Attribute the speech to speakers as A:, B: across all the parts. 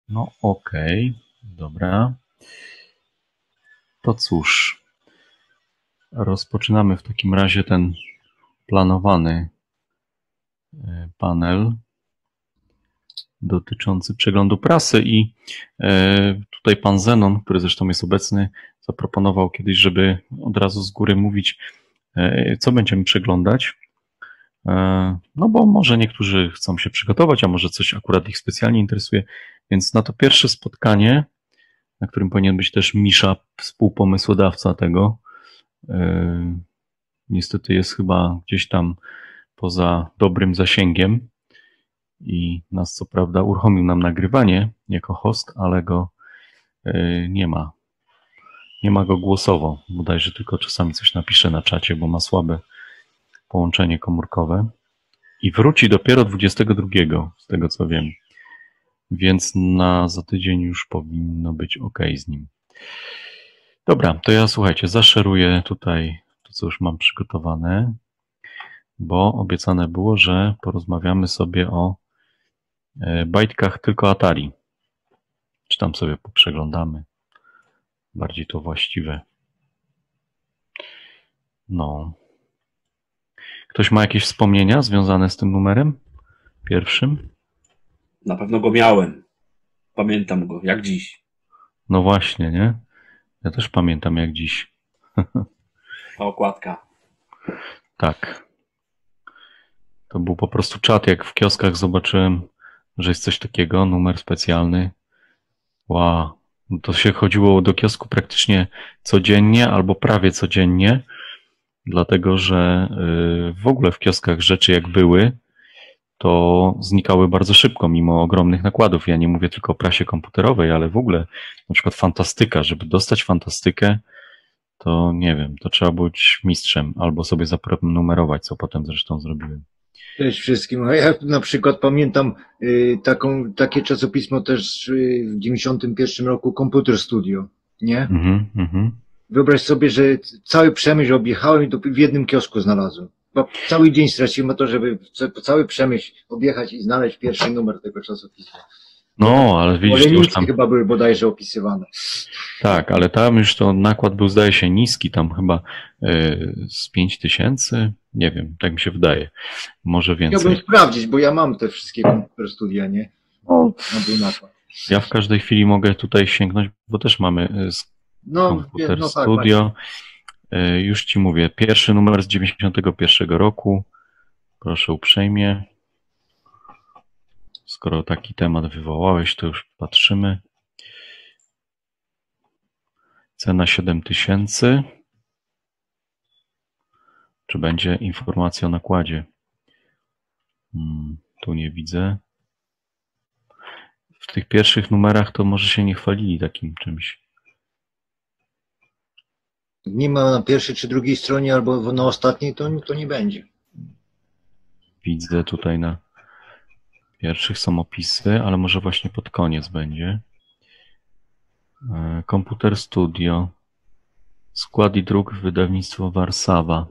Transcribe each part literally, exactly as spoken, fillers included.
A: No okej, okay. Dobra. To cóż, rozpoczynamy w takim razie ten planowany panel dotyczący przeglądu prasy i tutaj pan Zenon, który zresztą jest obecny, zaproponował kiedyś, żeby od razu z góry mówić, co będziemy przeglądać. No bo może niektórzy chcą się przygotować, a może coś akurat ich specjalnie interesuje, więc na to pierwsze spotkanie, na którym powinien być też Misza, współpomysłodawca tego, niestety jest chyba gdzieś tam poza dobrym zasięgiem i nas co prawda uruchomił nam nagrywanie jako host, ale go nie ma. Nie ma go głosowo, bodajże tylko czasami coś napisze na czacie, bo ma słabe połączenie komórkowe. I wróci dopiero dwudziestego drugiego, z tego co wiem. Więc na za tydzień już powinno być ok z nim. Dobra, to ja słuchajcie, zaszeruję tutaj to, co już mam przygotowane, bo obiecane było, że porozmawiamy sobie o bajtkach tylko Atari. Czy tam sobie poprzeglądamy. Bardziej to właściwe. No. Ktoś ma jakieś wspomnienia związane z tym numerem pierwszym?
B: Na pewno go miałem. Pamiętam go, jak dziś.
A: No właśnie, nie? Ja też pamiętam jak dziś.
B: Ta okładka.
A: Tak. To był po prostu czat, jak w kioskach zobaczyłem, że jest coś takiego, numer specjalny. Wow. To się chodziło do kiosku praktycznie codziennie albo prawie codziennie, dlatego że w ogóle w kioskach rzeczy jak były, to znikały bardzo szybko, mimo ogromnych nakładów. Ja nie mówię tylko o prasie komputerowej, ale w ogóle na przykład fantastyka. Żeby dostać fantastykę, to nie wiem, to trzeba być mistrzem albo sobie zaprenumerować, co potem zresztą zrobiłem.
C: Cześć wszystkim. Ja na przykład pamiętam y, taką, takie czasopismo też y, w dziewięćdziesiątym pierwszym roku, Computer Studio, nie?
A: Mhm, mhm.
C: Wyobraź sobie, że cały Przemyśl objechałem i to w jednym kiosku znalazłem. Chyba cały dzień straciłem na to, żeby cały Przemyśl objechać i znaleźć pierwszy numer tego czasopisma.
A: No, ale widzisz, to już tam...
C: chyba były bodajże opisywane.
A: Tak, ale tam już to nakład był, zdaje się, niski, tam chyba y, z pięć tysięcy, nie wiem, tak mi się wydaje, może więcej.
C: Chciałbym sprawdzić, bo ja mam te wszystkie Computer Studia, nie?
A: No,
C: no, był nakład.
A: Ja w każdej chwili mogę tutaj sięgnąć, bo też mamy z
C: no,
A: Computer
C: no,
A: Studio. Tak, już ci mówię, pierwszy numer z dziewięćdziesiątego pierwszego roku. Proszę uprzejmie. Skoro taki temat wywołałeś, to już patrzymy. Cena siedem tysięcy. Czy będzie informacja o nakładzie? Hmm, tu nie widzę. W tych pierwszych numerach to może się nie chwalili takim czymś.
C: Nie ma na pierwszej czy drugiej stronie, albo na ostatniej, to, to nie będzie.
A: Widzę tutaj na pierwszych są opisy, ale może właśnie pod koniec będzie. Komputer Studio. Skład i druk, wydawnictwo Warszawa.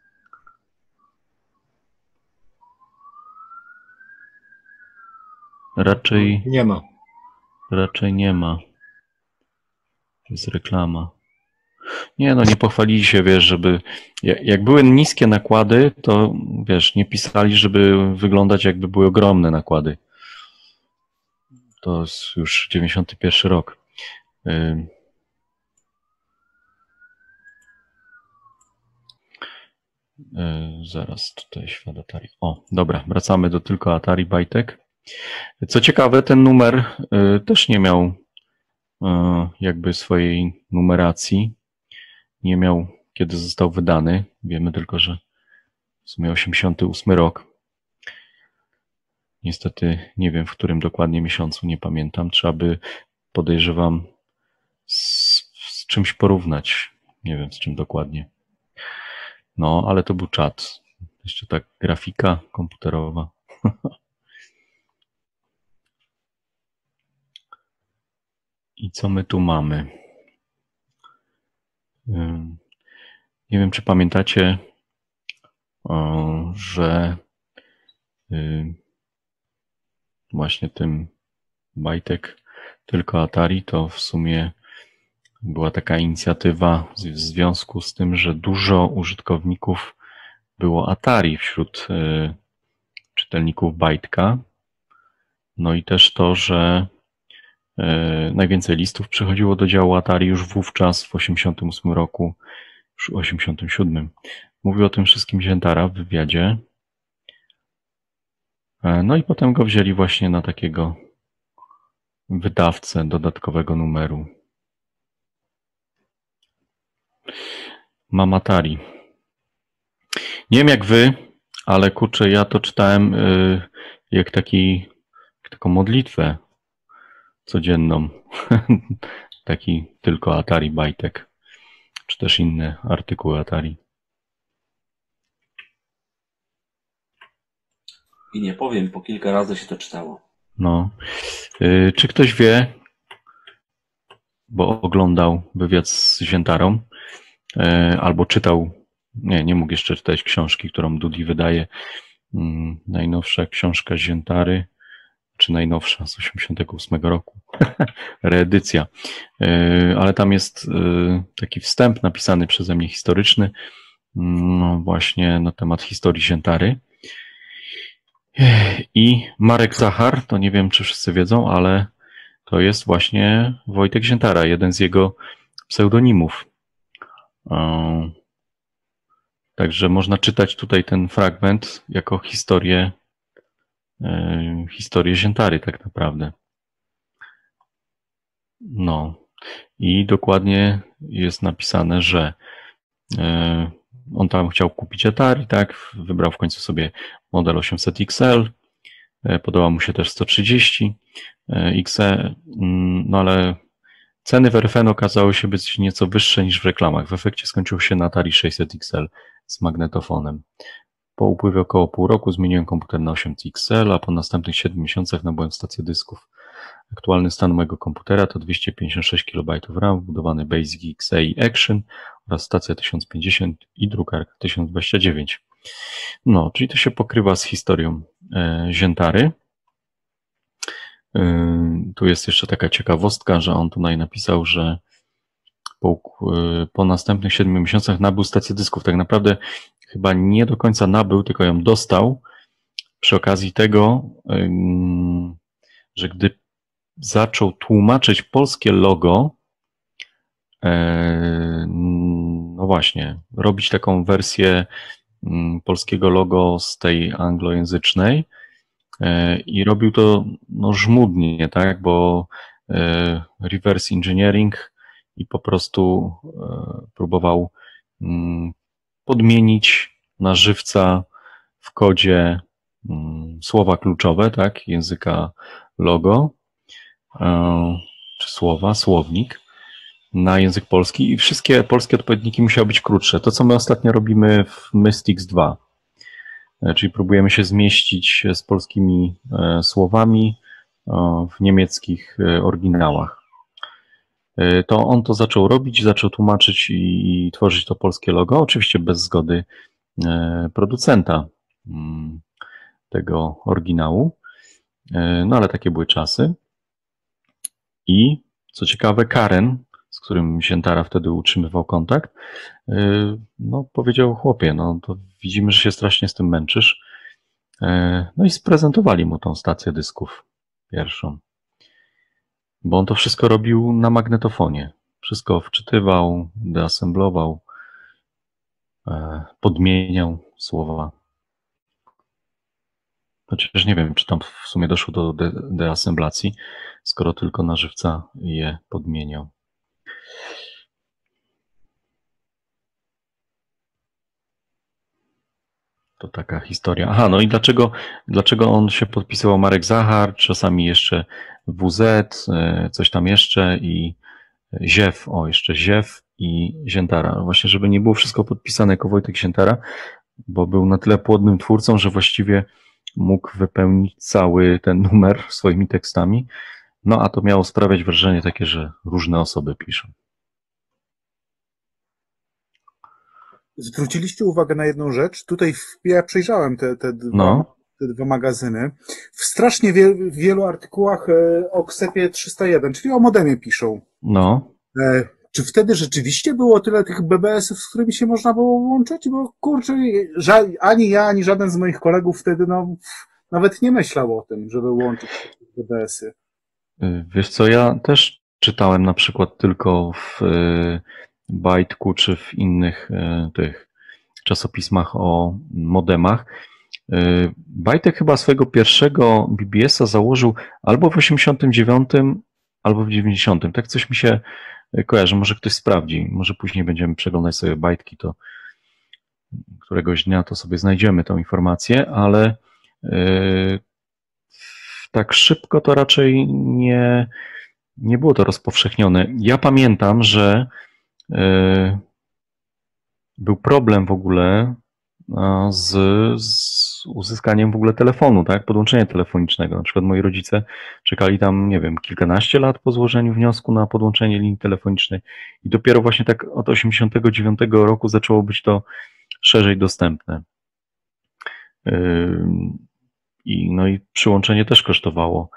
A: Raczej
C: nie ma.
A: Raczej nie ma. Jest reklama. Nie no, nie pochwalili się, wiesz, żeby... Jak były niskie nakłady, to wiesz, nie pisali, żeby wyglądać jakby były ogromne nakłady. To jest już dziewięćdziesiąty pierwszy rok. Yy. Yy, zaraz tutaj świat Atari. O, dobra, wracamy do tylko Atari bajtek. Co ciekawe, ten numer yy, też nie miał yy, jakby swojej numeracji. Nie miał, kiedy został wydany. Wiemy tylko, że w sumie osiemdziesiąty ósmy rok. Niestety nie wiem, w którym dokładnie miesiącu, nie pamiętam. Trzeba by, podejrzewam, z, z czymś porównać. Nie wiem, z czym dokładnie. No, ale to był czat. Jeszcze tak grafika komputerowa. I co my tu mamy? Nie wiem, czy pamiętacie, że właśnie tym bajtek tylko Atari, to w sumie była taka inicjatywa w związku z tym, że dużo użytkowników było Atari wśród y, czytelników Bajtka. No i też to, że y, najwięcej listów przychodziło do działu Atari już wówczas w osiemdziesiątym ósmym roku, już w osiemdziesiątym siódmym. Mówił o tym wszystkim Ziętara w wywiadzie. E, No i potem go wzięli właśnie na takiego wydawcę dodatkowego numeru. Mam Atari. Nie wiem jak wy, ale kurczę, ja to czytałem y, jak taki, taką modlitwę codzienną. Taki tylko Atari Bajtek, czy też inne artykuły Atari.
B: I nie powiem, po kilka razy się to czytało.
A: No. Y, czy ktoś wie, bo oglądał wywiad z Ziętarą, y, albo czytał, nie, nie mógł jeszcze czytać książki, którą Dudi wydaje, y, najnowsza książka Ziętary, czy najnowsza z osiemdziesiątego ósmego roku, reedycja. Ale tam jest taki wstęp napisany przeze mnie historyczny, no właśnie na temat historii Ziętary. I Marek Zachar, to nie wiem czy wszyscy wiedzą, ale to jest właśnie Wojtek Ziętara, jeden z jego pseudonimów. Także można czytać tutaj ten fragment jako historię historię Ziętary tak naprawdę. No i dokładnie jest napisane, że on tam chciał kupić Atari, tak, wybrał w końcu sobie model osiemset X L, podoba mu się też sto trzydzieści X E, no ale ceny w R F N okazały się być nieco wyższe niż w reklamach. W efekcie skończył się na Atari sześćset X L z magnetofonem. Po upływie około pół roku zmieniłem komputer na osiemset X L, a po następnych siedmiu miesiącach nabyłem stację dysków. Aktualny stan mojego komputera to dwieście pięćdziesiąt sześć kilobajtów RAM, wbudowany Basic X E i Action oraz stacja tysiąc pięćdziesiąt i drukarka tysiąc dwadzieścia dziewięć. No, czyli to się pokrywa z historią e, Ziętary. E, tu jest jeszcze taka ciekawostka, że on tutaj napisał, że po, e, po następnych siedmiu miesiącach nabył stację dysków. Tak naprawdę chyba nie do końca nabył, tylko ją dostał przy okazji tego, e, że gdy zaczął tłumaczyć polskie logo, no właśnie, robić taką wersję polskiego logo z tej anglojęzycznej i robił to no, żmudnie, tak, bo reverse engineering i po prostu próbował podmienić na żywca w kodzie słowa kluczowe, tak, języka logo, czy słowa, słownik na język polski i wszystkie polskie odpowiedniki musiały być krótsze. To, co my ostatnio robimy w Mystics dwa, czyli próbujemy się zmieścić z polskimi słowami w niemieckich oryginałach. To on to zaczął robić, zaczął tłumaczyć i, i tworzyć to polskie logo, oczywiście bez zgody producenta tego oryginału, no ale takie były czasy. I co ciekawe, Karen, z którym Ziętara wtedy utrzymywał kontakt, no powiedział: chłopie, no to widzimy, że się strasznie z tym męczysz. No i sprezentowali mu tą stację dysków pierwszą. Bo on to wszystko robił na magnetofonie. Wszystko wczytywał, deassemblował, podmieniał słowa. Chociaż nie wiem, czy tam w sumie doszło do de deassemblacji, skoro tylko na żywca je podmieniał. To taka historia. Aha, no i dlaczego, dlaczego on się podpisywał Marek Zachar, czasami jeszcze W Z, coś tam jeszcze i Ziew, o jeszcze Ziew i Ziętara. Właśnie, żeby nie było wszystko podpisane jako Wojtek Ziętara, bo był na tyle płodnym twórcą, że właściwie mógł wypełnić cały ten numer swoimi tekstami. No a to miało sprawiać wrażenie takie, że różne osoby piszą.
D: Zwróciliście uwagę na jedną rzecz. Tutaj w, ja przejrzałem te, te dwa
A: No.
D: te dwa magazyny. W strasznie wie, w wielu artykułach e, o ksepie trzysta jeden, czyli o modemie piszą.
A: No.
D: E, czy wtedy rzeczywiście było tyle tych B B S-ów, z którymi się można było łączyć? Bo kurczę, ża- ani ja, ani żaden z moich kolegów wtedy no, nawet nie myślał o tym, żeby łączyć B B S-y.
A: Wiesz co, ja też czytałem na przykład tylko w y, Bajtku czy w innych y, tych czasopismach o modemach. Y, Bajtek chyba swojego pierwszego B B S-a założył albo w osiemdziesiątym dziewiątym, albo w dziewięćdziesiątym. Tak coś mi się kojarzy. Może ktoś sprawdzi. Może później będziemy przeglądać sobie bajtki, to któregoś dnia to sobie znajdziemy tą informację, ale y, tak szybko to raczej nie, nie było to rozpowszechnione. Ja pamiętam, że y, był problem w ogóle z, z uzyskaniem w ogóle telefonu, tak? Podłączenia telefonicznego. Na przykład moi rodzice czekali tam, nie wiem, kilkanaście lat po złożeniu wniosku na podłączenie linii telefonicznej i dopiero właśnie tak od osiemdziesiątego dziewiątego roku zaczęło być to szerzej dostępne. I, no i przyłączenie też kosztowało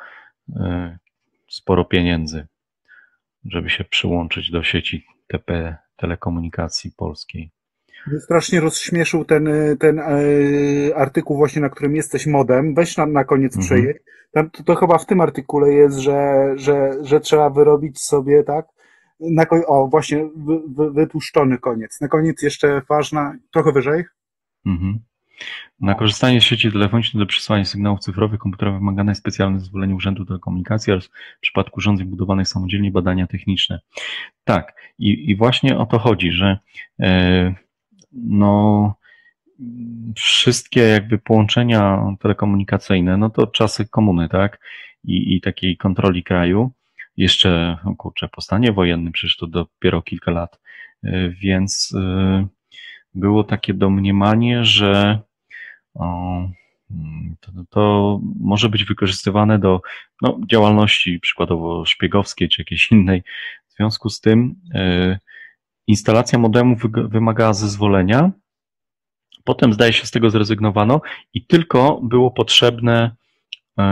A: sporo pieniędzy, żeby się przyłączyć do sieci T P telekomunikacji polskiej.
D: Mnie strasznie rozśmieszył ten, ten e, artykuł właśnie, na którym jesteś modem. Weź na, na koniec
A: Mhm.
D: przejedź. Tam, to, to chyba w tym artykule jest, że, że, że trzeba wyrobić sobie, tak? Na, koń- o, właśnie wy, wy, wytłuszczony koniec. Na koniec jeszcze ważna, trochę wyżej.
A: Mhm. Na korzystanie z sieci telefonicznej do przesyłania sygnałów cyfrowych komputerowych wymagane jest specjalne zezwolenie Urzędu Telekomunikacji oraz w przypadku urządzeń budowanych samodzielnie badania techniczne. Tak, i, i właśnie o to chodzi, że e, no wszystkie jakby połączenia telekomunikacyjne, no to czasy komuny, tak? I, i takiej kontroli kraju. Jeszcze, o kurczę, po stanie wojennym, przecież to dopiero kilka lat. E, więc e, było takie domniemanie, że o, to, to może być wykorzystywane do no, działalności przykładowo szpiegowskiej czy jakiejś innej. W związku z tym y, instalacja modemu wy, wymagała zezwolenia. Potem zdaje się z tego zrezygnowano i tylko było potrzebne y,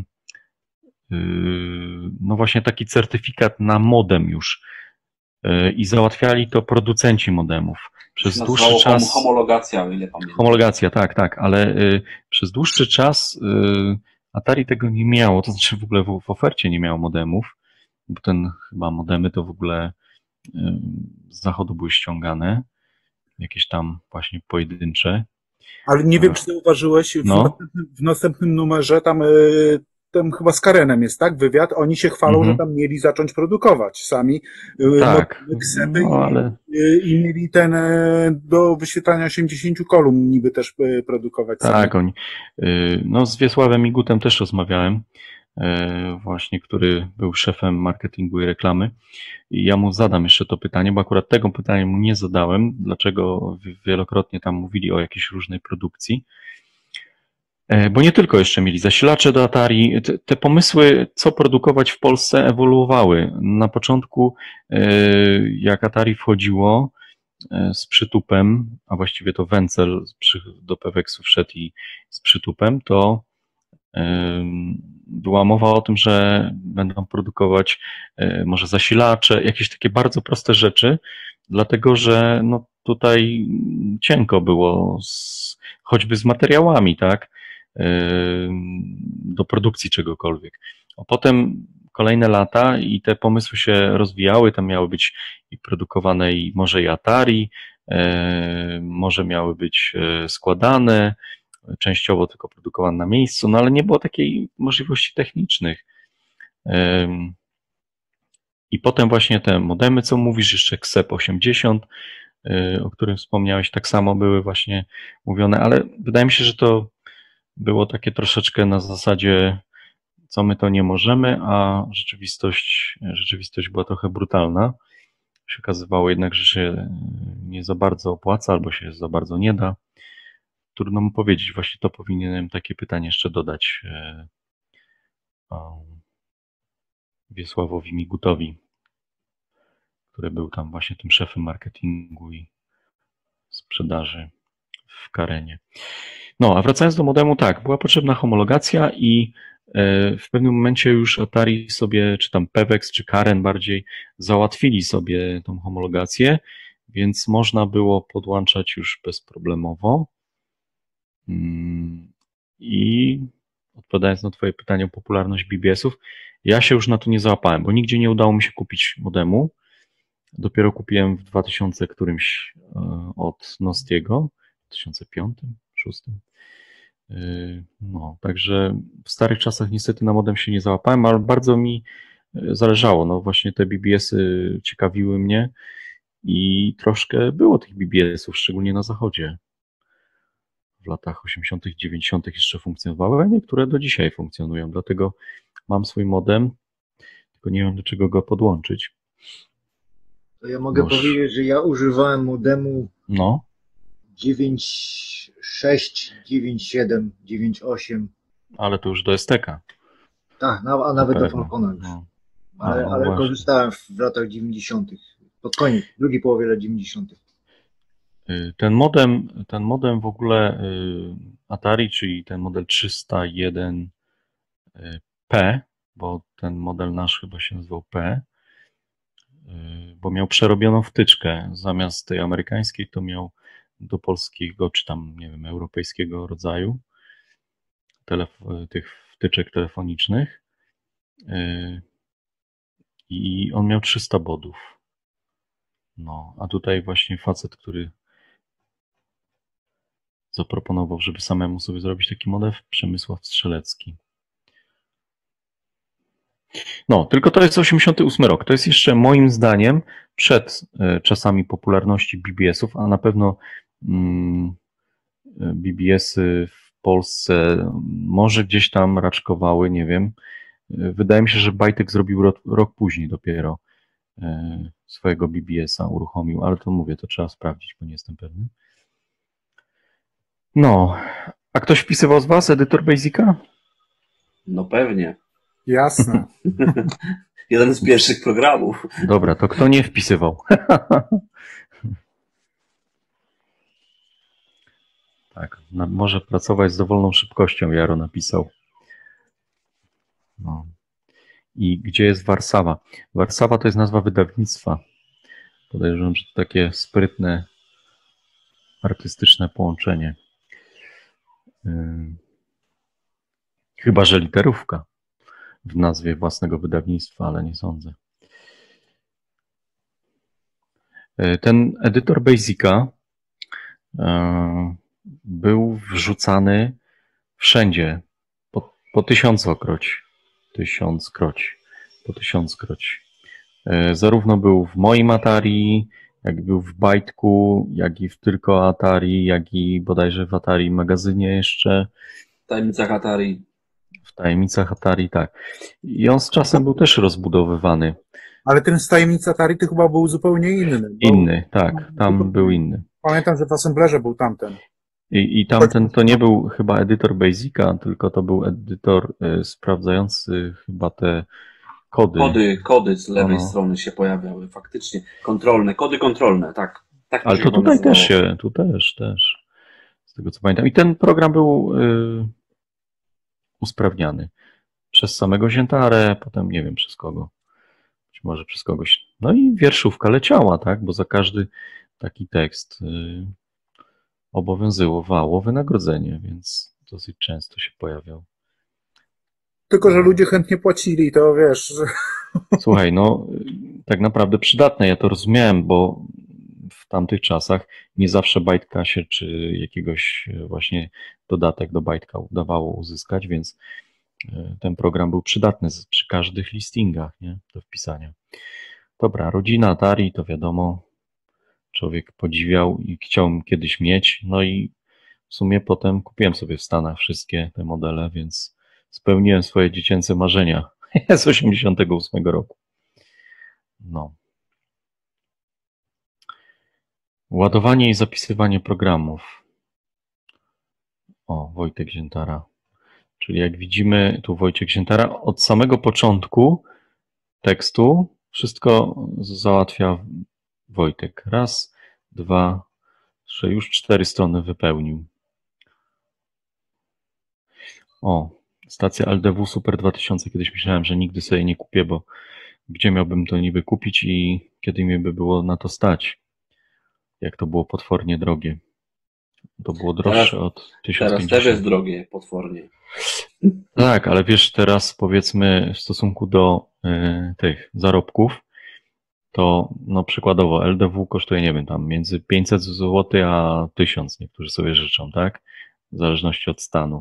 A: y, no właśnie taki certyfikat na modem już y, i załatwiali to producenci modemów. Przez dłuższy czas.
B: Homologacja, o ile pamiętam.
A: Homologacja, tak, tak, ale y, przez dłuższy czas y, Atari tego nie miało, to znaczy w ogóle w, w ofercie nie miało modemów, bo ten chyba modemy to w ogóle y, z zachodu były ściągane, jakieś tam właśnie pojedyncze.
D: Ale nie wiem, czy zauważyłeś, w,
A: No.
D: następnym, w następnym numerze tam, y, tam chyba z Karenem jest, tak? Wywiad. Oni się chwalą,
A: Mhm.
D: że tam mieli zacząć produkować sami. y,
A: Tak,
D: modemy, ksepy
A: no, ale
D: i, y, i mieli ten y, do wyświetlania osiemdziesięciu kolumn niby też y, produkować sami.
A: tak, oni. y, No z Wiesławem Migutem też rozmawiałem, y, właśnie, który był szefem marketingu i reklamy. I ja mu zadam jeszcze to pytanie, bo akurat tego pytania mu nie zadałem, dlaczego wielokrotnie tam mówili o jakiejś różnej produkcji. Bo nie tylko jeszcze mieli zasilacze do Atari, te, te pomysły, co produkować w Polsce, ewoluowały. Na początku, jak Atari wchodziło z przytupem, a właściwie to Wencel do Peweksu wszedł i z przytupem, to była mowa o tym, że będą produkować może zasilacze, jakieś takie bardzo proste rzeczy, dlatego że no tutaj cienko było z, choćby z materiałami, tak, do produkcji czegokolwiek. A potem kolejne lata i te pomysły się rozwijały, tam miały być i produkowane i może i Atari, może miały być składane, częściowo tylko produkowane na miejscu, no ale nie było takiej możliwości technicznych. I potem właśnie te modemy, co mówisz, jeszcze ksep osiemdziesiąt, o którym wspomniałeś, tak samo były właśnie mówione, ale wydaje mi się, że to było takie troszeczkę na zasadzie, co my to nie możemy, a rzeczywistość, rzeczywistość była trochę brutalna. Się okazywało jednak, że się nie za bardzo opłaca, albo się za bardzo nie da. Trudno mu powiedzieć, właśnie to powinienem takie pytanie jeszcze dodać Wiesławowi Migutowi, który był tam właśnie tym szefem marketingu i sprzedaży w Karenie. No, a wracając do modemu, tak, była potrzebna homologacja i w pewnym momencie już Atari sobie, czy tam Pewex, czy Karen bardziej, załatwili sobie tą homologację, więc można było podłączać już bezproblemowo. I odpowiadając na twoje pytanie o popularność B B S-ów, ja się już na to nie załapałem, bo nigdzie nie udało mi się kupić modemu. Dopiero kupiłem w dwa tysiące którymś od Nostiego, w dwa tysiące piątym, dwa tysiące szóstym. No, także w starych czasach niestety na modem się nie załapałem, ale bardzo mi zależało. No właśnie te B B S-y ciekawiły mnie i troszkę było tych B B S-ów, szczególnie na zachodzie. W latach osiemdziesiątych, dziewięćdziesiątych jeszcze funkcjonowały, a niektóre do dzisiaj funkcjonują. Dlatego mam swój modem, tylko nie wiem do czego go podłączyć.
C: To ja mogę Boż. powiedzieć, że ja używałem modemu
A: no.
C: dziewięć sześć, dziewięć siedem, dziewięć osiem.
A: Ale to już do S T K.
C: Tak, a nawet do Falcona już. No. Ale, a, no ale korzystałem w latach dziewięćdziesiątych. Pod koniec, w drugiej połowie lat dziewięćdziesiątych.
A: Ten modem, ten modem w ogóle Atari, czyli ten model trzysta jeden P, bo ten model nasz chyba się nazywał P, bo miał przerobioną wtyczkę. Zamiast tej amerykańskiej to miał do polskiego, czy tam, nie wiem, europejskiego rodzaju telef- tych wtyczek telefonicznych. I on miał trzysta bodów. No, a tutaj właśnie facet, który zaproponował, żeby samemu sobie zrobić taki model, Przemysław Strzelecki. No, tylko to jest osiemdziesiąty ósmy rok. To jest jeszcze moim zdaniem przed czasami popularności B B S-ów, a na pewno mm, B B S-y w Polsce może gdzieś tam raczkowały, nie wiem. Wydaje mi się, że Bajtek zrobił rok, rok później dopiero swojego B B S-a, uruchomił, ale to mówię, to trzeba sprawdzić, bo nie jestem pewny. No, a ktoś wpisywał z was edytor Basica?
B: No pewnie.
D: Jasne.
B: Jeden z pierwszych programów.
A: Dobra, to kto nie wpisywał? Tak, na, może pracować z dowolną szybkością, Jaro napisał. No. I gdzie jest Warszawa? Warszawa to jest nazwa wydawnictwa. Podejrzewam, że to takie sprytne, artystyczne połączenie. Yy. Chyba że literówka w nazwie własnego wydawnictwa, ale nie sądzę. Ten edytor Basica był wrzucany wszędzie, po, po tysiącokroć, tysiąckroć, po tysiąckroć. Zarówno był w moim Atari, jak był w Bajtku, jak i w tylko Atari, jak i bodajże w Atari magazynie jeszcze.
B: W tajemnicach Atari.
A: W tajemnicach Atari, tak. I on z czasem był też rozbudowywany.
D: Ale ten z tajemnic Atari to chyba był zupełnie inny.
A: Inny, tak, tam był inny.
D: Pamiętam, że w assemblerze był tamten.
A: I, i tamten to nie był chyba edytor Basica, tylko to był edytor y, sprawdzający chyba te kody.
B: Kody, kody z lewej ono. strony się pojawiały, faktycznie. Kontrolne, kody kontrolne, tak. tak
A: Ale to tutaj nazywało. też się, tu też, też. Z tego co pamiętam. I ten program był y, usprawniany przez samego Ziętarę, potem nie wiem przez kogo. Być może przez kogoś. No i wierszówka leciała, tak? Bo za każdy taki tekst y, obowiązywało wynagrodzenie, więc dosyć często się pojawiał.
D: Tylko, że ludzie chętnie płacili, to wiesz.
A: Słuchaj, no tak naprawdę przydatne, ja to rozumiałem, bo w tamtych czasach nie zawsze bajtka się, czy jakiegoś właśnie dodatek do bajtka udawało uzyskać, więc ten program był przydatny przy każdych listingach, nie, do wpisania. Dobra, rodzina Atari, to wiadomo, człowiek podziwiał i chciał kiedyś mieć, no i w sumie potem kupiłem sobie w Stanach wszystkie te modele, więc spełniłem swoje dziecięce marzenia z osiemdziesiątego ósmego roku. No. Ładowanie i zapisywanie programów. O, Wojtek Ziętara. Czyli jak widzimy, tu Wojciech Ziętara od samego początku tekstu wszystko załatwia Wojtek. Raz, dwa, trzy, już cztery strony wypełnił. O, stacja L D W Super dwa tysiące. Kiedyś myślałem, że nigdy sobie nie kupię, bo gdzie miałbym to niby kupić i kiedy mi by było na to stać? Jak to było potwornie drogie. To było droższe
B: Teraz,
A: od tysiąc
B: teraz
A: pięćdziesiąt.
B: też jest drogie, potwornie.
A: Tak, ale wiesz, teraz powiedzmy w stosunku do y, tych zarobków, to no przykładowo L D W kosztuje, nie wiem, tam między pięćset złotych a tysiąc, niektórzy sobie życzą, tak? W zależności od stanu.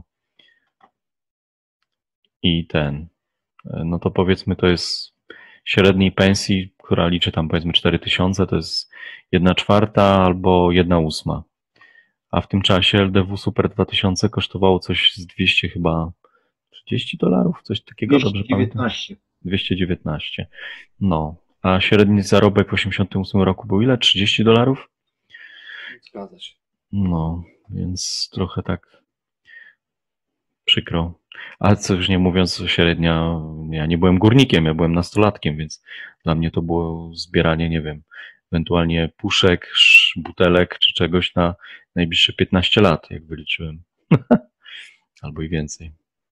A: I ten, y, no to powiedzmy to jest średniej pensji, która liczy tam powiedzmy cztery tysiące, to jest jedna czwarta albo jedna ósma. A w tym czasie L D W Super dwa tysiące kosztowało coś z dwieście chyba trzydzieści dolarów, coś takiego, dobrze
C: dwieście
A: pamiętam?
C: dziewiętnaście.
A: dwieście dziewiętnaście. No, a średni zarobek w osiemdziesiątym ósmym roku był ile? trzydzieści dolarów?
B: Zgadza się.
A: No, więc trochę tak przykro. A co już nie mówiąc, średnia, ja nie byłem górnikiem, ja byłem nastolatkiem, więc dla mnie to było zbieranie, nie wiem, ewentualnie puszek, sz- butelek czy czegoś na najbliższe piętnaście lat, jak wyliczyłem. Albo i więcej.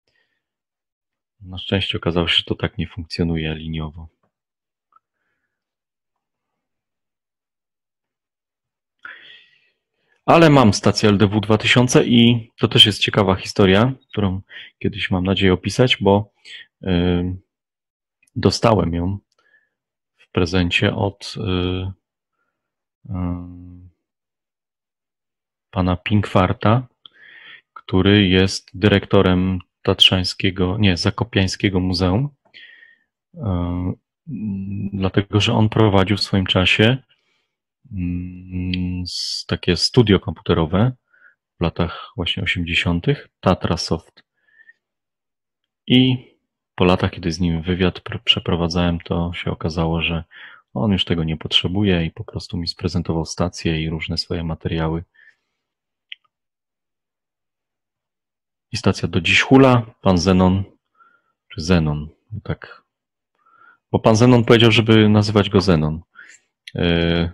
A: Na szczęście okazało się, że to tak nie funkcjonuje liniowo. Ale mam stację L D W dwa tysiące i to też jest ciekawa historia, którą kiedyś mam nadzieję opisać, bo y, dostałem ją w prezencie od y, y, pana Pinkwarta, który jest dyrektorem Tatrzańskiego, nie, Zakopiańskiego Muzeum, y, dlatego że on prowadził w swoim czasie mm, s- takie studio komputerowe w latach właśnie osiemdziesiątych, Tatrasoft. I po latach, kiedy z nim wywiad pr- przeprowadzałem, to się okazało, że on już tego nie potrzebuje i po prostu mi sprezentował stację i różne swoje materiały. I stacja do dziś hula, pan Zenon, czy Zenon, tak. Bo pan Zenon powiedział, żeby nazywać go Zenon. Yy,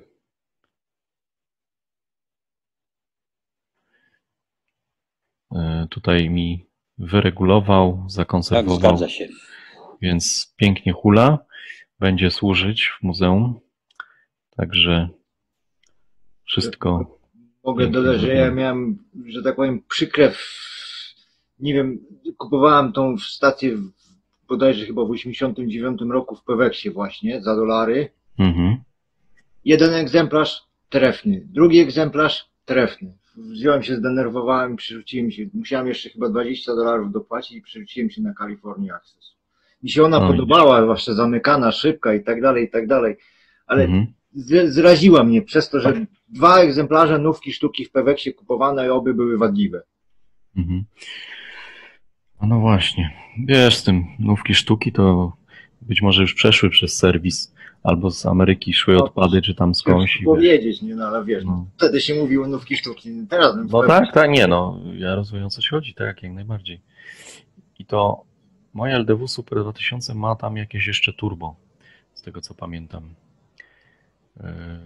A: yy, tutaj mi wyregulował,
E: Tak,
A: zakonserwował,
E: zgadza się.
A: więc pięknie hula, będzie służyć w muzeum. Także wszystko.
C: Mogę
A: pięknie
C: dodać, że ja
A: zrobione.
C: miałem, że tak powiem, przykre, w- nie wiem, kupowałem tą stację w- bodajże chyba w osiemdziesiątym dziewiątym roku w Peweksie właśnie za dolary.
A: Mhm.
C: Jeden egzemplarz trefny, drugi egzemplarz trefny. Wziąłem się, zdenerwowałem, przerzuciłem się, musiałem jeszcze chyba dwadzieścia dolarów dopłacić i przerzuciłem się na California Access. Mi się ona
A: No,
C: podobała, zwłaszcza zamykana, szybka i tak dalej, i tak dalej, ale
A: Mhm.
C: z- zraziła mnie przez to, że dwa egzemplarze nówki sztuki w Peweksie kupowane i obie były wadliwe.
A: Mhm. A no właśnie. Wiesz, z tym nówki sztuki to być może już przeszły przez serwis, albo z Ameryki szły
C: No,
A: odpady, czy tam skądś.
C: Ciężko
A: I wiesz,
C: powiedzieć, nie, no ale wiesz,
A: no.
C: wtedy się mówiło nówki sztuki, teraz bym w
A: No
C: Peweksie-
A: tak, tak, nie no. Ja rozumiem, o co ci chodzi, tak, jak najbardziej. I to moje L D W Super dwa tysiące ma tam jakieś jeszcze turbo, z tego co pamiętam. Yy,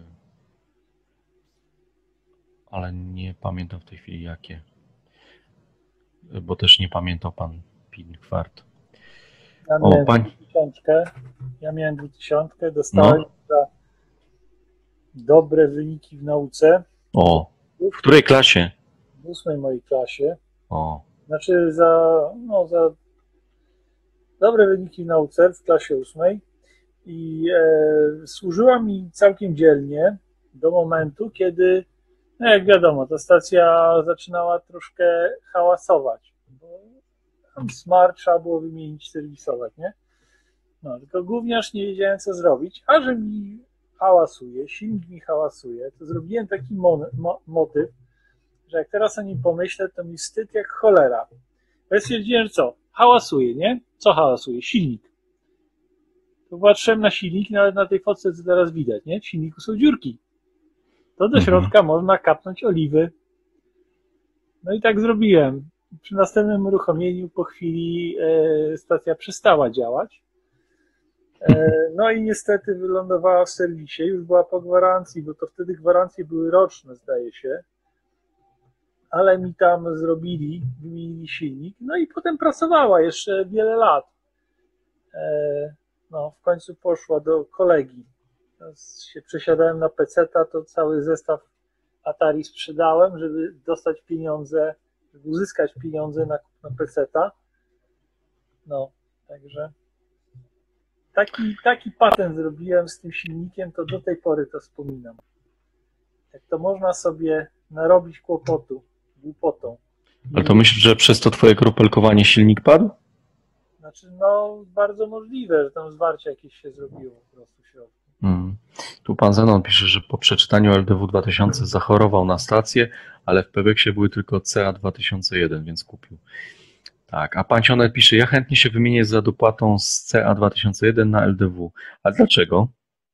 A: Ale nie pamiętam w tej chwili jakie. Yy, Bo też nie pamiętał pan Pinkwart.
F: Ja
A: O,
F: miałem
A: pań.
F: dwutysięczkę, ja miałem dwutysięczkę, dostałem
A: No.
F: za dobre wyniki w nauce
A: O, w której klasie?
F: w ósmej mojej klasie.
A: O,
F: Znaczy za, no, za dobre wyniki w nauce w klasie ósmej i e, służyła mi całkiem dzielnie do momentu, kiedy, no jak wiadomo, ta stacja zaczynała troszkę hałasować, bo tam smart trzeba było wymienić, serwisować, nie? No, tylko gówniarz nie wiedziałem, co zrobić, a że mi hałasuje, silnik mi hałasuje, to zrobiłem taki mon, mo, motyw, że jak teraz o nim pomyślę, to mi wstyd jak cholera. Ja stwierdziłem, że co? Hałasuje, nie? Co hałasuje? Silnik. To patrzyłem na silnik, nawet na tej fotce, co teraz widać, nie? W silniku są dziurki. To do
A: Mhm.
F: środka można kapnąć oliwy. No i tak zrobiłem. Przy następnym uruchomieniu po chwili e, stacja przestała działać. E, no i niestety wylądowała w serwisie, już była po gwarancji, bo to wtedy gwarancje były roczne, zdaje się. ale mi tam zrobili, wymienili silnik, no i potem pracowała jeszcze wiele lat. No, w końcu poszła do kolegi. Teraz się przesiadałem na peceta, to cały zestaw Atari sprzedałem, żeby dostać pieniądze, żeby uzyskać pieniądze na kupno peceta. No, także taki, taki patent zrobiłem z tym silnikiem, to do tej pory to wspominam. Jak to można sobie narobić kłopotu, głupotą.
A: Ale to myślisz, że przez to twoje kropelkowanie silnik padł?
F: Znaczy, no, bardzo możliwe, że tam zwarcie jakieś się zrobiło po prostu w środku.
A: Hmm. Tu pan Zenon pisze, że po przeczytaniu L D W dwa tysiące zachorował na stację, ale w Pebeksie były tylko C A dwa tysiące jeden, więc kupił. Tak, a pan Cionel pisze, ja chętnie się wymienię za dopłatą z C A dwa tysiące jeden na L D W. A dlaczego?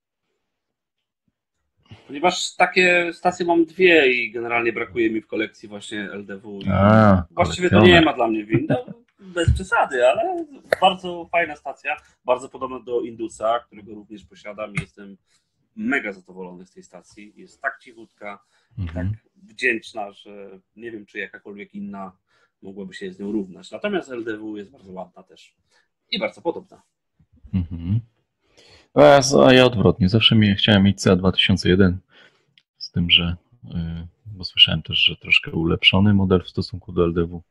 B: Ponieważ takie stacje mam dwie i generalnie brakuje mi w kolekcji właśnie L D W. I
A: A,
B: właściwie to nie ma dla mnie win. No, bez przesady, ale bardzo fajna stacja, bardzo podobna do Indusa, którego również posiadam i jestem mega zadowolony z tej stacji. Jest tak cichutka,
A: mhm.
B: tak wdzięczna, że nie wiem, czy jakakolwiek inna mogłaby się z nią równać. Natomiast L D W jest bardzo ładna też i bardzo podobna.
A: Mhm. A ja, a ja odwrotnie, zawsze mnie, chciałem mieć C A dwa tysiące jeden, z tym, że, yy, bo słyszałem też, że troszkę ulepszony model w stosunku do L D W.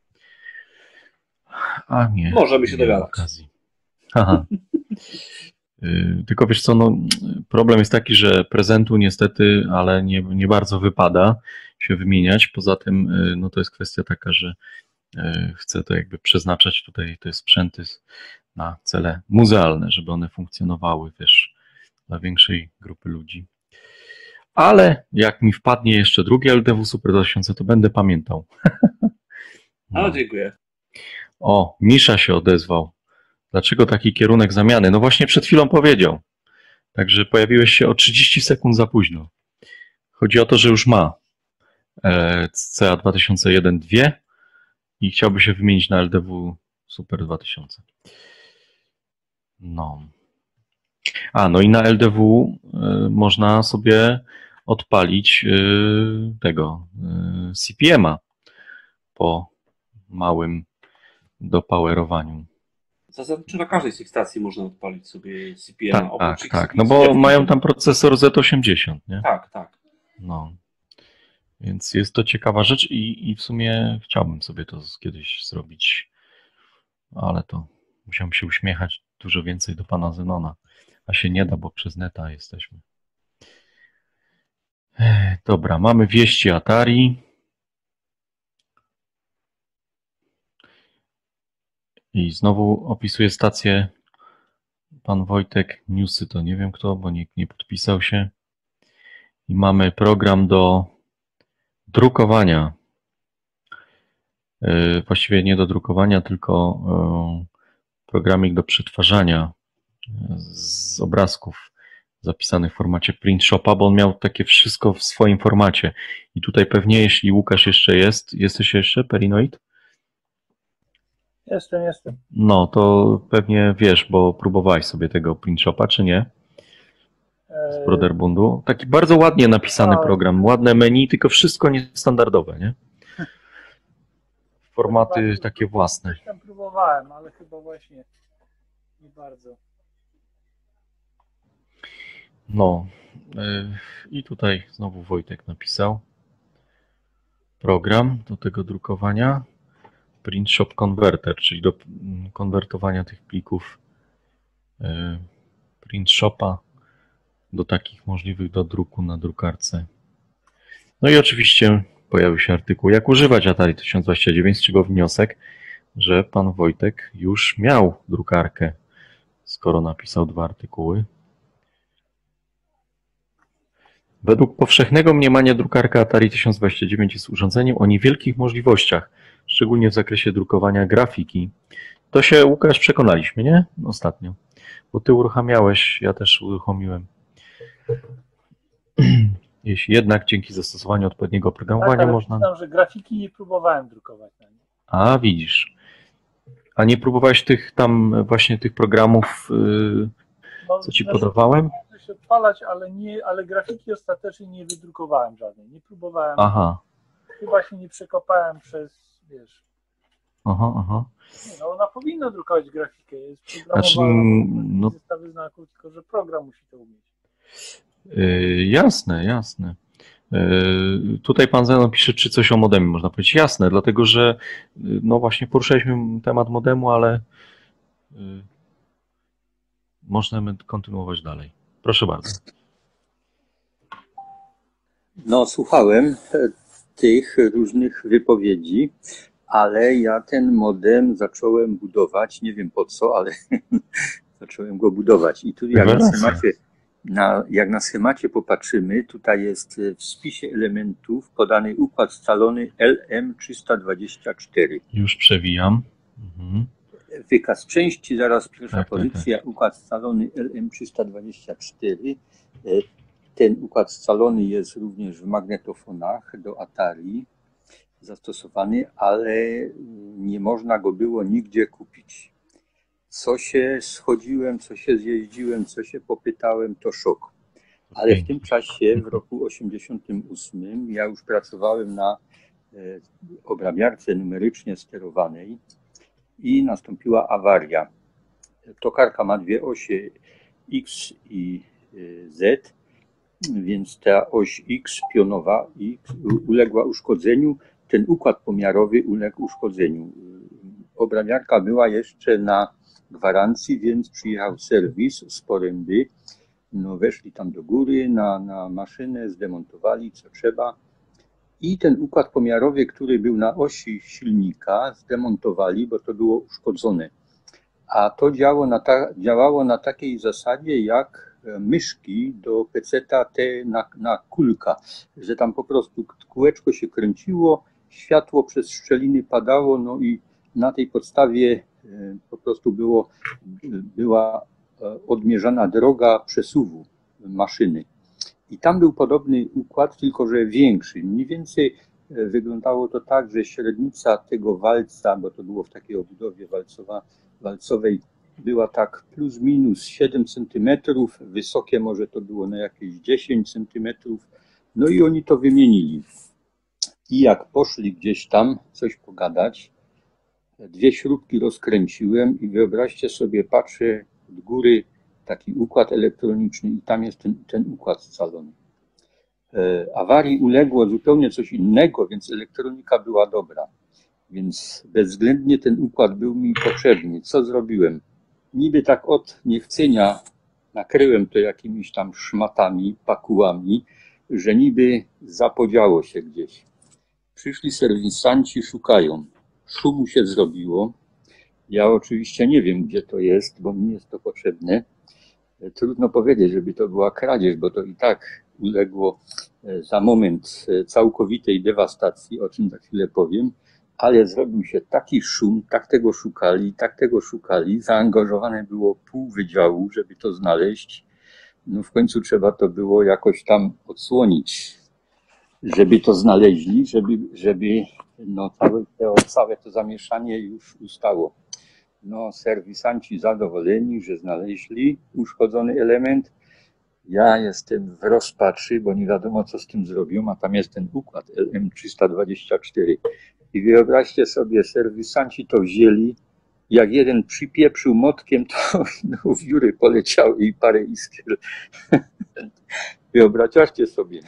A: A nie.
B: Możemy się dogadać.
A: Okazji. Aha. Yy, tylko wiesz co, no, problem jest taki, że prezentu niestety, ale nie, nie bardzo wypada się wymieniać. Poza tym, yy, no to jest kwestia taka, że yy, chcę to jakby przeznaczać tutaj te sprzęty na cele muzealne, żeby one funkcjonowały, wiesz, dla większej grupy ludzi. Ale jak mi wpadnie jeszcze drugie L D W Super dwa tysiące, to będę pamiętał.
B: No, no dziękuję.
A: O, Misza się odezwał. Dlaczego taki kierunek zamiany? No właśnie przed chwilą powiedział. Także pojawiłeś się o trzydzieści sekund za późno. Chodzi o to, że już ma C A dwa tysiące jeden dwie i chciałby się wymienić na L D W Super dwa tysiące. No. A, no i na L D W y, można sobie odpalić y, tego y, C P M-a po małym dopowerowaniu.
B: Zasadniczo na każdej z tych stacji można odpalić sobie C P M-a.
A: Tak, tak, tak, no bo mają tam procesor Z osiemdziesiąt, nie?
B: Tak, tak.
A: No. Więc jest to ciekawa rzecz i, i w sumie chciałbym sobie to kiedyś zrobić, ale to musiałem się uśmiechać dużo więcej do pana Zenona, a się nie da, bo przez neta jesteśmy. Dobra, mamy wieści Atari. I znowu opisuje stację pan Wojtek Newsy, to nie wiem kto, bo nikt nie podpisał się. I mamy program do drukowania. Właściwie nie do drukowania, tylko programik do przetwarzania z obrazków zapisanych w formacie print shopa, bo on miał takie wszystko w swoim formacie. I tutaj pewnie, jeśli Łukasz jeszcze jest, jesteś jeszcze, Perinoid?
F: Jestem, jestem.
A: No, to pewnie wiesz, bo próbowałeś sobie tego print shopa, czy nie? Z Broderbundu. Taki bardzo ładnie napisany
F: A,
A: program, ładne menu, tylko wszystko niestandardowe, nie? Formaty takie własne.
F: Coś tam próbowałem, ale chyba właśnie nie bardzo.
A: No i tutaj znowu Wojtek napisał program do tego drukowania. Print Shop Converter, czyli do konwertowania tych plików print shopa do takich możliwych do druku na drukarce. No i oczywiście pojawił się artykuł, jak używać Atari tysiąc dwadzieścia dziewięć, z czego wniosek, że pan Wojtek już miał drukarkę, skoro napisał dwa artykuły. Według powszechnego mniemania drukarka Atari tysiąc dwadzieścia dziewięć jest urządzeniem o niewielkich możliwościach, szczególnie w zakresie drukowania grafiki. To się, Łukasz, przekonaliśmy, nie? Ostatnio. Bo ty uruchamiałeś, ja też uruchomiłem. Jeśli jednak dzięki zastosowaniu odpowiedniego oprogramowania
F: tak,
A: można...
F: Znam, że grafiki nie próbowałem drukować na nie.
A: A, widzisz. A nie próbowałeś tych tam właśnie tych programów, yy,
F: no,
A: co ci
F: znaczy,
A: podawałem?
F: Się odpalać, ale, nie, ale grafiki ostatecznie nie wydrukowałem żadnej. Nie próbowałem.
A: Aha.
F: chyba się nie przekopałem przez, wiesz,
A: Aha, aha.
F: nie, no ona powinna drukować grafikę, jest
A: Znaczy,
F: programowana,
A: no-
F: zestawy znaków, tylko że program musi to umieć.
A: Yy, jasne, jasne. Yy, tutaj pan Zenon pisze, czy coś o modemie można powiedzieć. Jasne, dlatego że yy, no właśnie poruszaliśmy temat modemu, ale yy, możemy kontynuować dalej. Proszę bardzo.
E: No, słuchałem e, tych różnych wypowiedzi, ale ja ten modem zacząłem budować, nie wiem po co, ale zacząłem go budować. I tu jak na
A: Rewelacja.
E: schemacie, na, jak na schemacie popatrzymy, tutaj jest w spisie elementów podany układ scalony L M trzysta dwadzieścia cztery.
A: Już przewijam. Mhm.
E: Wykaz części, zaraz pierwsza
A: Tak, tak,
E: pozycja, układ scalony L M trzysta dwadzieścia cztery. E, Ten układ scalony jest również w magnetofonach do Atari zastosowany, ale nie można go było nigdzie kupić. Co się schodziłem, co się zjeździłem, co się popytałem, to szok. Ale w tym czasie, w roku osiemdziesiątym ósmym, ja już pracowałem na e, obrabiarce numerycznie sterowanej i nastąpiła awaria. Tokarka ma dwie osie X i e, Z, więc ta oś X pionowa X uległa uszkodzeniu, ten układ pomiarowy uległ uszkodzeniu. Obrabiarka była jeszcze na gwarancji, więc przyjechał serwis z poręby. No, weszli tam do góry na, na maszynę, zdemontowali co trzeba i ten układ pomiarowy, który był na osi silnika, zdemontowali, bo to było uszkodzone. A to działało na, ta, działało na takiej zasadzie jak myszki do peceta te na, na kulka, że tam po prostu kółeczko się kręciło, światło przez szczeliny padało, no i na tej podstawie po prostu było, była odmierzana droga przesuwu maszyny. I tam był podobny układ, tylko że większy. Mniej więcej wyglądało to tak, że średnica tego walca, bo to było w takiej obudowie walcowa, walcowej, była tak plus minus siedem centymetrów, wysokie może to było na jakieś dziesięć centymetrów. No i oni to wymienili. I jak poszli gdzieś tam coś pogadać, dwie śrubki rozkręciłem i wyobraźcie sobie, patrzę od góry taki układ elektroniczny i tam jest ten, ten układ scalony. Awarii uległo zupełnie coś innego, więc elektronika była dobra. Więc bezwzględnie ten układ był mi potrzebny. Co zrobiłem? Niby tak od niechcenia nakryłem to jakimiś tam szmatami, pakułami, że niby zapodziało się gdzieś. Przyszli serwisanci, szukają. Szumu się zrobiło. Ja oczywiście nie wiem, gdzie to jest, bo mi jest to potrzebne. Trudno powiedzieć, żeby to była kradzież, bo to i tak uległo za moment całkowitej dewastacji, o czym za chwilę powiem, ale zrobił się taki szum, tak tego szukali, tak tego szukali, zaangażowane było pół wydziału, żeby to znaleźć. No w końcu trzeba to było jakoś tam odsłonić, żeby to znaleźli, żeby, żeby no całe, to, całe to zamieszanie już ustało. No, serwisanci zadowoleni, że znaleźli uszkodzony element. Ja jestem w rozpaczy, bo nie wiadomo, co z tym zrobią, a tam jest ten układ L M trzysta dwadzieścia cztery. I wyobraźcie sobie, serwisanci to wzięli, jak jeden przypieprzył motkiem, to no, wióry poleciały i parę iskier. Wyobraźcie sobie.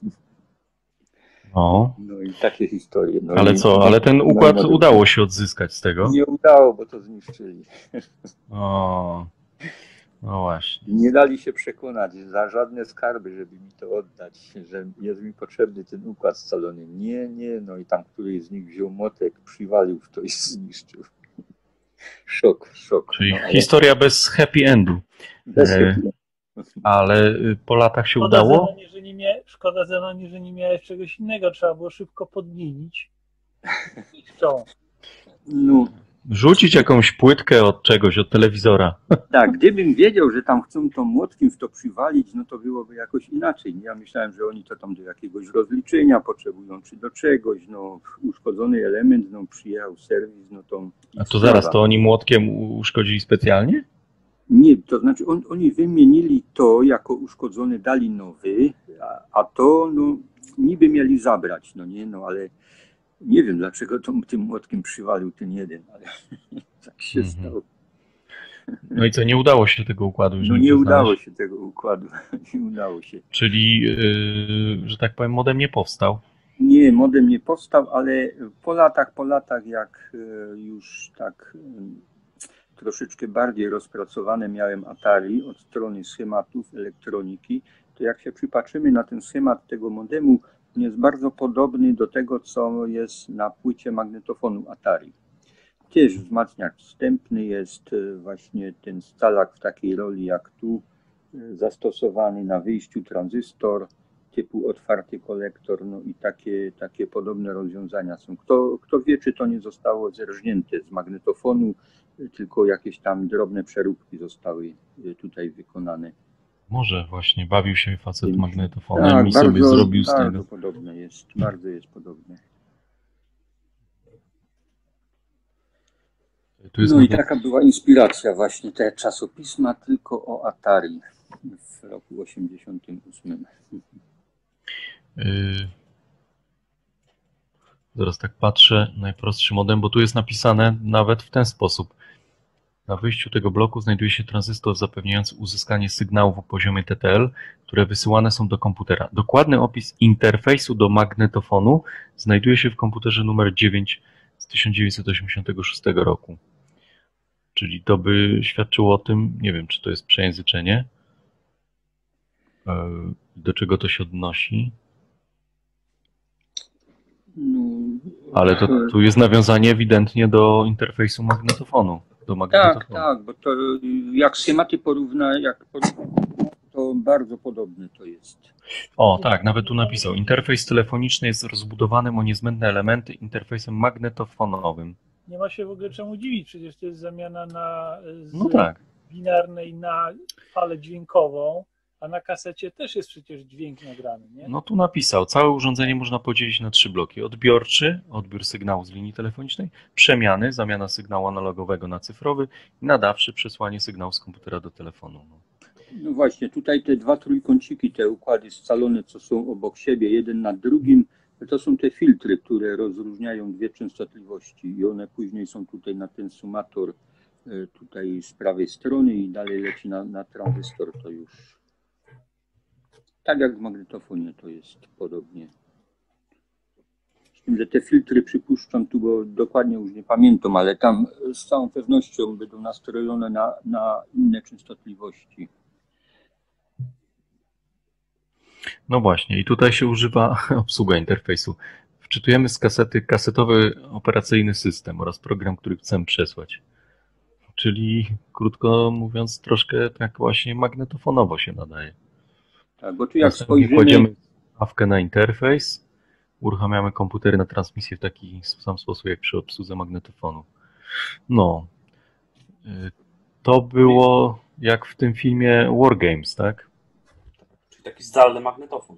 A: No,
E: No i takie historie. No
A: ale
E: i,
A: co, ale ten
E: no,
A: układ
E: no,
A: udało się odzyskać z tego?
E: Nie udało, bo to zniszczyli.
A: O, no właśnie.
E: Nie dali się przekonać za żadne skarby, żeby mi to oddać, że jest mi potrzebny ten układ scalony. Nie, nie, no i tam któryś z nich wziął młotek, przywalił w to i zniszczył. Szok, szok.
A: Czyli
E: no, ale
A: historia bez happy endu.
E: bez
A: e,
E: chwili.
A: Ale po latach się
F: Szkoda,
A: udało?
F: Zenonie, że nie mia... Szkoda, Zenonie, że nie miałeś czegoś innego. Trzeba było szybko podmienić. I co?
E: No,
A: Rzucić jakąś płytkę od czegoś, od telewizora.
E: tak, gdybym wiedział, że tam chcą to młotkiem w to przywalić, no to byłoby jakoś inaczej. Ja myślałem, że oni to tam do jakiegoś rozliczenia potrzebują, czy do czegoś. No, uszkodzony element, no przyjechał serwis, no to...
A: A to zaraz, to oni młotkiem uszkodzili specjalnie?
E: Nie, to znaczy on, oni wymienili to jako uszkodzony, dali nowy, a, a to no, niby mieli zabrać, no nie, no ale nie wiem dlaczego to, tym młotkiem przywalił ten jeden, ale tak się
A: Mhm.
E: stało.
A: No i co, nie udało się tego układu już
E: No
A: nigdzie
E: nie udało
A: znaleźć?
E: się tego układu, nie udało się.
A: Czyli, yy, że tak powiem, modem nie powstał.
E: Nie, modem nie powstał, ale po latach, po latach jak e, już tak e, troszeczkę bardziej rozpracowane miałem Atari od strony schematów elektroniki, to jak się przypatrzymy na ten schemat tego modemu, on jest bardzo podobny do tego, co jest na płycie magnetofonu Atari. Też wzmacniacz wstępny jest e, właśnie ten scalak w takiej roli jak tu, e, zastosowany na wyjściu tranzystor typu otwarty kolektor, no i takie, takie podobne rozwiązania są. Kto, kto wie, czy to nie zostało zerżnięte z magnetofonu, e, tylko jakieś tam drobne przeróbki zostały e, tutaj wykonane.
A: Może właśnie bawił się facet
E: Tym-
A: magnetofonem
E: Tak,
A: i sobie
E: bardzo,
A: zrobił z
E: bardzo
A: tego.
E: podobne jest, bardzo jest podobne.
A: Tu jest
E: No i
A: nawet-
E: taka była inspiracja właśnie te czasopisma tylko o Atari w roku osiemdziesiątym ósmym.
A: Yy, Zaraz tak patrzę, najprostszy modem, bo tu jest napisane nawet w ten sposób. Na wyjściu tego bloku znajduje się tranzystor zapewniający uzyskanie sygnałów o poziomie T T L, które wysyłane są do komputera. Dokładny opis interfejsu do magnetofonu znajduje się w komputerze numer dziewięć z tysiąc dziewięćset osiemdziesiątego szóstego roku. Czyli to by świadczyło o tym, nie wiem, czy to jest przejęzyczenie, yy, do czego to się odnosi,
E: No,
A: ale to tu jest nawiązanie ewidentnie do interfejsu magnetofonu. Do
E: tak,
A: magnetofonu.
E: tak, bo to jak schematy porówna, jak porówna, to bardzo podobne to jest.
A: O, tak, nawet tu napisał. Interfejs telefoniczny jest rozbudowanym o niezbędne elementy interfejsem magnetofonowym.
F: Nie ma się w ogóle czemu dziwić, przecież to jest zamiana na, z
A: No tak.
F: binarnej na falę dźwiękową, a na kasecie też jest przecież dźwięk nagrany, nie?
A: No tu napisał. Całe urządzenie można podzielić na trzy bloki. Odbiorczy, odbiór sygnału z linii telefonicznej, przemiany, zamiana sygnału analogowego na cyfrowy i nadawczy, przesłanie sygnału z komputera do telefonu. No.
E: No właśnie, tutaj te dwa trójkąciki, te układy scalone, co są obok siebie, jeden nad drugim, to są te filtry, które rozróżniają dwie częstotliwości i one później są tutaj na ten sumator e, tutaj z prawej strony i dalej leci na, na tranzystor, to już tak jak w magnetofonie to jest podobnie. Z tym, że te filtry przypuszczam tu, bo dokładnie już nie pamiętam, ale tam z całą pewnością będą nastrojone na, na inne częstotliwości.
A: No właśnie, i tutaj się używa obsługa interfejsu. Wczytujemy z kasety kasetowy operacyjny system oraz program, który chcemy przesłać. Czyli, krótko mówiąc, troszkę tak właśnie magnetofonowo się nadaje.
E: Tak, bo tu jak
A: Następnie
E: spojrzymy,
A: kładziemy słuchawkę na interfejs, uruchamiamy komputery na transmisję w taki sam sposób, jak przy obsłudze magnetofonu. No, y, to było jak w tym filmie War Games, tak?
B: Czyli taki zdalny magnetofon.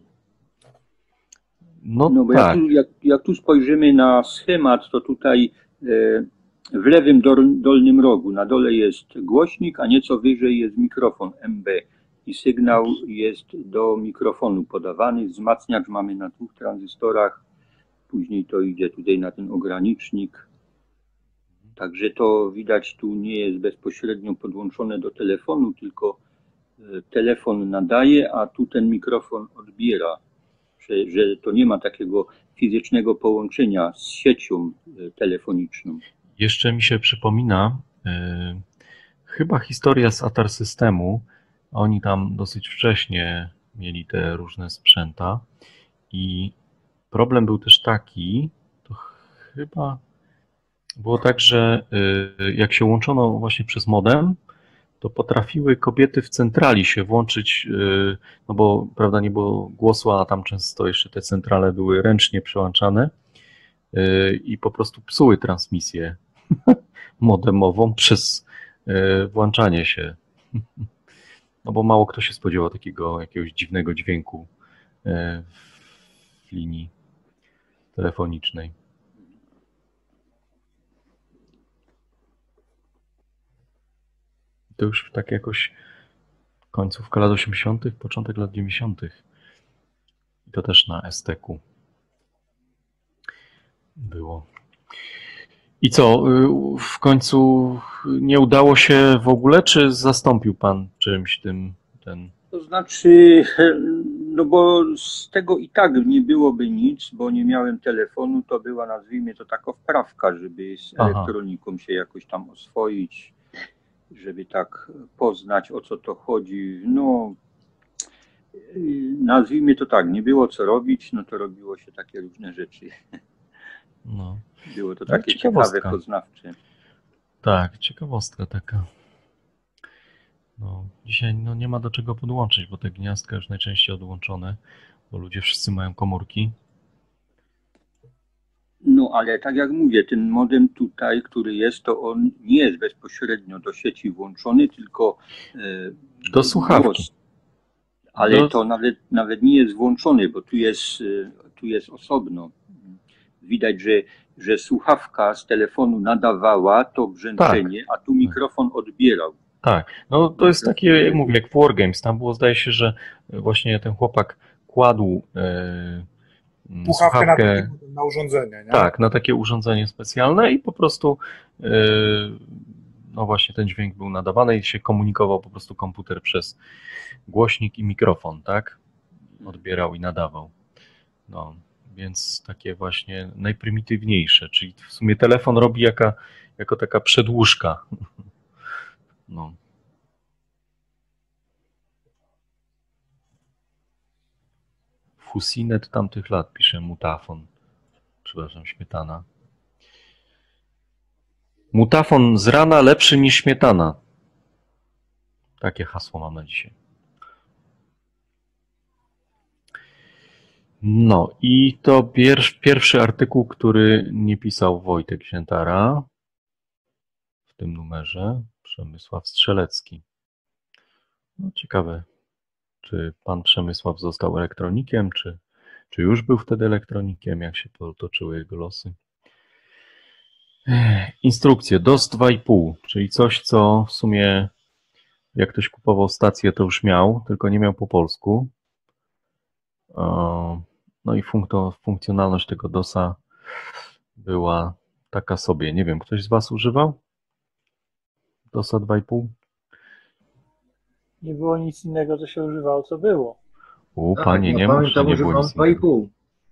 A: No,
E: no bo
A: tak.
E: jak, tu, jak, jak tu spojrzymy na schemat, to tutaj e, w lewym dol, dolnym rogu na dole jest głośnik, a nieco wyżej jest mikrofon M B i sygnał jest do mikrofonu podawany. Wzmacniacz mamy na dwóch tranzystorach, później to idzie tutaj na ten ogranicznik. Także to widać tu nie jest bezpośrednio podłączone do telefonu, tylko e, telefon nadaje, a tu ten mikrofon odbiera. Że, że to nie ma takiego fizycznego połączenia z siecią e, telefoniczną.
A: Jeszcze mi się przypomina yy, chyba historia z Atar Systemu. Oni tam dosyć wcześnie mieli te różne sprzęta i problem był też taki, to chyba było tak, że yy, jak się łączono właśnie przez modem, to potrafiły kobiety w centrali się włączyć, yy, no bo prawda, nie było głosu, a tam często jeszcze te centrale były ręcznie przełączane yy, i po prostu psuły transmisję modemową przez yy, włączanie się. No bo mało kto się spodziewał takiego jakiegoś dziwnego dźwięku yy, w linii telefonicznej. To już tak jakoś końcówka lat osiemdziesiątych, początek lat dziewięćdziesiątych. to też na S T Q było. I co, w końcu nie udało się w ogóle, czy zastąpił pan czymś tym ten?
E: To znaczy, no bo z tego i tak nie byłoby nic, bo nie miałem telefonu, to była, nazwijmy to, taka wprawka, żeby z
A: Aha.
E: elektroniką się jakoś tam oswoić, żeby tak poznać, o co to chodzi. No, nazwijmy to tak, nie było co robić, no to robiło się takie różne rzeczy.
A: No.
E: Było to
A: Tak,
E: takie
A: ciekawostka.
E: ciekawe, poznawcze.
A: Tak, ciekawostka taka. No, dzisiaj no, nie ma do czego podłączyć, bo te gniazdka już najczęściej odłączone, bo ludzie wszyscy mają komórki.
E: No ale tak jak mówię, ten modem tutaj, który jest, to on nie jest bezpośrednio do sieci włączony, tylko e,
A: Do słuchawki.
E: głos. Ale
A: Do-
E: to nawet, nawet nie jest włączony, bo tu jest, e, tu jest osobno. Widać, że, że słuchawka z telefonu nadawała to brzęczenie, a tu mikrofon odbierał.
A: Tak, no to jest takie, jak mówię, jak w Wargames. Tam było, zdaje się, że właśnie ten chłopak kładł e,
D: Puchawkę na,
A: słuchawkę,
D: takie- na urządzenie, nie?
A: tak, na takie urządzenie specjalne i po prostu e, no właśnie ten dźwięk był nadawany i się komunikował po prostu komputer przez głośnik i mikrofon, tak? Odbierał i nadawał. No, więc takie właśnie najprymitywniejsze, czyli w sumie telefon robi jaka, jako taka przedłużka. No. Fusinet tamtych lat, pisze Mutafon. Przepraszam, śmietana. Mutafon z rana lepszy niż śmietana. Takie hasło mam na dzisiaj. No i to pier- pierwszy artykuł, który nie pisał Wojtek Ziętara w tym numerze, Przemysław Strzelecki. No ciekawe, czy pan Przemysław został elektronikiem, czy, czy już był wtedy elektronikiem, jak się potoczyły jego losy. Instrukcje D O S dwa i pół, czyli coś, co w sumie jak ktoś kupował stację, to już miał, tylko nie miał po polsku. No i funkto, funkcjonalność tego dosa była taka sobie. Nie wiem, ktoś z was używał dosa dwa i pół?
F: Nie było nic innego, co się używało, co było.
A: U,
C: Tak,
A: panie,
C: ja
A: nie mów, że
C: pamiętam,
A: nie
C: że
A: było
C: mam
A: nic
C: dwa i
A: innego.
C: pół.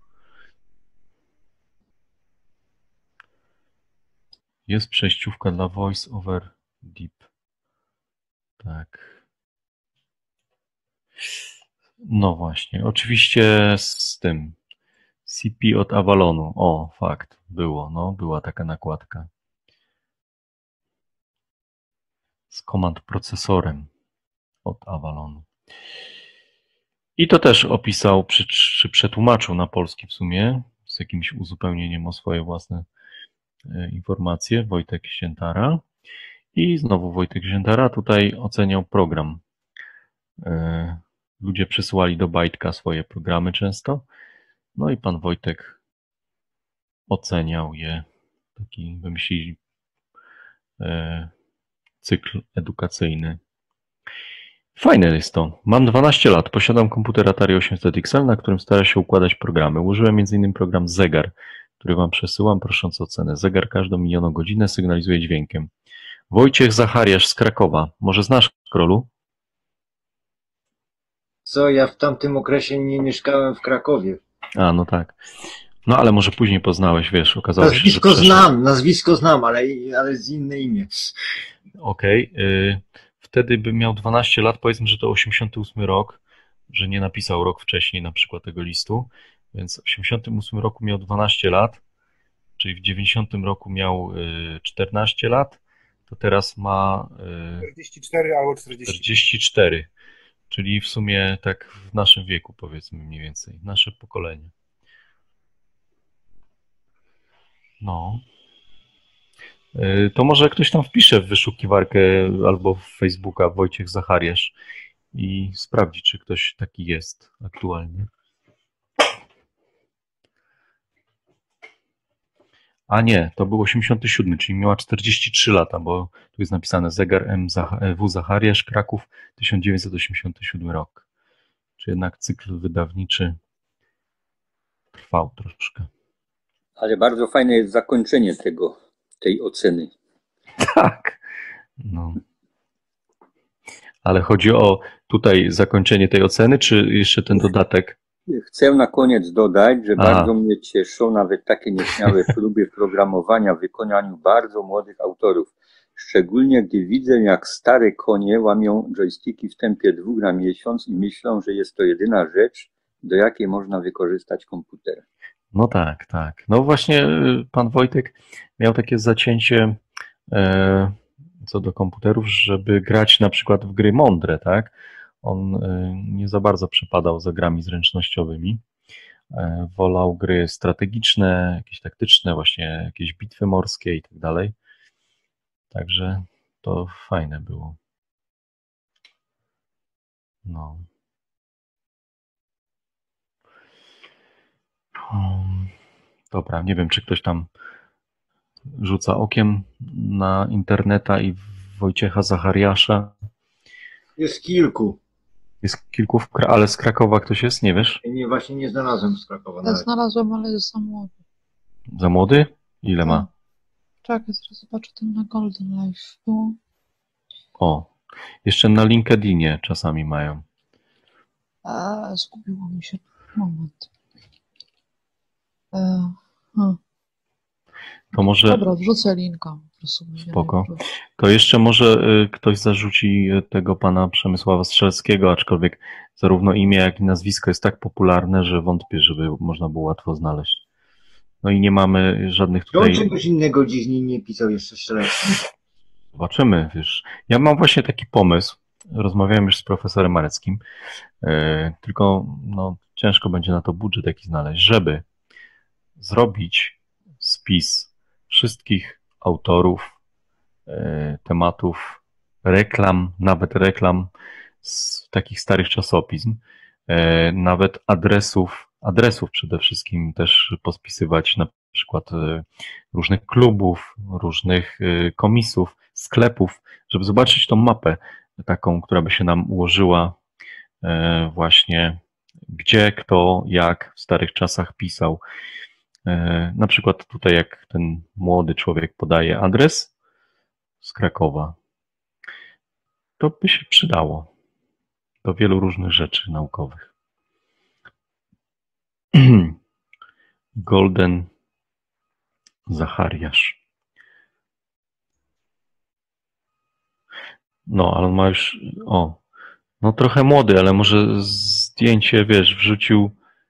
A: Jest przejściówka dla Voice over Deep. Tak. No właśnie, oczywiście z tym C P od Avalonu. O, fakt, było, no, była taka nakładka. Z command procesorem od Avalonu. I to też opisał, czy, czy przetłumaczył na polski w sumie, z jakimś uzupełnieniem o swoje własne e, informacje, Wojtek Ziętara. I znowu Wojtek Ziętara tutaj oceniał program. E, ludzie przysyłali do Bajtka swoje programy często. No i pan Wojtek oceniał je. Taki wymyślili e, cykl edukacyjny. Fajne jest to. Mam dwanaście lat, posiadam komputer Atari osiemset X L, na którym stara się układać programy. Użyłem między innymi program Zegar, który wam przesyłam, prosząc o cenę. Zegar każdą minioną godzinę sygnalizuje dźwiękiem. Wojciech Zachariasz z Krakowa. Może znasz, Krolu?
C: Co, ja w tamtym okresie nie mieszkałem w Krakowie.
A: A, no tak. No ale może później poznałeś, wiesz, okazało się, że
C: Nazwisko
A: przeszedł.
C: znam, nazwisko znam, ale, ale z inne imię.
A: Okej. Okay. Wtedy by miał dwanaście lat, powiedzmy, że to osiemdziesiąty ósmy rok, że nie napisał rok wcześniej na przykład tego listu, więc w osiemdziesiątym ósmym roku miał dwanaście lat, czyli w dziewięćdziesiątym roku miał czternaście lat, to teraz ma
D: czterdzieści cztery albo czterdzieści.
A: czterdzieści cztery, czyli w sumie tak w naszym wieku, powiedzmy mniej więcej, nasze pokolenie. No. To może ktoś tam wpisze w wyszukiwarkę albo w Facebooka Wojciech Zachariasz i sprawdzi, czy ktoś taki jest aktualnie. A nie, to był osiemdziesiąty siódmy, czyli miała czterdzieści trzy lata, bo tu jest napisane Zegar M. W. Zachariasz, Kraków, tysiąc dziewięćset osiemdziesiąty siódmy rok. Czy jednak cykl wydawniczy trwał troszkę.
E: Ale bardzo fajne jest zakończenie tego, tej oceny.
A: Tak. No. Ale chodzi o tutaj zakończenie tej oceny, czy jeszcze ten dodatek?
E: Chcę na koniec dodać, że
A: Aha.
E: bardzo mnie cieszą nawet takie nieśmiałe próby programowania w wykonaniu bardzo młodych autorów. Szczególnie gdy widzę, jak stare konie łamią joysticki w tempie dwóch na miesiąc i myślą, że jest to jedyna rzecz, do jakiej można wykorzystać komputer.
A: No tak, tak. No właśnie pan Wojtek miał takie zacięcie e, co do komputerów, żeby grać na przykład w gry mądre, tak? On e, nie za bardzo przepadał za grami zręcznościowymi. E, wolał gry strategiczne, jakieś taktyczne, właśnie jakieś bitwy morskie i tak dalej. Także to fajne było. No. Um, dobra, nie wiem, czy ktoś tam rzuca okiem na interneta i Wojciecha Zachariasza.
C: Jest kilku.
A: Jest kilku, w Kra- ale z Krakowa ktoś jest, nie wiesz?
C: Nie, właśnie nie znalazłem z Krakowa
G: Ja
C: nawet.
G: znalazłam, ale jest za młody.
A: Za młody? Ile ma?
G: Czekaj, zaraz zobaczę ten na Golden Life. Było.
A: O, jeszcze na LinkedInie czasami mają.
G: A, zgubiło mi się. Moment. E, hmm.
A: To może,
G: Dobra, wrzucę linka. Po prostu będziemy
A: Spoko.
G: wrzucić.
A: to jeszcze może y, ktoś zarzuci y, tego pana Przemysława Strzelskiego, aczkolwiek zarówno imię, jak i nazwisko jest tak popularne, że wątpię, żeby można było łatwo znaleźć. No i nie mamy żadnych
C: Czy on
A: tutaj...
C: czegoś innego dziś nie, nie pisał jeszcze Strzelecki?
A: Zobaczymy, wiesz. Ja mam właśnie taki pomysł. Rozmawiałem już z profesorem Mareckim, yy, tylko no, ciężko będzie na to budżet jakiś znaleźć, żeby zrobić spis wszystkich autorów, yy, tematów, reklam, nawet reklam z takich starych czasopism, yy, nawet adresów, adresów przede wszystkim też pospisywać, na przykład yy, różnych klubów, różnych yy, komisów, sklepów, żeby zobaczyć tą mapę taką, która by się nam ułożyła e, właśnie gdzie, kto, jak w starych czasach pisał. E, na przykład tutaj jak ten młody człowiek podaje adres z Krakowa, to by się przydało do wielu różnych rzeczy naukowych. Golden Zachariasz. No, ale on ma już, o, no trochę młody, ale może zdjęcie, wiesz, wrzucił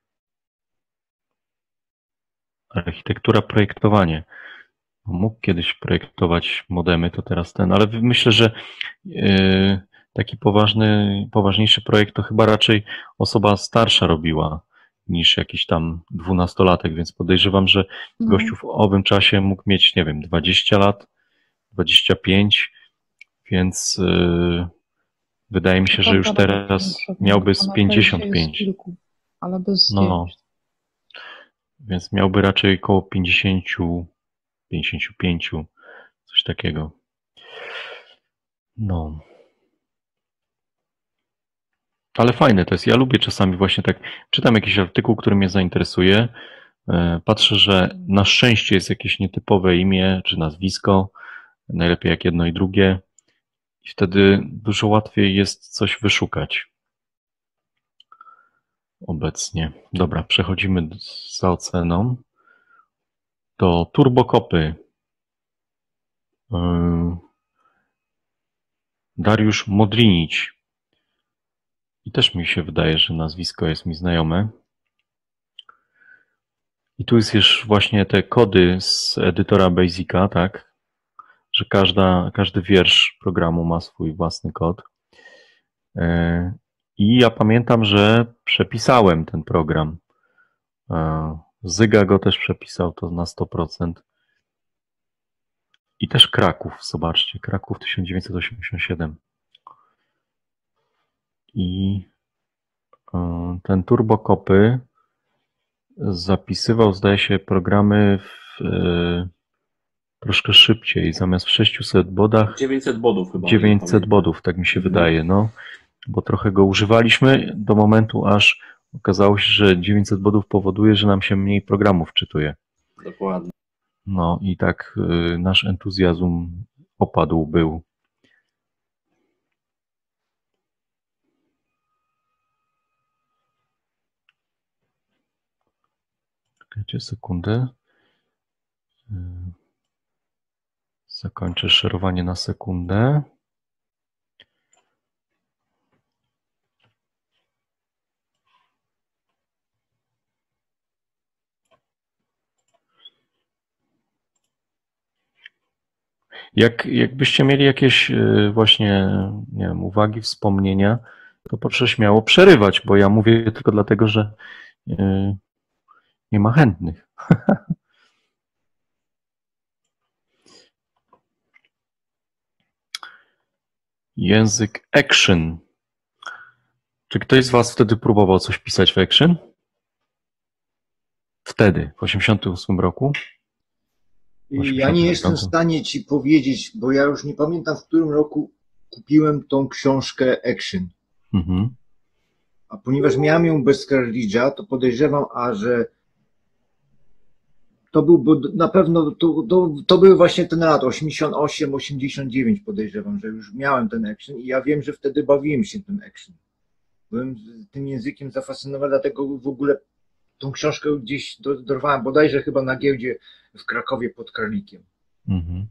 A: architektura, projektowanie. Mógł kiedyś projektować modemy, to teraz ten, ale myślę, że yy, taki poważny, poważniejszy projekt to chyba raczej osoba starsza robiła niż jakiś tam dwunastolatek, więc podejrzewam, że
G: No.
A: gościu w owym czasie mógł mieć, nie wiem, dwadzieścia lat, dwadzieścia pięć, więc yy, wydaje mi się, że już teraz miałby z pięćdziesiąt pięć.
G: Kilku, ale bez
A: No,
G: zdjęć.
A: więc miałby raczej koło pięćdziesiąt, pięćdziesiąt pięć, coś takiego. No. Ale fajne to jest. Ja lubię czasami właśnie tak, czytam jakiś artykuł, który mnie zainteresuje, patrzę, że na szczęście jest jakieś nietypowe imię czy nazwisko, najlepiej jak jedno i drugie, i wtedy dużo łatwiej jest coś wyszukać obecnie. Dobra, przechodzimy za oceną. To turbokopy. Dariusz Modrinić. I też mi się wydaje, że nazwisko jest mi znajome. I tu jest już właśnie te kody z edytora Basica, tak? Że każda, każdy wiersz programu ma swój własny kod. I ja pamiętam, że przepisałem ten program. Zyga go też przepisał, to na sto procent. I też Kraków, zobaczcie, Kraków tysiąc dziewięćset osiemdziesiąt siedem. I ten turbokopy zapisywał, zdaje się, programy w, troszkę szybciej. Zamiast w sześciuset bodach
B: dziewięćset bodów chyba.
A: dziewięćset bodów, tak mi się wydaje, no. Bo trochę go używaliśmy do momentu, aż okazało się, że dziewięćset bodów powoduje, że nam się mniej programów czytuje.
B: Dokładnie.
A: No i tak y, nasz entuzjazm opadł był. Czekajcie sekundę. Y, zakończę szerowanie na sekundę. Jak, jakbyście mieli jakieś y, właśnie, nie wiem, uwagi, wspomnienia, to proszę śmiało przerywać, bo ja mówię tylko dlatego, że y, nie ma chętnych. Język Action. Czy ktoś z was wtedy próbował coś pisać w Action? Wtedy, w osiemdziesiątym ósmym roku?
C: Ja nie jestem w stanie ci powiedzieć, bo ja już nie pamiętam, w którym roku kupiłem tą książkę Action.
A: Mhm.
C: A ponieważ miałem ją bez Cartridge'a, to podejrzewam, a że to był, bo na pewno to, to, to były właśnie ten lat osiemdziesiąt osiem osiemdziesiąt dziewięć, podejrzewam, że już miałem ten Action i ja wiem, że wtedy bawiłem się tym Action. Byłem tym językiem zafascynowany, dlatego w ogóle tą książkę gdzieś dorwałem, bodajże chyba na giełdzie w Krakowie pod Karlikiem.
A: Mhm.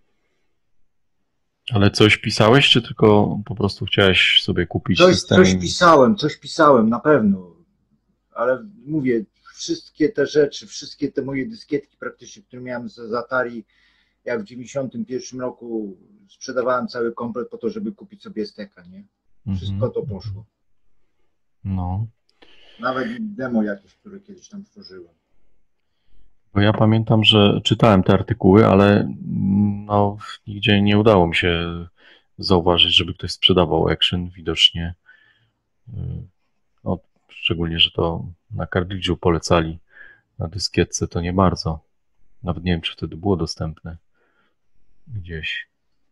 A: Ale coś pisałeś, czy tylko po prostu chciałeś sobie kupić
C: coś,
A: system?
C: Coś pisałem, coś pisałem, na pewno. Ale mówię, wszystkie te rzeczy, wszystkie te moje dyskietki praktycznie, które miałem z Atari, jak w dziewięćdziesiątym pierwszym roku sprzedawałem cały komplet po to, żeby kupić sobie S T K, nie? Wszystko to poszło.
A: No.
C: Nawet demo jakieś, które kiedyś tam stworzyłem.
A: Bo ja pamiętam, że czytałem te artykuły, ale no, nigdzie nie udało mi się zauważyć, żeby ktoś sprzedawał Action. Widocznie, no, szczególnie, że to na Cartridge'u polecali, na dyskietce to nie bardzo. Nawet nie wiem, czy wtedy było dostępne gdzieś.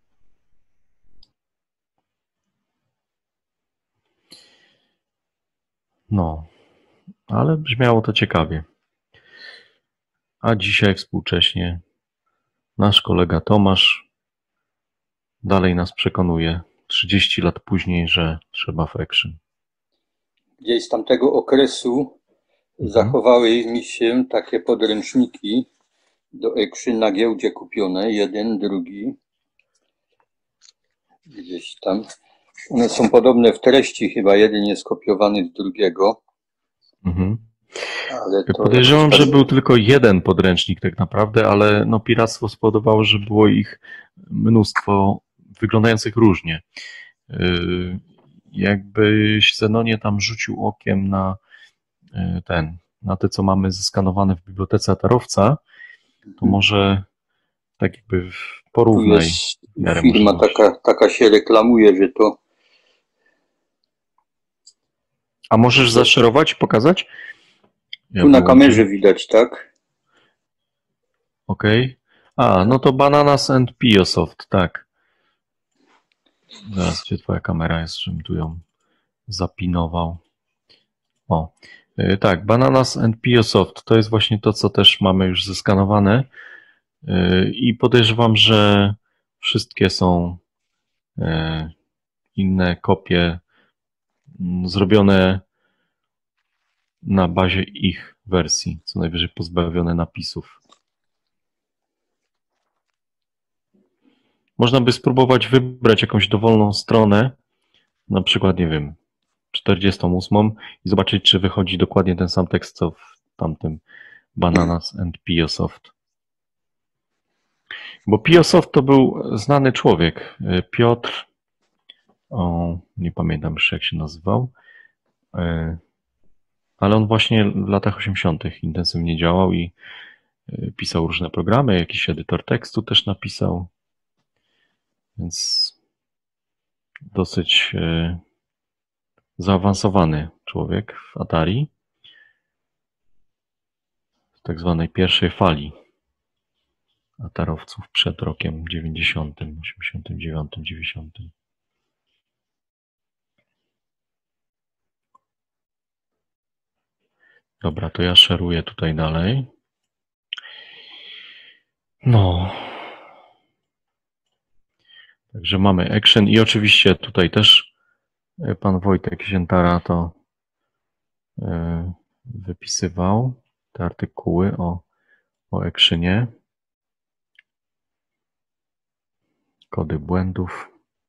A: No, ale brzmiało to ciekawie. A dzisiaj współcześnie nasz kolega Tomasz dalej nas przekonuje trzydzieści lat później, że trzeba w Action.
E: Gdzieś z tamtego okresu mhm. zachowały mi się takie podręczniki do Action na giełdzie kupione, jeden, drugi. Gdzieś tam. One są podobne w treści, chyba jeden jest kopiowany z drugiego.
A: Mhm.
E: Ale to
A: podejrzewam,
E: tak...
A: że był tylko jeden podręcznik tak naprawdę, ale no piractwo spowodowało, że było ich mnóstwo wyglądających różnie. Yy, jakbyś Zenonie tam rzucił okiem na yy, ten, na te, co mamy zeskanowane w bibliotece Atarowca, to może tak jakby porównaj.
E: Tu jest firma taka, taka się reklamuje, że to...
A: A możesz zaszerować i pokazać?
E: Ja tu na kamerze widać, tak?
A: Okej. Okay. A, no to Bananas and Piosoft, tak. Zaraz, gdzie twoja kamera jest, żebym tu ją zapinował. O, yy, tak, Bananas and Piosoft to jest właśnie to, co też mamy już zeskanowane yy, i podejrzewam, że wszystkie są yy, inne kopie yy, zrobione na bazie ich wersji, co najwyżej pozbawione napisów. Można by spróbować wybrać jakąś dowolną stronę, na przykład, nie wiem, czterdziestą ósmą i zobaczyć, czy wychodzi dokładnie ten sam tekst, co w tamtym Bananas and Piosoft. Bo Piosoft to był znany człowiek. Piotr, o, nie pamiętam już jak się nazywał, ale on właśnie w latach osiemdziesiątych intensywnie działał i pisał różne programy, jakiś edytor tekstu też napisał, więc dosyć zaawansowany człowiek w Atari, w tak zwanej pierwszej fali atarowców przed rokiem dziewięćdziesiątym, osiemdziesiątym dziewiątym, dziewięćdziesiątym. Dobra, to ja szeruję tutaj dalej. No. Także mamy action i oczywiście tutaj też pan Wojtek Ziętara to wypisywał te artykuły o, o actionie. Kody błędów.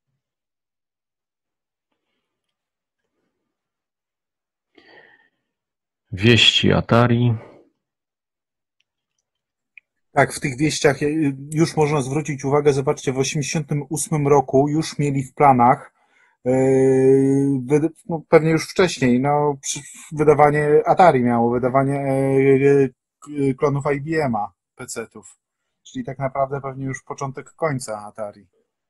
A: Wieści Atari.
D: Tak, w tych wieściach już można zwrócić uwagę, zobaczcie, w osiemdziesiątym ósmym roku już mieli w planach, yy, no, pewnie już wcześniej, no, wydawanie Atari miało, wydawanie yy, klonów I B M a, pecetów. Czyli tak naprawdę pewnie już początek końca Atari.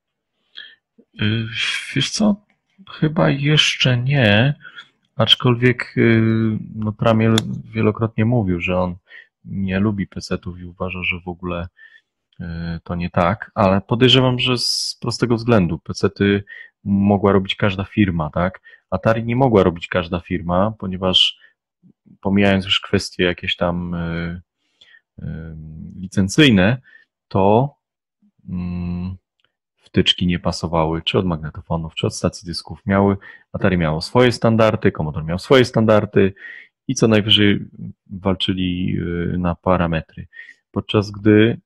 A: Yy, wiesz co? Chyba jeszcze nie, aczkolwiek yy, no, Tramiel wielokrotnie mówił, że on nie lubi pecetów i uważa, że w ogóle to nie tak, ale podejrzewam, że z prostego względu. Pecety mogła robić każda firma, tak? Atari nie mogła robić każda firma, ponieważ pomijając już kwestie jakieś tam y, y, licencyjne, to y, wtyczki nie pasowały, czy od magnetofonów, czy od stacji dysków. Miały, Atari miało swoje standardy, Commodore miał swoje standardy i co najwyżej walczyli na parametry. Podczas gdy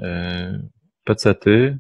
A: pecety,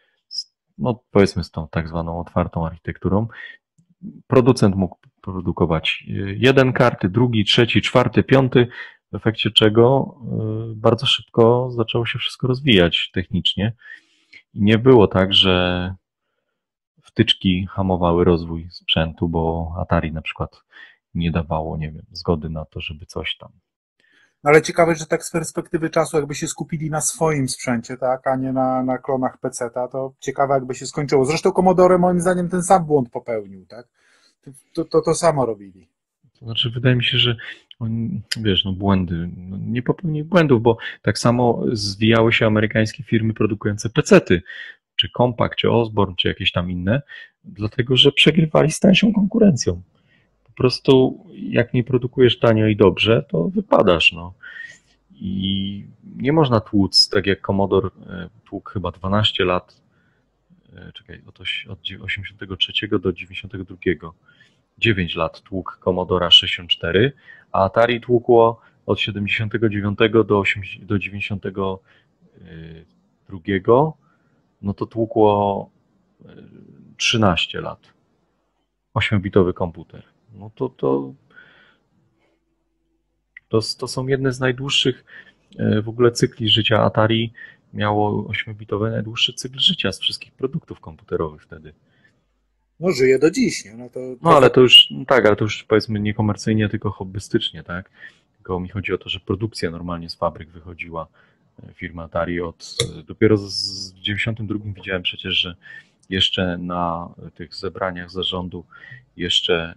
A: no powiedzmy z tą tak zwaną otwartą architekturą, producent mógł produkować jeden karty, drugi, trzeci, czwarty, piąty, w efekcie czego bardzo szybko zaczęło się wszystko rozwijać technicznie. I nie było tak, że wtyczki hamowały rozwój sprzętu, bo Atari na przykład nie dawało, nie wiem, zgody na to, żeby coś tam.
D: Ale ciekawe, że tak z perspektywy czasu, jakby się skupili na swoim sprzęcie, tak, a nie na, na klonach peceta, to ciekawe, jakby się skończyło. Zresztą Commodore moim zdaniem ten sam błąd popełnił, tak? To to, to samo robili.
A: To znaczy, wydaje mi się, że oni, wiesz, no błędy, no nie popełnili błędów, bo tak samo zwijały się amerykańskie firmy produkujące pecety, czy Compaq, czy Osborne, czy jakieś tam inne, dlatego, że przegrywali z tańszą konkurencją. Po prostu jak nie produkujesz tanio i dobrze, to wypadasz, no. I nie można tłuc, tak jak Commodore tłukł chyba dwanaście lat, czekaj, od osiemdziesiątego trzeciego do dziewięćdziesiątego drugiego, dziewięć lat tłukł Commodore sześćdziesiąt cztery, a Atari tłukło od siedemdziesiątego dziewiątego do dziewięćdziesiątego drugiego, no to tłukło trzynaście lat. ośmiobitowy komputer. No to, to, to, to są jedne z najdłuższych w ogóle cykli życia. Atari miało ośmiobitowy najdłuższy cykl życia z wszystkich produktów komputerowych wtedy.
D: No żyje do dziś, nie? No, to, to...
A: no ale to już, no tak, ale to już powiedzmy nie komercyjnie, tylko hobbystycznie, tak? Tylko mi chodzi o to, że produkcja normalnie z fabryk wychodziła firma Atari od, dopiero z dziewięćdziesiątym drugim widziałem przecież, że jeszcze na tych zebraniach zarządu jeszcze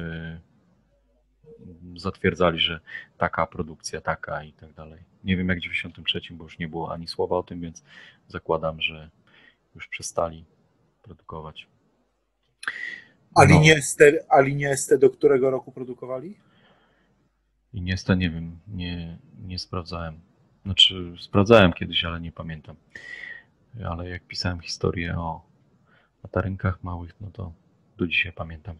A: yy, zatwierdzali, że taka produkcja, taka i tak dalej. Nie wiem jak w dziewięćdziesiątym trzecim, bo już nie było ani słowa o tym, więc zakładam, że już przestali produkować.
D: A
A: No.
D: linię S T, a linię S T do którego roku produkowali?
A: I niestety nie wiem, nie, nie sprawdzałem. Znaczy sprawdzałem kiedyś, ale nie pamiętam. Ale jak pisałem historię o latarynkach małych, no to do dzisiaj pamiętam.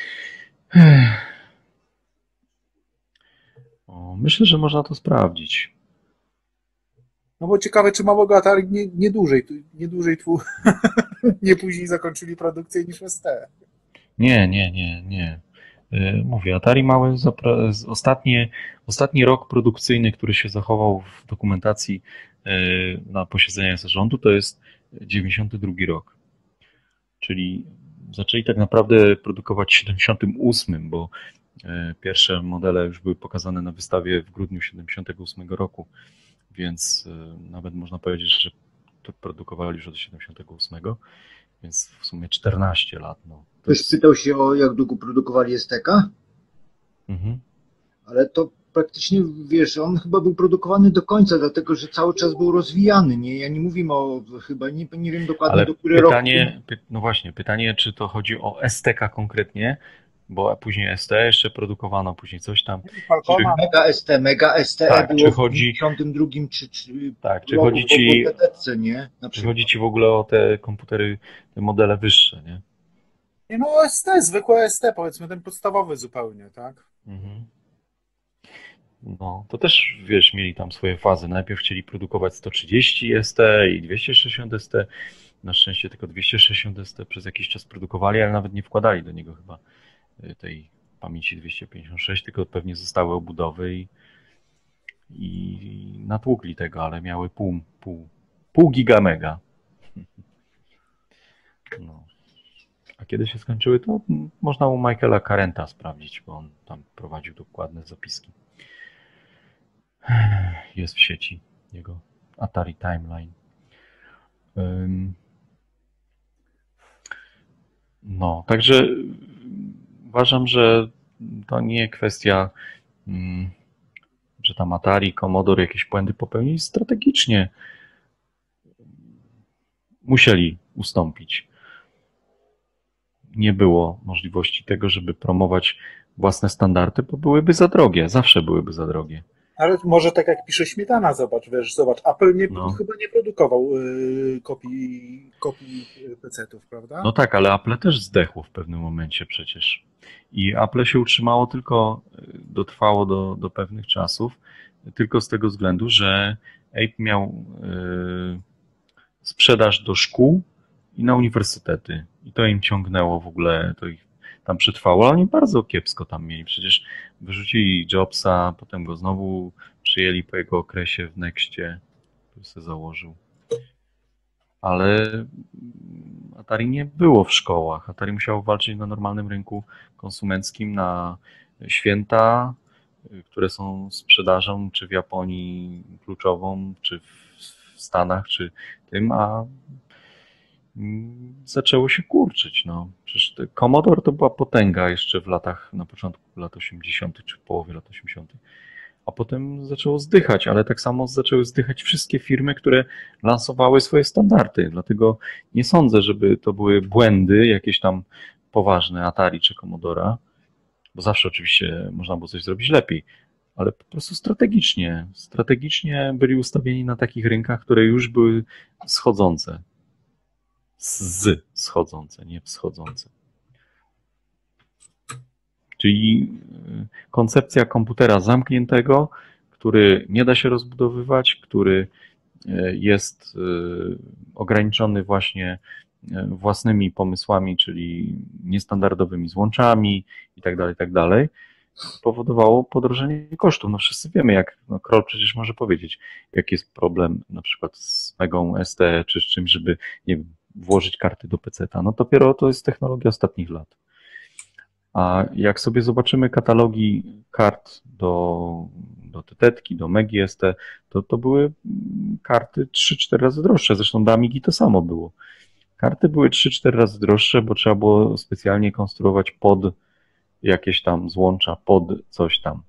A: O, myślę, że można to sprawdzić.
D: No bo ciekawe, czy małego Atari nie, nie dłużej, nie dłużej twu, nie później zakończyli produkcję niż S T.
A: Nie, nie, nie, nie. Mówię, Atari małe, ostatnie, ostatni rok produkcyjny, który się zachował w dokumentacji na posiedzeniach zarządu, to jest dziewięćdziesiąty drugi rok. Czyli zaczęli tak naprawdę produkować w siedemdziesiątym ósmym, bo pierwsze modele już były pokazane na wystawie w grudniu siedemdziesiątego ósmego roku, więc nawet można powiedzieć, że to produkowali już od siedemdziesiątego ósmego, więc w sumie czternaście lat. No.
C: Ktoś jest... pytał się o jak długo produkowali S T K?
A: Mhm.
C: Ale to praktycznie, wiesz, on chyba był produkowany do końca, dlatego że cały czas był rozwijany, nie? Ja nie mówimy o, chyba, nie, nie wiem dokładnie
A: ale
C: do którego
A: pytanie, roku. No właśnie, pytanie, czy to chodzi o S T K konkretnie, bo później S T jeszcze produkowano, później coś tam.
D: Falcona,
C: Mega S T, Mega S T E
A: Tak,
C: było
A: czy
C: w
A: chodzi-
C: dziewięćdziesiątym drugim czy, czy
A: Tak, czy
C: roku
A: chodzi
C: po
A: ci,
C: T T C, nie? Na
A: czy
C: przykład.
A: chodzi ci w ogóle o te komputery, te modele wyższe, nie?
D: nie no S T, zwykłe S T, powiedzmy, ten podstawowy zupełnie, tak?
A: Mhm. No, to też, wiesz, mieli tam swoje fazy. Najpierw chcieli produkować sto trzydzieści S T i dwieście sześćdziesiąt S T. Na szczęście tylko dwieście sześćdziesiąt S T przez jakiś czas produkowali, ale nawet nie wkładali do niego chyba y, tej pamięci dwieście pięćdziesiąt sześć, tylko pewnie zostały obudowy i, i natłukli tego, ale miały pół, pół, pół giga mega. No. A kiedy się skończyły, to mm, można u Michaela Carenta sprawdzić, bo on tam prowadził dokładne zapiski. Jest w sieci jego Atari Timeline. Ym, No, także y, uważam, że to nie kwestia, mm, że tam Atari, Commodore jakieś błędy popełnili. Strategicznie musieli ustąpić. Nie było możliwości tego, żeby promować własne standardy, bo byłyby za drogie. Zawsze byłyby za drogie.
D: Ale może tak jak pisze Śmietana, zobacz, wiesz, zobacz, Apple nie,
A: No.
D: chyba nie produkował y, kopii, kopii P C-ów, prawda?
A: No tak, ale Apple też zdechło w pewnym momencie przecież. I Apple się utrzymało tylko, y, dotrwało do, do pewnych czasów, tylko z tego względu, że Ape miał y, sprzedaż do szkół i na uniwersytety. I to im ciągnęło w ogóle, to ich tam przetrwało, ale oni bardzo kiepsko tam mieli. Przecież wyrzucili Jobsa, potem go znowu przyjęli po jego okresie w Nexcie, który sobie założył. Ale Atari nie było w szkołach. Atari musiało walczyć na normalnym rynku konsumenckim, na święta, które są sprzedażą, czy w Japonii kluczową, czy w Stanach, czy tym, a mm, zaczęło się kurczyć. No. Przecież te Commodore to była potęga jeszcze w latach, na początku lat osiemdziesiątych, czy w połowie lat osiemdziesiątych. A potem zaczęło zdychać, ale tak samo zaczęły zdychać wszystkie firmy, które lansowały swoje standardy. Dlatego nie sądzę, żeby to były błędy jakieś tam poważne Atari czy Commodora, bo zawsze oczywiście można było coś zrobić lepiej, ale po prostu strategicznie. Strategicznie byli ustawieni na takich rynkach, które już były schodzące. Z schodzące, nie wschodzące. Czyli koncepcja komputera zamkniętego, który nie da się rozbudowywać, który jest ograniczony właśnie własnymi pomysłami, czyli niestandardowymi złączami itd., itd., powodowało podrożenie kosztów. No wszyscy wiemy, jak no Kroll przecież może powiedzieć, jaki jest problem na przykład z Megą S T czy z czymś, żeby nie wiem, włożyć karty do peceta. No dopiero to jest technologia ostatnich lat. A jak sobie zobaczymy katalogi kart do, do Tetetki, do Megi S T, to to były karty trzy cztery razy droższe. Zresztą do Amigi to samo było. Karty były trzy cztery razy droższe, bo trzeba było specjalnie konstruować pod jakieś tam złącza, pod coś tam.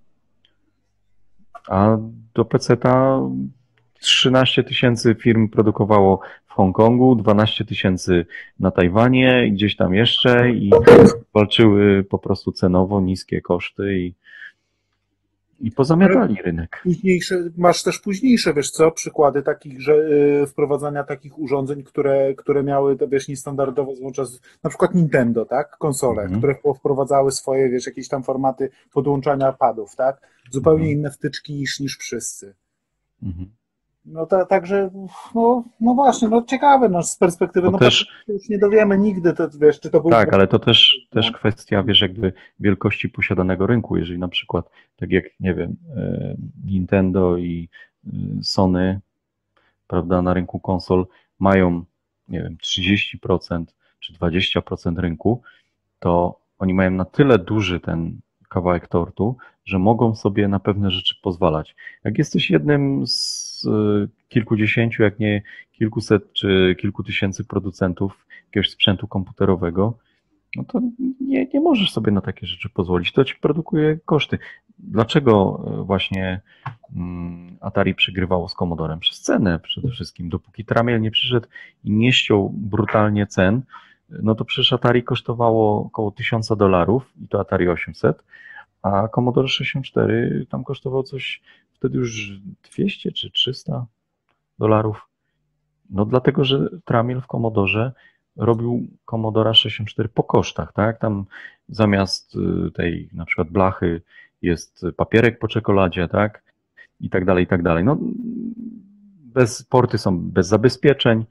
A: A do peceta trzynaście tysięcy firm produkowało w Hongkongu, dwanaście tysięcy na Tajwanie i gdzieś tam jeszcze i walczyły po prostu cenowo, niskie koszty i, i pozamiatali rynek.
D: Późniejsze, masz też późniejsze, wiesz co, przykłady takich, że y, wprowadzania takich urządzeń, które, które miały, to wiesz, niestandardowe złącza, z, na przykład Nintendo, tak, konsole,
A: Mhm.
D: które wprowadzały swoje, wiesz, jakieś tam formaty podłączania padów, tak, zupełnie
A: Mhm.
D: inne wtyczki niż, niż wszyscy.
A: Mhm.
D: No ta, także, no, no właśnie, no ciekawe, no z perspektywy,
A: To
D: no
A: też-
D: patrz, już nie dowiemy nigdy, to, wiesz, czy to był...
A: Tak, ale to też, też kwestia, wiesz, jakby wielkości posiadanego rynku. Jeżeli na przykład, tak jak, nie wiem, e, Nintendo i e, Sony, prawda, na rynku konsol mają, nie wiem, trzydzieści procent czy dwadzieścia procent rynku, to oni mają na tyle duży ten kawałek tortu, że mogą sobie na pewne rzeczy pozwalać. Jak jesteś jednym z e, kilkudziesięciu, jak nie kilkuset czy kilku tysięcy producentów jakiegoś sprzętu komputerowego, no to nie, nie możesz sobie na takie rzeczy pozwolić. To ci produkuje koszty. Dlaczego e, właśnie mm, Atari przegrywało z Commodorem? Przez cenę przede wszystkim. Dopóki Tramiel nie przyszedł i nie ściął brutalnie cen, no to przecież Atari kosztowało około tysiąc dolarów i to Atari osiemset, a Commodore sześćdziesiąt cztery tam kosztowało coś wtedy już dwieście czy trzysta dolarów. No dlatego, że Tramiel w Commodore robił Commodore sześćdziesiąt cztery po kosztach, tak? Tam zamiast tej na przykład blachy jest papierek po czekoladzie, tak? I tak dalej, i tak dalej. No, bez, porty są bez zabezpieczeń,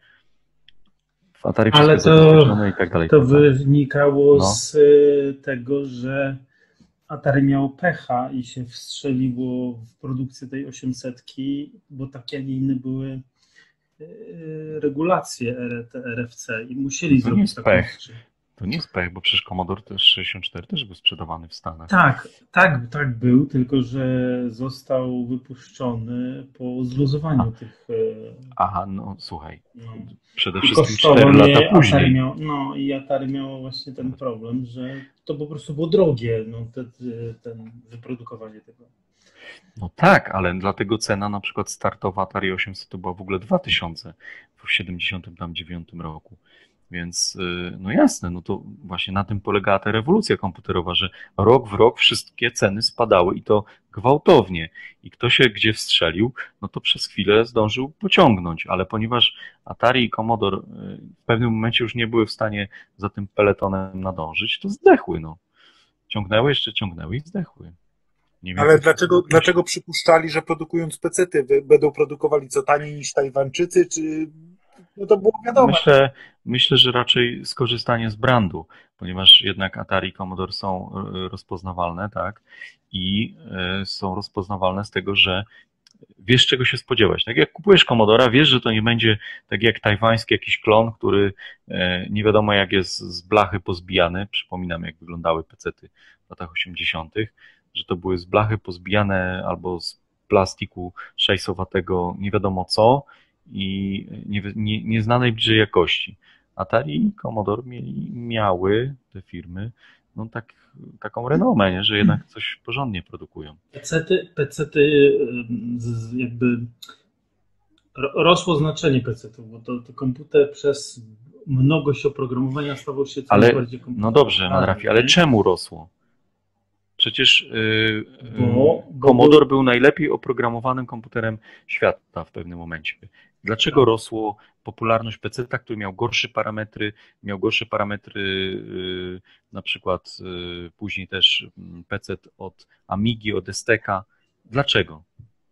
A: w Atari wszystko
H: Ale
A: jest
H: to,
A: zabezpieczone i tak dalej.
H: to
A: i tak dalej.
H: wynikało
A: No.
H: z y, tego, że Atari miało pecha i się wstrzeliło w produkcję tej osiemsetki, bo takie, a nie inne były y, regulacje te R F C i musieli
A: To nie
H: zrobić
A: jest
H: taką
A: pech.
H: rzecz.
A: To nie jest pech, bo przecież Commodore też sześćdziesiąt cztery też był sprzedawany w Stanach.
H: Tak, tak, tak był, tylko że został wypuszczony po zluzowaniu
A: A.
H: tych. y,
A: Aha, no słuchaj,
H: No.
A: przede
H: I
A: wszystkim
H: kosztowo
A: cztery
H: mnie
A: lata później.
H: Atari miał, no i Atari miało właśnie ten problem, że to po prostu było drogie, no, te, te, ten wyprodukowanie tego.
A: No tak, ale dlatego cena na przykład startowa Atari osiemset to była w ogóle dwa tysiące w siedemdziesiątym dziewiątym roku. Więc y, no jasne, no to właśnie na tym polegała ta rewolucja komputerowa, że rok w rok wszystkie ceny spadały i to gwałtownie. I kto się gdzie wstrzelił, no to przez chwilę zdążył pociągnąć, ale ponieważ Atari i Commodore y, w pewnym momencie już nie były w stanie za tym peletonem nadążyć, to zdechły, no. Ciągnęły, jeszcze ciągnęły i zdechły. Nie wiem,
D: Ale
A: jak to
D: dlaczego,
A: było.
D: dlaczego przypuszczali, że produkując pecety wy- będą produkowali co taniej niż Tajwańczycy, czy no to było wiadomo.
A: Myślę, myślę, że raczej skorzystanie z brandu, ponieważ jednak Atari i Commodore są e, rozpoznawalne, tak? I e, są rozpoznawalne z tego, że wiesz, czego się spodziewać. Tak jak kupujesz Commodora, wiesz, że to nie będzie tak jak tajwański jakiś klon, który e, nie wiadomo jak jest z blachy pozbijany. Przypominam, jak wyglądały pecety w latach osiemdziesiątych, że to były z blachy pozbijane albo z plastiku szajsowatego nie wiadomo co i nie, nie, nieznanej bliżej jakości. Atari i Commodore mieli, miały te firmy no tak, taką renomę, nie? Że jednak coś porządnie produkują.
H: Pecety, pecety z- jakby ro- rosło znaczenie pecetów, bo to, to komputer przez mnogość oprogramowania stawał się coraz
A: Ale,
H: bardziej komputerem.
A: no dobrze, Madrafi, ale czemu rosło? Przecież yy,
H: Bo- bo-
A: Commodore był najlepiej oprogramowanym komputerem świata w pewnym momencie. Dlaczego rosło popularność peceta, który miał gorsze parametry, miał gorsze parametry yy, na przykład yy, później też yy, pecet od Amigi, od S T K. Dlaczego?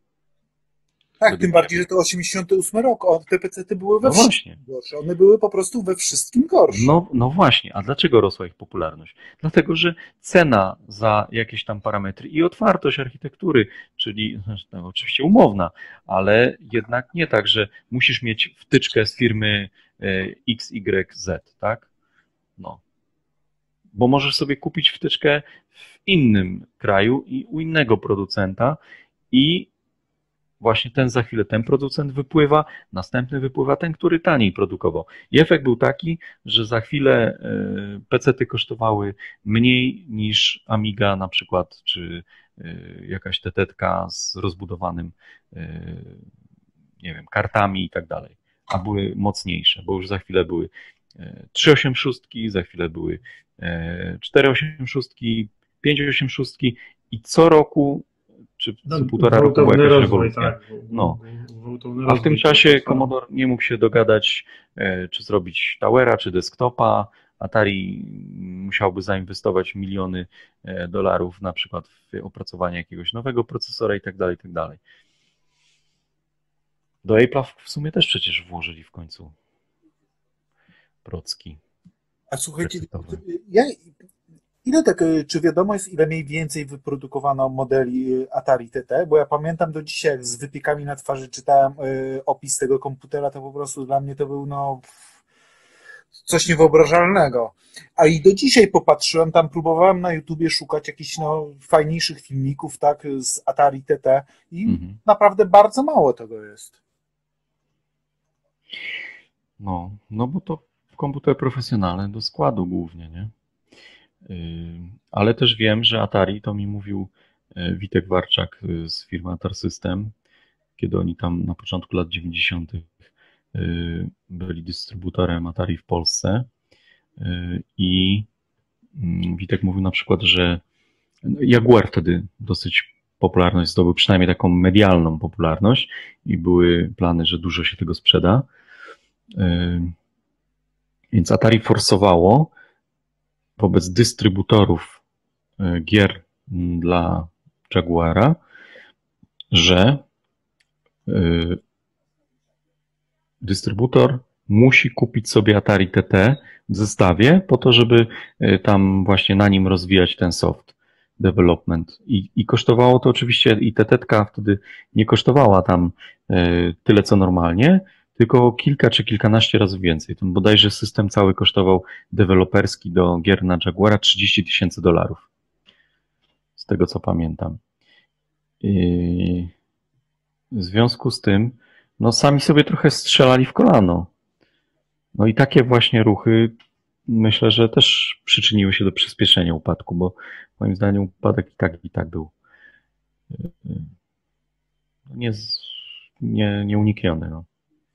D: Tak, tym bardziej, że to osiemdziesiąty ósmy rok, o, te pecety były we
A: No
D: wszystkim
A: właśnie.
D: gorsze. One były po prostu we wszystkim gorsze.
A: No, no właśnie, a dlaczego rosła ich popularność? Dlatego, że cena za jakieś tam parametry i otwartość architektury, czyli no, oczywiście umowna, ale jednak nie tak, że musisz mieć wtyczkę z firmy e, X Y Z, tak? No. Bo możesz sobie kupić wtyczkę w innym kraju i u innego producenta i właśnie ten za chwilę ten producent wypływa, następny wypływa ten, który taniej produkował. I efekt był taki, że za chwilę e, pecety kosztowały mniej niż Amiga na przykład, czy e, jakaś tetetka z rozbudowanym, e, nie wiem, kartami i tak dalej, a były mocniejsze, bo już za chwilę były e, trzy osiem sześć, za chwilę były e, cztery osiem sześć, pięć osiem sześć i co roku czy co półtora roku była
H: Gwałtowny
A: jakaś
H: rozwój,
A: rewolucja.
H: tak.
A: No.
H: Gwałtowny
A: A w tym
H: rozwój
A: czasie
H: procesora.
A: Commodore nie mógł się dogadać, e, czy zrobić towera, czy desktopa. Atari musiałby zainwestować miliony e, dolarów na przykład w opracowanie jakiegoś nowego procesora i tak dalej, i tak dalej. Do Apple'a w sumie też przecież włożyli w końcu procki.
D: A słuchajcie,
A: Pecetowe.
D: ja, ile tak, czy wiadomo jest, ile mniej więcej wyprodukowano modeli Atari T T? Bo ja pamiętam do dzisiaj, jak z wypiekami na twarzy czytałem y, opis tego komputera, to po prostu dla mnie to był no coś niewyobrażalnego. A i do dzisiaj popatrzyłem, tam próbowałem na YouTubie szukać jakichś no, fajniejszych filmików, tak, z Atari T T i
A: Mhm.
D: naprawdę bardzo mało tego jest.
A: No, no bo to komputer profesjonalny do składu głównie, nie? Yy, Ale też wiem, że Atari, to mi mówił yy, Witek Warczak yy, z firmy Atar System, kiedy oni tam na początku lat dziewięćdziesiątych yy, byli dystrybutorem Atari w Polsce, I Witek mówił na przykład, że Jaguar wtedy dosyć popularność zdobył, przynajmniej taką medialną popularność i były plany, że dużo się tego sprzeda. Więc Atari forsowało wobec dystrybutorów gier dla Jaguara, że dystrybutor musi kupić sobie Atari T T w zestawie po to, żeby tam właśnie na nim rozwijać ten soft development. I, i kosztowało to oczywiście, i T T wtedy nie kosztowała tam tyle co normalnie, tylko kilka czy kilkanaście razy więcej. Ten bodajże system cały kosztował deweloperski do gier na Jaguara trzydzieści tysięcy dolarów. Z tego co pamiętam. I w związku z tym, no sami sobie trochę strzelali w kolano. No i takie właśnie ruchy myślę, że też przyczyniły się do przyspieszenia upadku, bo moim zdaniem upadek i tak i tak był nie, nie, nieunikniony. No.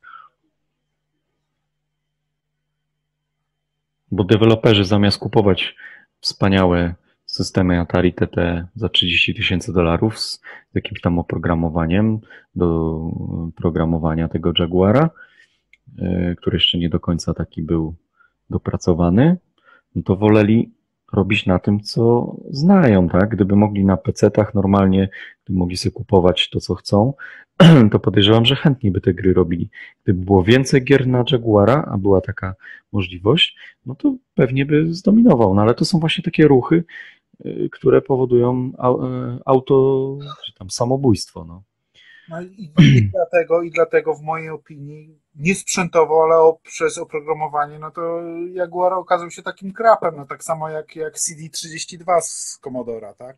A: Bo deweloperzy zamiast kupować wspaniałe systemy Atari T T za trzydzieści tysięcy dolarów z jakimś tam oprogramowaniem do programowania tego Jaguara, który jeszcze nie do końca taki był dopracowany, no to woleli robić na tym, co znają, tak? Gdyby mogli na pecetach normalnie, gdyby mogli sobie kupować to, co chcą, to podejrzewam, że chętnie by te gry robili. Gdyby było więcej gier na Jaguara, a była taka możliwość, no to pewnie by zdominował. No ale to są właśnie takie ruchy, które powodują auto, czy tam samobójstwo, no.
D: No i, i, dlatego, i dlatego w mojej opinii nie sprzętowo, ale o, przez oprogramowanie, no to Jaguar okazał się takim krapem, no tak samo jak, jak C D trzydzieści dwa z Commodora, tak?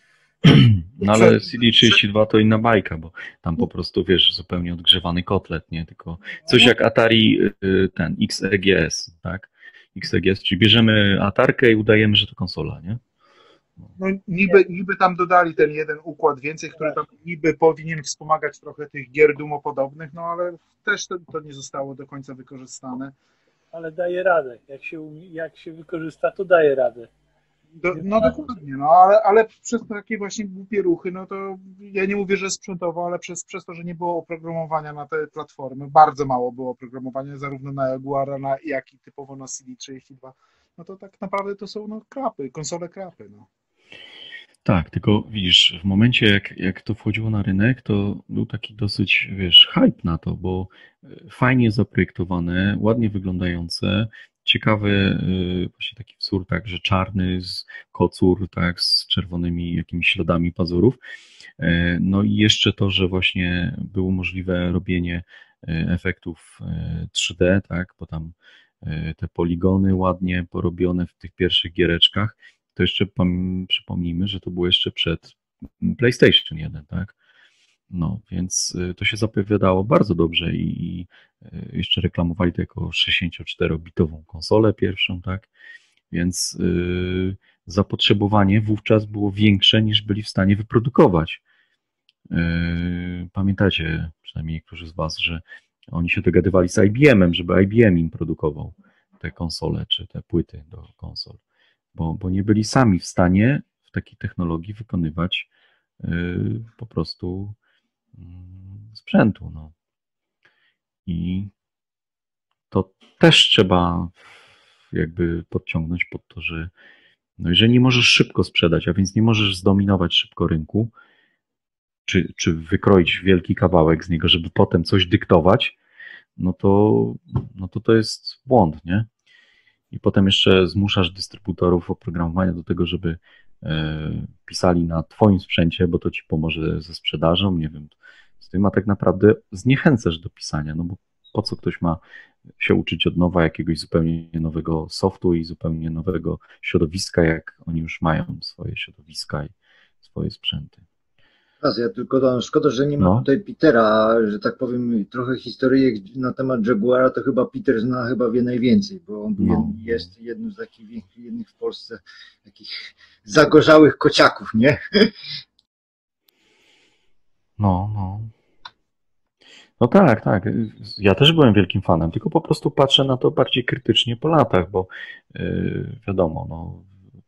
A: No ale C D trzydzieści dwa to inna bajka, bo tam po prostu, wiesz, zupełnie odgrzewany kotlet, nie? Tylko coś jak Atari ten X E G S, tak? X E G S, czyli bierzemy Atarkę i udajemy, że to konsola, nie?
D: No niby, niby tam dodali ten jeden układ więcej, który tam niby powinien wspomagać trochę tych gier dumopodobnych, no ale też to, to nie zostało do końca wykorzystane.
F: Ale daje radę. Jak się, umie, jak się wykorzysta, to daje radę.
D: Do, no dokładnie, no ale, ale przez takie właśnie głupie ruchy, no to ja nie mówię, że sprzętowo, ale przez, przez to, że nie było oprogramowania na te platformy, bardzo mało było oprogramowania zarówno na Jaguara, na, jak i typowo na C D trzydzieści dwa, no to tak naprawdę to są no, krapy, konsole krapy, no.
A: Tak, tylko widzisz, w momencie jak, jak to wchodziło na rynek, to był taki dosyć, wiesz, hype na to, bo fajnie zaprojektowane, ładnie wyglądające, ciekawy właśnie taki wzór, tak, że czarny z kocur, tak, z czerwonymi jakimiś śladami pazurów. No i jeszcze to, że właśnie było możliwe robienie efektów trzy D, tak, bo tam te poligony ładnie porobione w tych pierwszych giereczkach. To jeszcze przypomnijmy, że to było jeszcze przed PlayStation jeden, tak? No, więc to się zapowiadało bardzo dobrze i jeszcze reklamowali to jako sześćdziesięcioczterobitową konsolę pierwszą, tak? Więc yy, zapotrzebowanie wówczas było większe niż byli w stanie wyprodukować. Yy, pamiętacie, przynajmniej niektórzy z Was, że oni się dogadywali z I B M-em, żeby I B M im produkował te konsole czy te płyty do konsol. Bo, bo nie byli sami w stanie w takiej technologii wykonywać yy, po prostu yy, sprzętu. No. I to też trzeba jakby podciągnąć pod to, że no jeżeli nie możesz szybko sprzedać, a więc nie możesz zdominować szybko rynku, czy, czy wykroić wielki kawałek z niego, żeby potem coś dyktować, no to, no to to jest błąd, nie? I potem jeszcze zmuszasz dystrybutorów oprogramowania do tego, żeby e, pisali na twoim sprzęcie, bo to ci pomoże ze sprzedażą, nie wiem, z tym, a tak naprawdę zniechęcasz do pisania, no bo po co ktoś ma się uczyć od nowa jakiegoś zupełnie nowego softu i zupełnie nowego środowiska, jak oni już mają swoje środowiska i swoje sprzęty.
C: Ja tylko to, szkoda, że nie ma
A: No.
C: tutaj Petera, że tak powiem, trochę historyjek na temat Jaguara, to chyba Peter zna, chyba wie najwięcej, bo on
A: No.
C: jest jednym z takich jednych w Polsce takich zagorzałych kociaków, nie?
A: No, no. No tak, tak. Ja też byłem wielkim fanem, tylko po prostu patrzę na to bardziej krytycznie po latach, bo yy, wiadomo, no,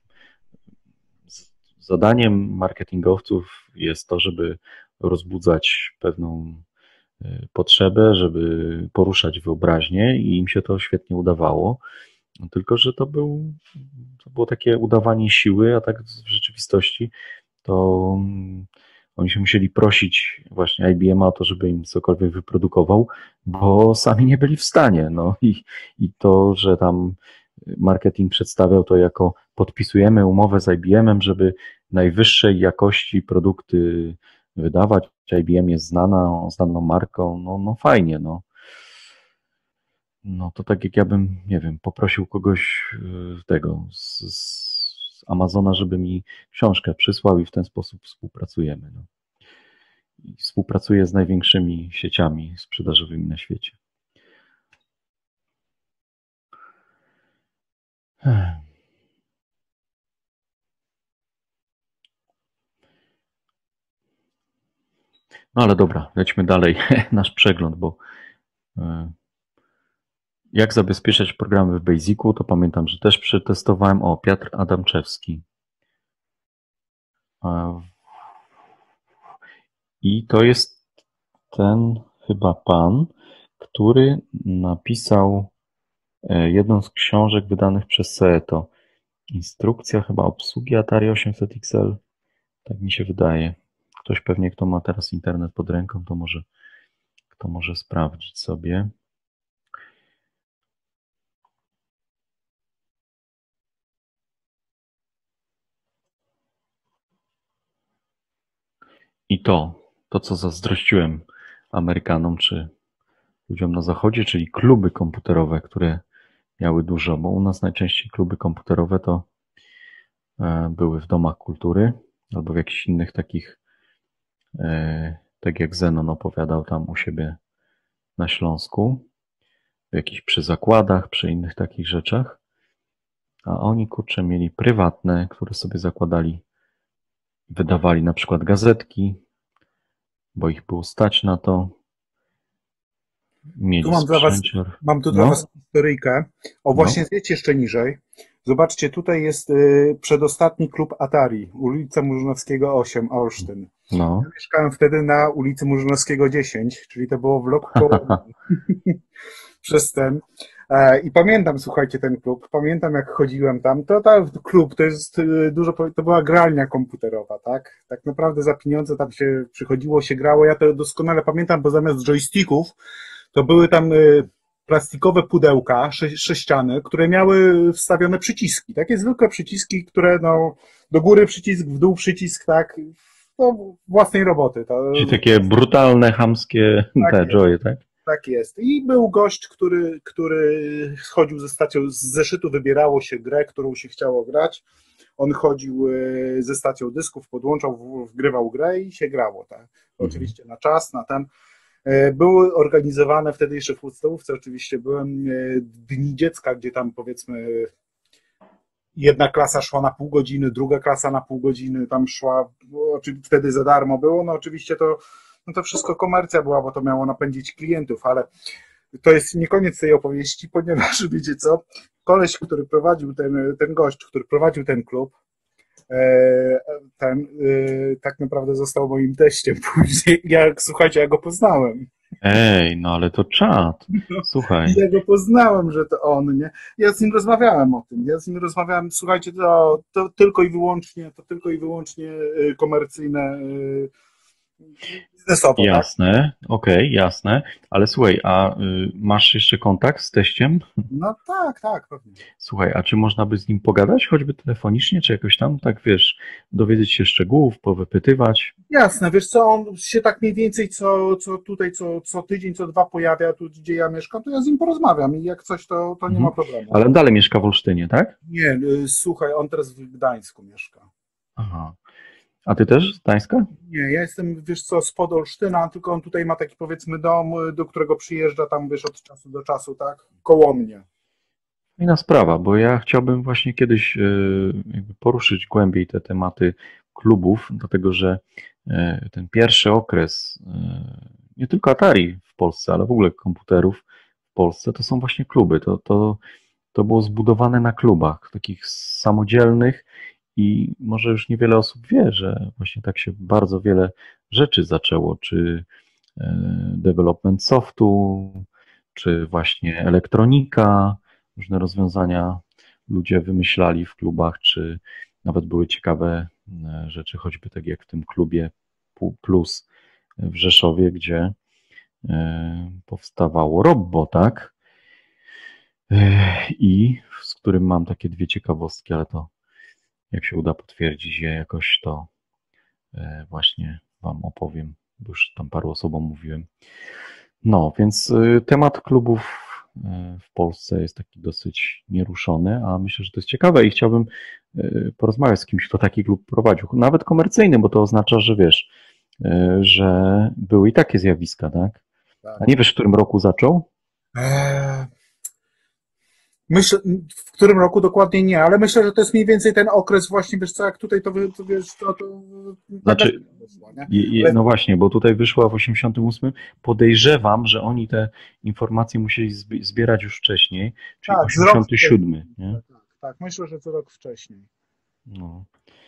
A: z- zadaniem marketingowców jest to, żeby rozbudzać pewną yy, potrzebę, żeby poruszać wyobraźnię i im się to świetnie udawało. No, tylko, że to był, to było takie udawanie siły, a tak w rzeczywistości to mm, oni się musieli prosić właśnie I B M a o to, żeby im cokolwiek wyprodukował, bo sami nie byli w stanie. No i, i to, że tam marketing przedstawiał to jako podpisujemy umowę z I B M em, żeby najwyższej jakości produkty wydawać. I B M jest znana, znaną marką, no, no fajnie, no. No to tak jak ja bym, nie wiem, poprosił kogoś y, tego z, z Amazona, żeby mi książkę przysłał i w ten sposób współpracujemy. No. I współpracuję z największymi sieciami sprzedażowymi na świecie. No ale dobra, lećmy dalej. Nasz przegląd, bo y, jak zabezpieczać programy w Basicu, to pamiętam, że też przetestowałem. O, Piotr Adamczewski. A, I to jest ten chyba pan, który napisał e, jedną z książek wydanych przez Seeto. Instrukcja chyba obsługi Atari osiemset X L. Tak mi się wydaje. Ktoś pewnie, kto ma teraz internet pod ręką, to może, kto może sprawdzić sobie. I to, to co zazdrościłem Amerykanom czy ludziom na zachodzie, czyli kluby komputerowe, które miały dużo, bo u nas najczęściej kluby komputerowe to e, były w domach kultury albo w jakichś innych takich, e, tak jak Zenon opowiadał tam u siebie na Śląsku, w jakichś przy zakładach, przy innych takich rzeczach, a oni kurczę mieli prywatne, które sobie zakładali, wydawali na przykład gazetki, bo ich było stać na to. Mieli
D: Tu mam dla was,
A: sprzęcior.
D: mam tu dla
A: No.
D: was historyjkę. O, właśnie
A: No.
D: zjedźcie jeszcze niżej. Zobaczcie, tutaj jest y, przedostatni klub Atari, ulica Murzynowskiego osiem, Olsztyn.
A: No.
D: Ja mieszkałem wtedy na ulicy Murzynowskiego dziesięć, czyli to było w lokku przez ten. E, I pamiętam, słuchajcie, ten klub. Pamiętam, jak chodziłem tam. To ta klub to jest y, dużo, to była gralnia komputerowa, tak? Tak naprawdę za pieniądze tam się przychodziło, się grało. Ja to doskonale pamiętam, bo zamiast joysticków to były tam y, plastikowe pudełka, sze, sześciany, które miały wstawione przyciski. Takie zwykłe przyciski, które no, do góry przycisk, w dół przycisk, tak? No, własnej roboty. To,
A: Czyli takie brutalne, chamskie
D: Tak
A: te
D: jest.
A: joye, tak?
D: Tak jest. I był gość, który, który schodził ze stacją, z zeszytu wybierało się grę, którą się chciało grać. On chodził y, ze stacją dysków, podłączał, w- wgrywał grę i się grało. Tak? Oczywiście na czas, na ten. Y, Były organizowane wtedy jeszcze w podstawówce, oczywiście byłem y, dni dziecka, gdzie tam powiedzmy jedna klasa szła na pół godziny, druga klasa na pół godziny tam szła, bo oczywiście wtedy za darmo było, no oczywiście to, no to wszystko komercja była, bo to miało napędzić klientów, ale to jest nie koniec tej opowieści, ponieważ wiecie co, koleś, który prowadził ten, ten gość, który prowadził ten klub, e, ten e, tak naprawdę został moim teściem później, jak słuchajcie, ja go poznałem.
A: Ej, no ale to czad. Słuchaj.
D: I ja go poznałem, że to on, nie? Ja z nim rozmawiałem o tym. Ja z nim rozmawiałem, słuchajcie, to, to tylko i wyłącznie, to tylko i wyłącznie y, komercyjne, y, biznesowo, tak?
A: Jasne, okej, jasne. Ale słuchaj, a y, masz jeszcze kontakt z teściem?
D: No tak, tak, pewnie.
A: Słuchaj, a czy można by z nim pogadać, choćby telefonicznie, czy jakoś tam, tak wiesz, dowiedzieć się szczegółów, powypytywać?
D: Jasne, wiesz co, on się tak mniej więcej co, co tutaj, co, co tydzień, co dwa pojawia, tu gdzie ja mieszkam, to ja z nim porozmawiam i jak coś, to, to nie
A: Mhm.
D: ma problemu.
A: Ale dalej mieszka w Olsztynie, tak?
D: Nie, y, słuchaj, on teraz w Gdańsku mieszka.
A: Aha. A ty też z Gdańska?
D: Nie, ja jestem, wiesz co, spod Olsztyna, tylko on tutaj ma taki powiedzmy dom, do którego przyjeżdża tam, wiesz, od czasu do czasu, tak, koło mnie.
A: Inna sprawa, bo ja chciałbym właśnie kiedyś y, jakby poruszyć głębiej te tematy klubów, dlatego że y, ten pierwszy okres, y, nie tylko Atari w Polsce, ale w ogóle komputerów w Polsce, to są właśnie kluby. To, to, to było zbudowane na klubach, takich samodzielnych i może już niewiele osób wie, że właśnie tak się bardzo wiele rzeczy zaczęło, czy e, development softu, czy właśnie elektronika, różne rozwiązania ludzie wymyślali w klubach, czy nawet były ciekawe e, rzeczy, choćby tak jak w tym klubie Plus w Rzeszowie, gdzie e, powstawało Robbo, tak? E, I z którym mam takie dwie ciekawostki, ale to jak się uda potwierdzić je jakoś, to e, właśnie Wam opowiem, bo już tam paru osobom mówiłem. No, więc e, temat klubów e, w Polsce jest taki dosyć nieruszony, a myślę, że to jest ciekawe i chciałbym e, porozmawiać z kimś, kto taki klub prowadził, nawet komercyjny, bo to oznacza, że wiesz, e, że były i takie zjawiska, tak? A nie wiesz, w którym roku zaczął?
D: Eee, Myślę, w którym roku dokładnie nie, ale myślę, że to jest mniej więcej ten okres właśnie, wiesz co, jak tutaj to, wy- to wiesz, to, to taka
A: Znaczy,
D: wyszła, nie?
A: je- je-
D: Ale
A: no właśnie, bo tutaj wyszła w osiemdziesiątym ósmym. Podejrzewam, że oni te informacje musieli zbi- zbierać już wcześniej, czyli
D: tak, z rok
A: osiemdziesiąty
D: wcześniej.
A: siódmy, nie?
D: Tak, tak, myślę, że co rok wcześniej.
A: No.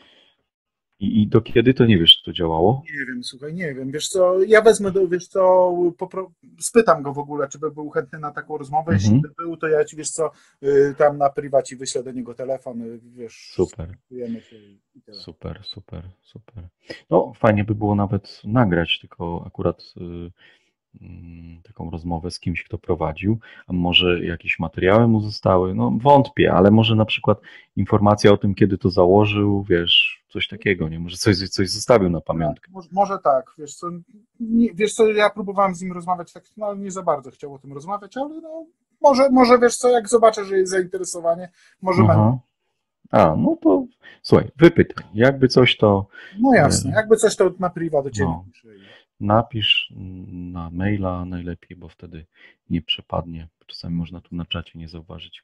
A: I, I do kiedy to nie wiesz, czy to działało?
D: Nie wiem, słuchaj, nie wiem, wiesz co, ja wezmę, do, wiesz co, popro... spytam go w ogóle, czy by był chętny na taką rozmowę, jeśli
A: Mhm.
D: by był, to ja ci, wiesz co, y, tam na prywacie wyślę do niego telefon, y, wiesz,
A: Super,
D: skontaktujemy się i i tyle.
A: super, super, super. No, fajnie by było nawet nagrać, tylko akurat y, mm, taką rozmowę z kimś, kto prowadził, a może jakieś materiały mu zostały, no wątpię, ale może na przykład informacja o tym, kiedy to założył, wiesz, coś takiego, nie? Może coś, coś zostawił na pamiątkę.
D: Może, może tak, wiesz co, nie, wiesz co, ja próbowałem z nim rozmawiać, tak, no nie za bardzo chciał o tym rozmawiać, ale no, może, może wiesz co, jak zobaczę, że jest zainteresowanie, może będę.
A: Aha. A, no to słuchaj, wypytaj, jakby coś to
D: No jasne,
A: e,
D: jakby coś to na priwa do ciebie
A: no,
D: pisze.
A: napisz na maila najlepiej, bo wtedy nie przepadnie. Czasami można tu na czacie nie zauważyć.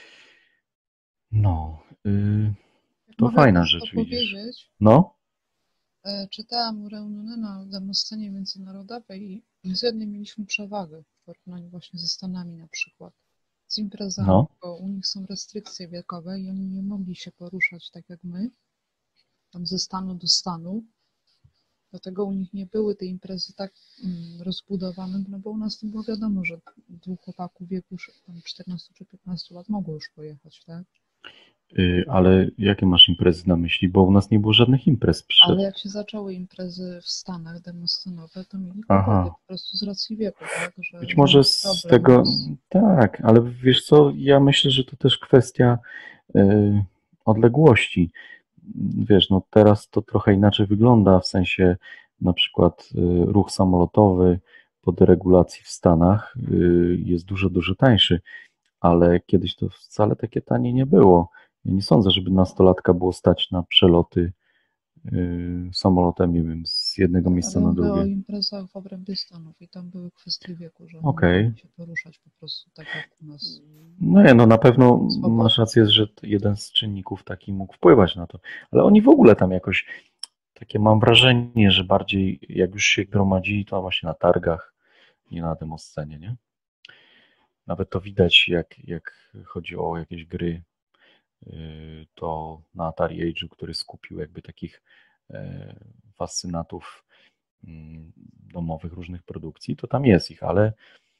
A: No, y, to
G: Mogę
A: fajna
G: też
A: rzecz,
G: to
A: widzisz.
G: powiedzieć.
A: No,
G: E, Czytałam u Reunionena na demoscenie międzynarodowej i z jednej mieliśmy przewagę w porównaniu właśnie ze Stanami na przykład, z imprezami,
A: no,
G: bo u nich są restrykcje wiekowe i oni nie mogli się poruszać tak jak my, tam ze stanu do stanu. Dlatego u nich nie były te imprezy tak mm, rozbudowane, no bo u nas to było wiadomo, że dwóch chłopaków w wieku tam czternastu czy piętnastu lat mogło już pojechać, tak?
A: y, ale jakie masz imprezy na myśli? Bo u nas nie było żadnych imprez przed.
G: Ale jak się zaczęły imprezy w Stanach demoscenowe, to mieli
A: Aha.
G: kłopoty po prostu z racji wieku, tak? Że
A: Być może
G: mieli
A: z
G: problem
A: tego,
G: z-
A: tak, ale wiesz co, ja myślę, że to też kwestia y, odległości. Wiesz, no teraz to trochę inaczej wygląda, w sensie na przykład y, ruch samolotowy po deregulacji w Stanach y, jest dużo, dużo tańszy, ale kiedyś to wcale takie tanie nie było. Ja nie sądzę, żeby nastolatka było stać na przeloty y, samolotem, nie wiem, z jednego miejsca
G: Ale
A: na
G: mówię o
A: drugie.
G: imprezach w obrębie Stanów i tam były kwestie wieku, że oni
A: Okej.
G: nie mogli się poruszać po prostu tak jak u nas.
A: No nie, no na pewno
G: Swobodnie.
A: masz rację, że t- jeden z czynników taki mógł wpływać na to, ale oni w ogóle tam jakoś, takie mam wrażenie, że bardziej jak już się gromadzili, to właśnie na targach, nie na demoscenie, nie? Nawet to widać, jak, jak chodzi o jakieś gry, yy, to na Atari Age'u, który skupił jakby takich e, fascynatów mm, domowych różnych produkcji, to tam jest ich, ale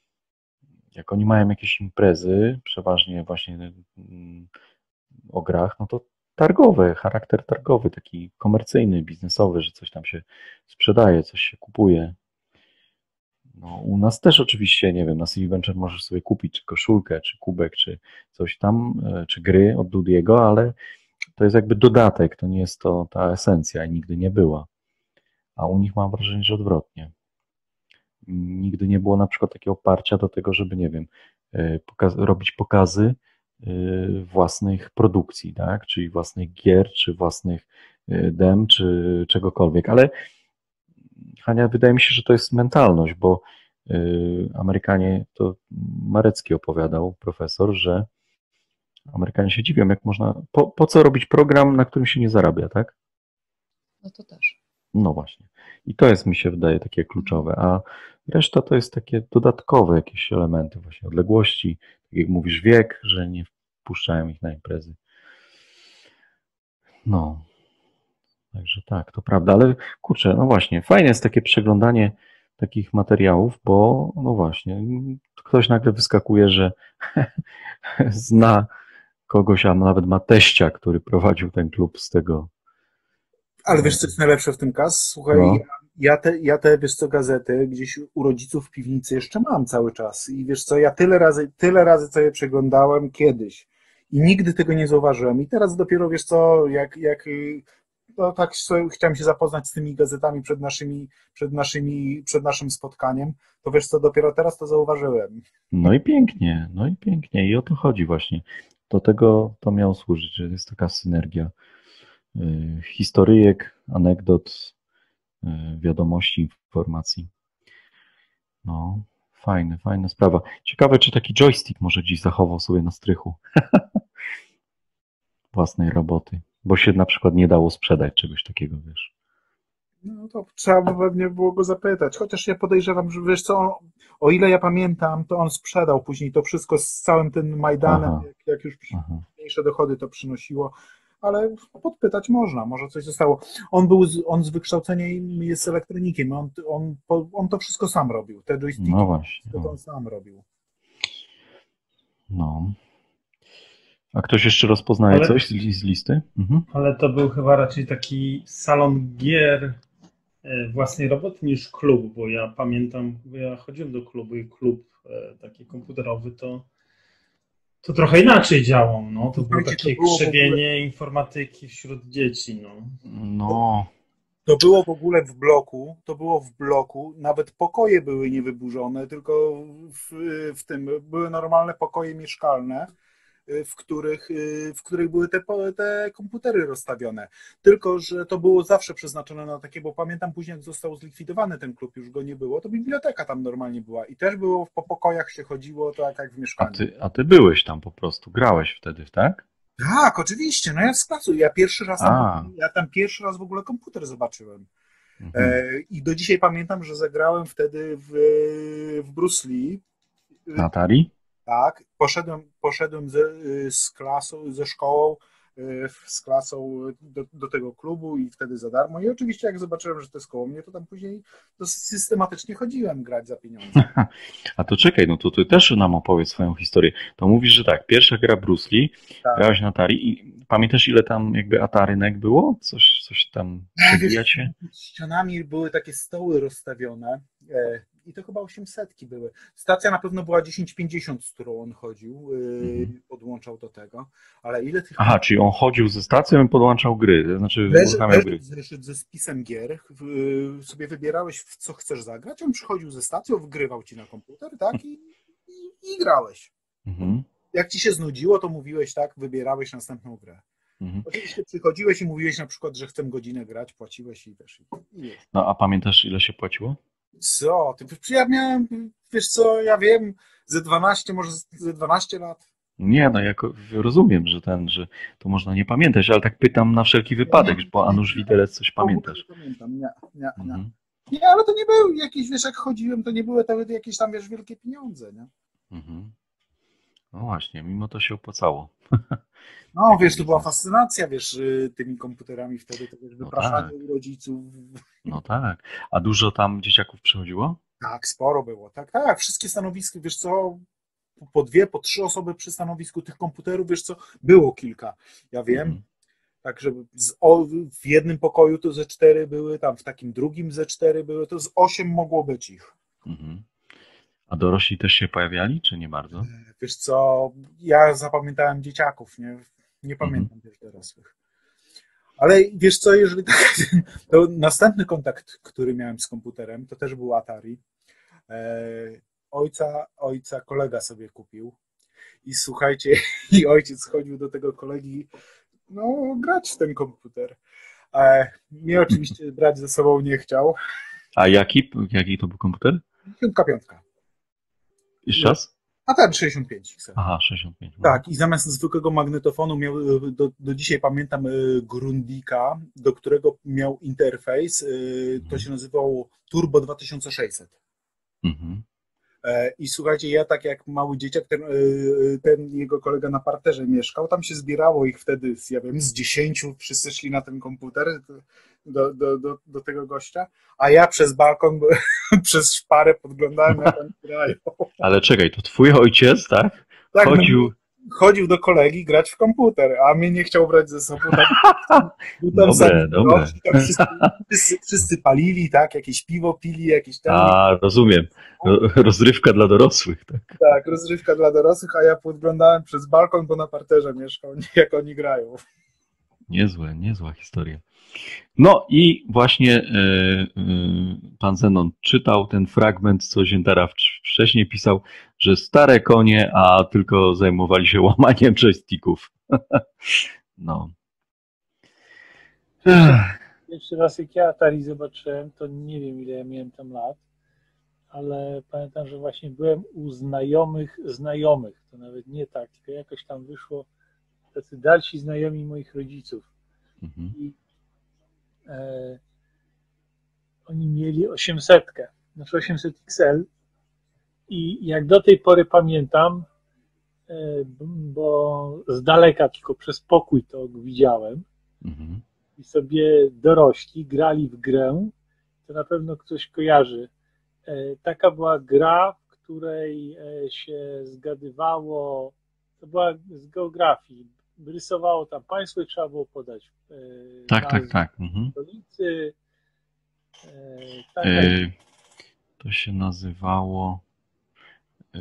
A: jak oni mają jakieś imprezy, przeważnie właśnie mm, o grach, no to targowe, charakter targowy, taki komercyjny, biznesowy, że coś tam się sprzedaje, coś się kupuje. No, u nas też oczywiście, nie wiem, na C D Venture możesz sobie kupić czy koszulkę, czy kubek, czy coś tam, e, czy gry od Dudiego, ale to jest jakby dodatek, to nie jest to ta esencja i nigdy nie była. A u nich mam wrażenie, że odwrotnie. Nigdy nie było na przykład takiego oparcia do tego, żeby, nie wiem, e, pokaz robić pokazy e, własnych produkcji, tak? Czyli własnych gier, czy własnych e, dem, czy czegokolwiek. Ale Hania, wydaje mi się, że to jest mentalność, bo e, Amerykanie, to Marecki opowiadał, profesor, że Amerykanie się dziwią, jak można, po, po co robić program, na którym się nie zarabia, tak?
G: No to też.
A: No właśnie. I to jest, mi się wydaje, takie kluczowe. A Reszta to jest takie dodatkowe jakieś elementy, właśnie odległości, tak jak mówisz, wiek, że nie wpuszczają ich na imprezy. No, także tak, to prawda, ale kurczę, no właśnie, fajne jest takie przeglądanie takich materiałów, bo no właśnie, ktoś nagle wyskakuje, że zna kogoś, a nawet ma teścia, który prowadził ten klub z tego.
D: Ale wiesz, co jest najlepsze w tym, Kas? Słuchaj,
A: No.
D: ja, ja te, ja te, wiesz co, gazety gdzieś u rodziców w piwnicy jeszcze mam cały czas. I wiesz co, ja tyle razy, tyle razy co je przeglądałem kiedyś i nigdy tego nie zauważyłem. I teraz dopiero, wiesz co, jak, jak no tak sobie chciałem się zapoznać z tymi gazetami przed naszymi, przed naszymi, przed naszym spotkaniem, to wiesz co, dopiero teraz to zauważyłem.
A: No i pięknie, no i pięknie. I o to chodzi właśnie. Do tego to miało służyć, że jest taka synergia y, historyjek, anegdot, y, wiadomości, informacji. No, fajne, fajna sprawa. Ciekawe, czy taki joystick może dziś zachował sobie na strychu własnej roboty, bo się na przykład nie dało sprzedać czegoś takiego, wiesz.
D: No to trzeba by pewnie było go zapytać. Chociaż ja podejrzewam, że wiesz co, on, o ile ja pamiętam, to on sprzedał później to wszystko z całym tym Majdanem,
A: Aha.
D: jak, jak już
A: Aha.
D: mniejsze dochody to przynosiło. Ale podpytać można, może coś zostało. On był, z, on z wykształcenia jest elektronikiem, on, on, on to wszystko sam robił. Te joysticki,
A: No właśnie.
D: to on sam robił.
A: No. A ktoś jeszcze rozpoznaje
H: Ale-
A: coś z, li- z listy? Mhm.
H: Ale to był chyba raczej taki salon gier e, własnej roboty niż klub, bo ja pamiętam, bo ja chodziłem do klubu i klub e, taki komputerowy to, to trochę inaczej działał. No. To było
D: Słuchajcie, to
H: takie
D: było w ogóle-
H: krzewienie informatyki wśród dzieci. No.
A: No,
D: To było w ogóle w bloku, to było w bloku, nawet pokoje były niewyburzone, tylko w, w tym były normalne pokoje mieszkalne, w których, w których były te, te komputery rozstawione. Tylko że to było zawsze przeznaczone na takie, bo pamiętam później, jak został zlikwidowany ten klub, już go nie było, to biblioteka tam normalnie była i też było, po pokojach się chodziło tak jak w
A: a
D: mieszkaniu.
A: ty, a ty byłeś tam po prostu, grałeś wtedy, tak?
D: Tak, oczywiście, no ja z klasu, ja pierwszy raz
A: A.
D: tam, ja tam pierwszy raz w ogóle komputer zobaczyłem.
A: Mhm.
D: E, I do dzisiaj pamiętam, że zagrałem wtedy w, w Bruce Lee.
A: Na Atari?
D: Tak, poszedłem, poszedłem ze, z klasą, ze szkołą, e, z klasą do, do tego klubu i wtedy za darmo. I oczywiście jak zobaczyłem, że to jest koło mnie, to tam później dosyć systematycznie chodziłem grać za pieniądze.
A: A to czekaj, no to ty też nam opowiedz swoją historię. To mówisz, że tak, pierwsza gra Bruce Lee,
D: Tak.
A: grałeś na Atari i pamiętasz, ile tam jakby Atarynek było? Coś, coś tam przebija się?
D: Pod ścianami były takie stoły rozstawione e, i to chyba osiemsetki były. Stacja na pewno była dziesięć pięćdziesiąt, z którą on chodził, e,
A: Mhm.
D: podłączał do tego, ale ile tych...
A: Aha, czyli on chodził ze stacją i podłączał gry, to znaczy
D: Leży,
A: uruchamiał gry.
D: leży zeszyt ze spisem gier, w- sobie wybierałeś, w co chcesz zagrać, on przychodził ze stacją, wgrywał ci na komputer, tak, i, i, i grałeś.
A: Mhm.
D: Jak ci się znudziło, to mówiłeś tak, wybierałeś następną grę.
A: Mhm.
D: Oczywiście przychodziłeś i mówiłeś na przykład, że chcę godzinę grać, płaciłeś i wiesz, i i już.
A: No a pamiętasz, ile się płaciło?
D: Co? Ty, ja miałem, wiesz co, ja wiem, ze dwanaście, może ze dwanaście lat.
A: Nie, no jako rozumiem, że ten, że to można nie pamiętać, ale tak pytam na wszelki wypadek, bo a nuż widelec coś pamiętasz.
D: Nie pamiętam, nie, nie, nie.
A: Mhm.
D: Nie, ale to nie były jakieś, wiesz, jak chodziłem, to nie były to jakieś tam, wiesz, wielkie pieniądze, nie?
A: Mhm. No właśnie, mimo to się opłacało.
D: No, wiesz, to była fascynacja, wiesz, y, tymi komputerami wtedy, to wiesz,
A: No
D: wypraszanie
A: tak.
D: u rodziców.
A: No tak. A dużo tam dzieciaków przychodziło?
D: Tak, sporo było, tak, tak, wszystkie stanowiska, wiesz co, po dwie, po trzy osoby przy stanowisku tych komputerów, wiesz co, było kilka, ja wiem,
A: Mhm.
D: tak, żeby z, o, w jednym pokoju to ze cztery były, tam w takim drugim ze cztery były, to z osiem mogło być ich.
A: Mhm. A dorośli też się pojawiali, czy nie bardzo?
D: Wiesz co, ja zapamiętałem dzieciaków, nie, nie pamiętam
A: Mhm.
D: też dorosłych. Ale wiesz co, jeżeli tak, to następny kontakt, który miałem z komputerem, to też był Atari. E, ojca, ojca kolega sobie kupił i słuchajcie, i ojciec chodził do tego kolegi, no grać w ten komputer. E, mnie oczywiście brać ze sobą nie chciał.
A: A jaki, jaki to był komputer?
D: Piątka, piątka.
A: Jeszcze raz?
D: A ten sześćdziesiąt pięć. Chcę.
A: Aha, sześćdziesiąt pięć. No.
D: Tak, i zamiast zwykłego magnetofonu miał, e, do, do dzisiaj pamiętam, e, Grundika, do którego miał interfejs, e, to się nazywało Turbo dwa tysiące sześćset.
A: Mhm.
D: E, I słuchajcie, ja tak jak mały dzieciak, ten, y, ten jego kolega na parterze mieszkał, tam się zbierało ich wtedy, z, ja wiem, z dziesięciu, wszyscy szli na ten komputer do, do, do, do tego gościa, a ja przez balkon, przez szparę podglądałem, jak oni grają.
A: Ale czekaj, to twój ojciec, tak?
D: Tak,
A: Chodził...
D: no, chodził do kolegi grać w komputer, a mnie nie chciał brać ze sobą. Tak, był tam
A: Dobre,
D: sami
A: dobre.
D: dorośli, tak wszyscy, wszyscy, wszyscy palili, tak, jakieś piwo pili, jakieś tam.
A: A, rozumiem. Ro- Rozrywka dla dorosłych, tak?
D: Tak, rozrywka dla dorosłych, a ja podglądałem przez balkon, bo na parterze mieszkał, jak oni grają.
A: Niezłe, niezła historia. No i właśnie y, y, pan Zenon czytał ten fragment, co Ziętara wcz- wcześniej pisał, że stare konie, a tylko zajmowali się łamaniem joysticków. No. Ech,
F: Pierwszy raz jak ja Atari zobaczyłem, to nie wiem ile ja miałem tam lat, ale pamiętam, że właśnie byłem u znajomych znajomych, to nawet nie tak, tylko jakoś tam wyszło tacy dalsi znajomi moich rodziców
A: mhm.
F: i e, oni mieli osiemset, znaczy osiemset X L i jak do tej pory pamiętam, e, bo z daleka tylko przez pokój to widziałem,
A: Mhm.
F: i sobie dorośli grali w grę, to na pewno ktoś kojarzy. E, Taka była gra, w której e, się zgadywało, to była z geografii, rysowało tam państwo i trzeba było podać e,
A: Tak, tak,
F: nazwę
A: tak. Mhm.
F: stolicy. E, taka,
A: Y, to się nazywało y,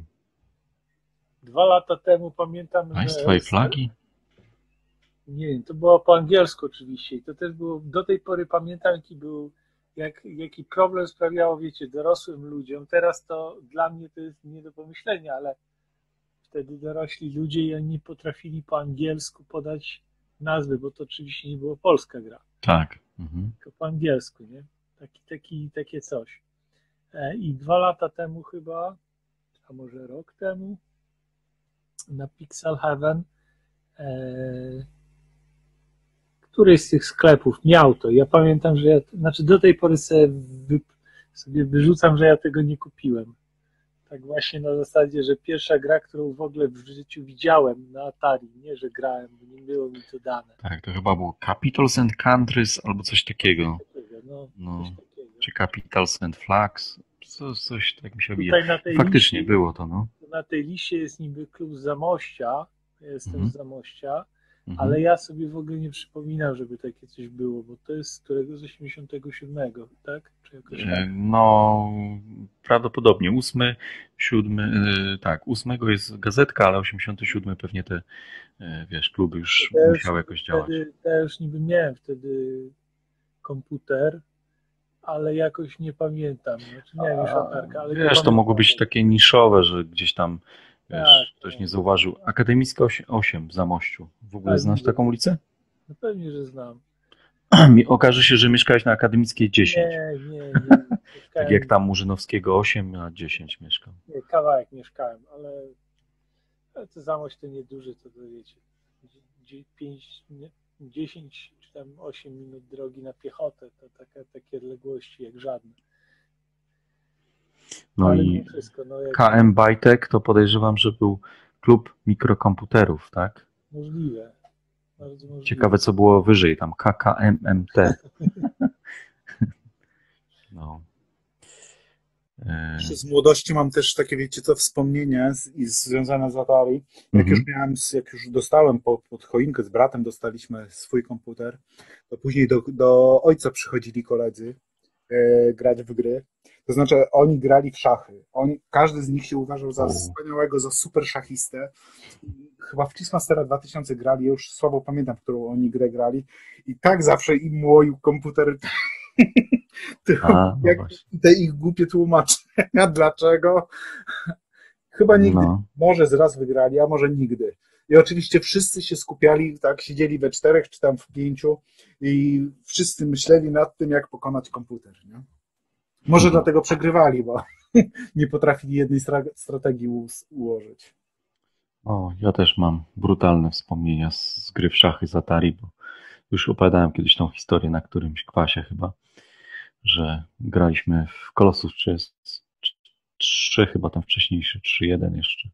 F: Dwa lata temu pamiętam,
A: Państwa i
F: że
A: flagi?
F: nie wiem, to było po angielsku oczywiście i to też było, do tej pory pamiętam jaki był, jak, jaki problem sprawiało, wiecie, dorosłym ludziom. Teraz to dla mnie to jest nie do pomyślenia, ale wtedy dorośli ludzie i oni nie potrafili po angielsku podać nazwy, bo to oczywiście nie była polska gra,
A: Tak. Mhm.
F: tylko po angielsku, nie? Taki, taki, takie coś. E, I dwa lata temu chyba, a może rok temu, na Pixel Heaven e, któryś z tych sklepów miał to. Ja pamiętam, że ja, znaczy do tej pory sobie, wy, sobie wyrzucam, że ja tego nie kupiłem. Tak właśnie na zasadzie, że pierwsza gra, którą w ogóle w życiu widziałem na Atari, nie, że grałem, bo nie było mi to dane.
A: Tak, to chyba było Capitals and Countries albo coś takiego.
F: No,
A: No,
F: coś takiego.
A: czy Capitals and Flags. Co, coś tak mi się
F: Tutaj
A: bije.
F: na tej
A: Faktycznie
F: liście,
A: było to, no.
F: na tej liście jest niby klub z Zamościa, ja jestem
A: Mhm.
F: z Zamościa,
A: Mhm.
F: ale ja sobie w ogóle nie przypominam, żeby takie coś było, bo to jest z którego z osiemdziesiątego siódmego, tak? Czy jakoś
A: E,
F: tak?
A: No, prawdopodobnie ósmy, siódmy, e, tak, ósmego jest gazetka, ale osiemdziesiąty siódmy pewnie te, e, wiesz, kluby już
F: Ja już
A: musiały jakoś działać.
F: wtedy, ja już niby miałem wtedy komputer, ale jakoś nie pamiętam. Znaczy miałem już latarkę, ale nie
A: Wiesz, to
F: pamiętam.
A: mogło być takie niszowe, że gdzieś tam, wiesz,
F: Tak,
A: ktoś
F: tak.
A: nie zauważył. Akademicka osiem w Zamościu. W ogóle
F: Tak,
A: znasz
F: widzę.
A: taką ulicę?
F: No pewnie, że znam.
A: Mi okaże się, że mieszkałeś na Akademickiej dziesięć.
F: Nie, nie, nie.
A: Tak
F: Mieszkałem,
A: jak tam Murzynowskiego osiem, a dziesięć mieszkam.
F: nie, kawałek mieszkałem, ale, ale to Zamość to nieduży, to, to wiecie, dzie- pięć, nie, dziesięć czy tam osiem minut drogi na piechotę, to taka, takie odległości jak żadne.
A: No
F: ale
A: i
F: mimo wszystko, no jak
A: K M Bajtek to podejrzewam, że był klub mikrokomputerów, tak?
F: możliwe. Bardzo możliwe.
A: Ciekawe, co było wyżej, tam K K M M T. No. E,
D: Jeszcze z młodości mam też takie, wiecie co, wspomnienia z, i związane z Atari. Jak
A: Mhm.
D: już miałem, jak już dostałem po, pod choinkę z bratem, dostaliśmy swój komputer, to później do, do ojca przychodzili koledzy e, grać w gry. To znaczy oni grali w szachy. Oni, każdy z nich się uważał za
A: O.
D: wspaniałego, za super szachistę. Chyba w Cheesemastera dwa tysiące grali, ja już słabo pamiętam, którą oni grę grali. I tak zawsze im młoił komputer
A: A, no
D: jak
A: właśnie.
D: te ich głupie tłumaczenia, dlaczego. Chyba nigdy,
A: No.
D: może z raz wygrali, a może nigdy. I oczywiście wszyscy się skupiali, tak, siedzieli we czterech czy tam w pięciu i wszyscy myśleli nad tym, jak pokonać komputer. Nie? Może
A: Mhm.
D: dlatego przegrywali, bo nie potrafili jednej stra- strategii u- ułożyć.
A: O, ja też mam brutalne wspomnienia z, z gry w szachy z Atari, bo już opowiadałem kiedyś tą historię na którymś kwasie chyba, że graliśmy w Colossus Chess, trzy chyba ten wcześniejszy, trzy jeden jeszcze.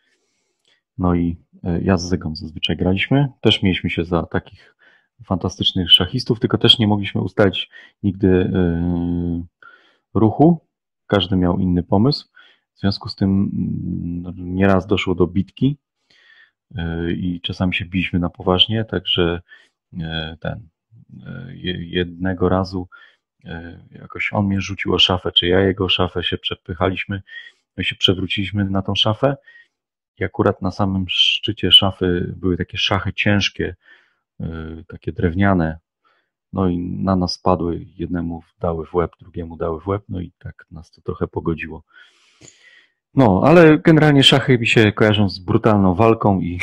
A: No i ja z Zygą zazwyczaj graliśmy. Też mieliśmy się za takich fantastycznych szachistów, tylko też nie mogliśmy ustalić nigdy yy, ruchu. Każdy miał inny pomysł. W związku z tym nieraz doszło do bitki yy, i czasami się biliśmy na poważnie, także yy, ten yy, jednego razu yy, jakoś on mnie rzucił o szafę, czy ja jego szafę, się przepychaliśmy, my się przewróciliśmy na tą szafę. I akurat na samym szczycie szafy były takie szachy ciężkie, yy, takie drewniane, no i na nas padły, jednemu dały w łeb, drugiemu dały w łeb, no i tak nas to trochę pogodziło. No, ale generalnie szachy mi się kojarzą z brutalną walką i,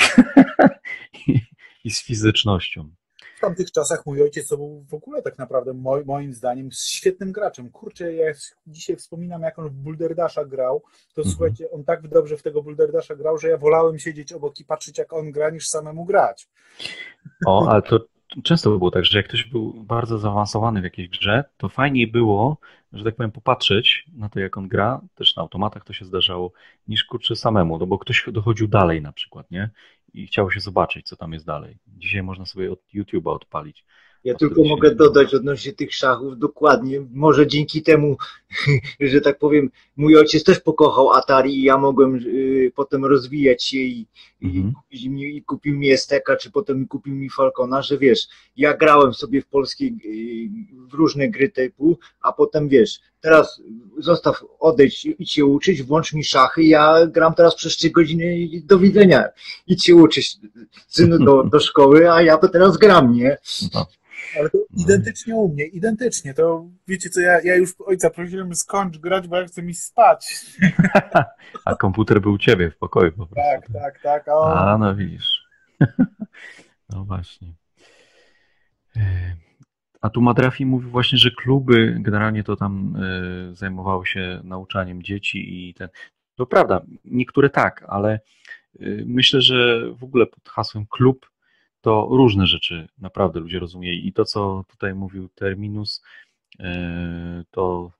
A: i, i z fizycznością.
D: W tamtych czasach mój ojciec to był w ogóle tak naprawdę moim, moim zdaniem świetnym graczem. Kurczę, ja dzisiaj wspominam, jak on w Bulderdasza grał, to mhm. słuchajcie, on tak dobrze w tego Bulderdasza grał, że ja wolałem siedzieć obok i patrzeć, jak on gra, niż samemu grać.
A: O, ale to często było tak, że jak ktoś był bardzo zaawansowany w jakiejś grze, to fajniej było, że tak powiem, popatrzeć na to, jak on gra, też na automatach to się zdarzało, niż kurczę samemu, no bo ktoś dochodził dalej na przykład, nie? I chciało się zobaczyć, co tam jest dalej. Dzisiaj można sobie od YouTube'a odpalić.
C: Ja tylko mogę dodać odnośnie tych szachów dokładnie. Może dzięki temu, że tak powiem, mój ojciec też pokochał Atari i ja mogłem y, potem rozwijać się i, mm-hmm. i, i kupił mi Esteka, czy potem kupił mi Falcona, że wiesz, ja grałem sobie w polskiej, y, w różne gry typu, a potem wiesz, teraz zostaw, odejdź, idź się uczyć, włącz mi szachy, ja gram teraz przez trzy godziny, do widzenia, idź się uczyć, synu, do, do szkoły, a ja to teraz gram, nie?
A: No.
D: Ale to identycznie u mnie, identycznie. To wiecie co, ja, ja już ojca prosiłem, skończ grać, bo ja chcę mi spać.
A: A komputer był u ciebie w pokoju po prostu.
D: Tak, tak, tak. O.
A: A, no widzisz. No właśnie. A tu Madrafi mówił właśnie, że kluby generalnie to tam zajmowały się nauczaniem dzieci i ten. To prawda, niektóre tak, ale myślę, że w ogóle pod hasłem klub to różne rzeczy naprawdę ludzie rozumieli. I to, co tutaj mówił Terminus, to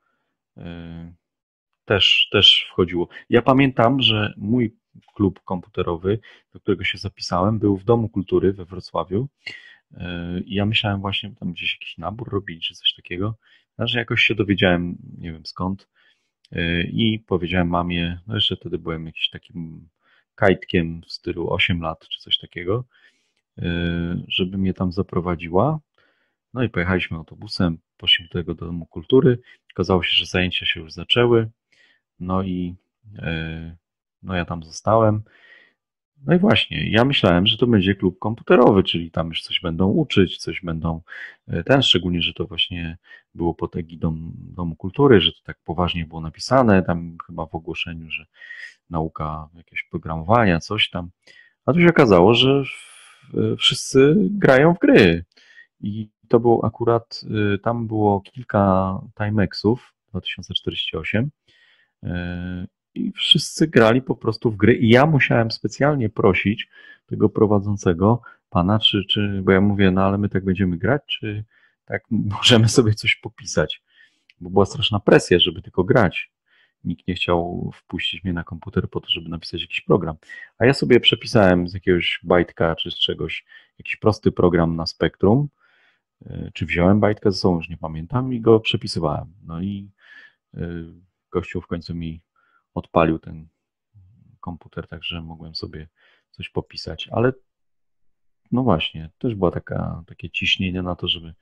A: też, też wchodziło. Ja pamiętam, że mój klub komputerowy, do którego się zapisałem, był w Domu Kultury we Wrocławiu i ja myślałem właśnie tam gdzieś jakiś nabór robić, czy coś takiego, że jakoś się dowiedziałem, nie wiem skąd, i powiedziałem mamie, no jeszcze wtedy byłem jakimś takim kajtkiem w stylu osiem lat, czy coś takiego, żeby mnie tam zaprowadziła. No i pojechaliśmy autobusem, poszliśmy do tego Domu Kultury. Okazało się, że zajęcia się już zaczęły. No i no ja tam zostałem. No i właśnie, ja myślałem, że to będzie klub komputerowy, czyli tam już coś będą uczyć, coś będą ten, szczególnie, że to właśnie było pod egidą Domu Kultury, że to tak poważnie było napisane, tam chyba w ogłoszeniu, że nauka jakiegoś programowania, coś tam. A tu się okazało, że wszyscy grają w gry. I to było akurat, tam było kilka Timexów, dwa tysiące czterdzieści osiem, i wszyscy grali po prostu w gry. I ja musiałem specjalnie prosić tego prowadzącego pana, czy, czy, bo ja mówię, no ale my tak będziemy grać, czy tak możemy sobie coś popisać? Bo była straszna presja, żeby tylko grać. Nikt nie chciał wpuścić mnie na komputer po to, żeby napisać jakiś program. A ja sobie przepisałem z jakiegoś bajtka czy z czegoś jakiś prosty program na Spectrum, czy wziąłem bajtkę ze sobą, już nie pamiętam, i go przepisywałem. No i gościu w końcu mi odpalił ten komputer, także mogłem sobie coś popisać. Ale no właśnie, też była taka, takie ciśnienie na to, żeby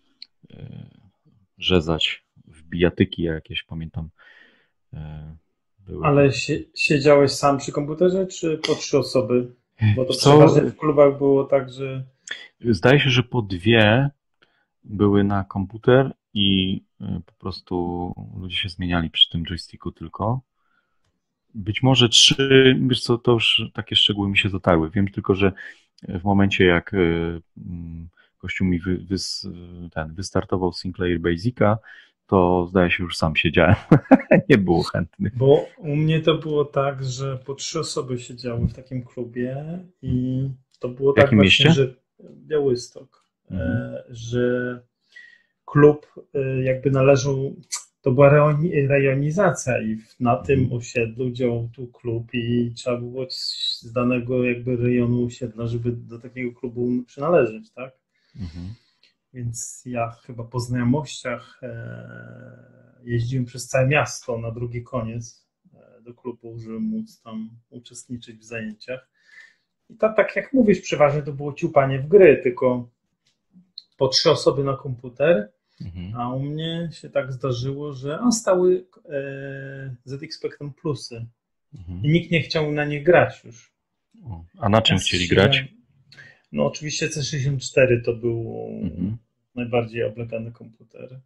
A: rzezać w bijatyki jakieś, pamiętam. Były.
H: Ale si- siedziałeś sam przy komputerze, czy po trzy osoby? Bo to przeważnie w klubach było tak, że...
A: Zdaje się, że po dwie były na komputer i po prostu ludzie się zmieniali przy tym joysticku tylko. Być może trzy, wiesz co, to już takie szczegóły mi się dotarły. Wiem tylko, że w momencie jak gościu mi wy, wys, ten, wystartował Sinclair Basica, to zdaje się już sam siedziałem. Nie było chętnych.
H: Bo u mnie to było tak, że po trzy osoby siedziały w takim klubie i to było tak
A: właśnie,
H: mieście? że Białystok, mhm. że klub jakby należał, to była rejoni- rejonizacja i na tym osiedlu działał tu klub i trzeba było z danego jakby rejonu osiedla, żeby do takiego klubu przynależeć, tak?
A: Mhm.
H: Więc ja chyba po znajomościach e, jeździłem przez całe miasto na drugi koniec e, do klubu, żeby móc tam uczestniczyć w zajęciach. I to, tak jak mówisz, przeważnie to było ciupanie w gry, tylko po trzy osoby na komputer, mhm. a u mnie się tak zdarzyło, że on stały e, Z X Spectrum Plusy mhm. i nikt nie chciał na nie grać już.
A: O, a na czym
H: ja
A: chcieli
H: się,
A: grać?
H: No oczywiście C sześćdziesiąt cztery to był mhm. najbardziej oblegany komputer.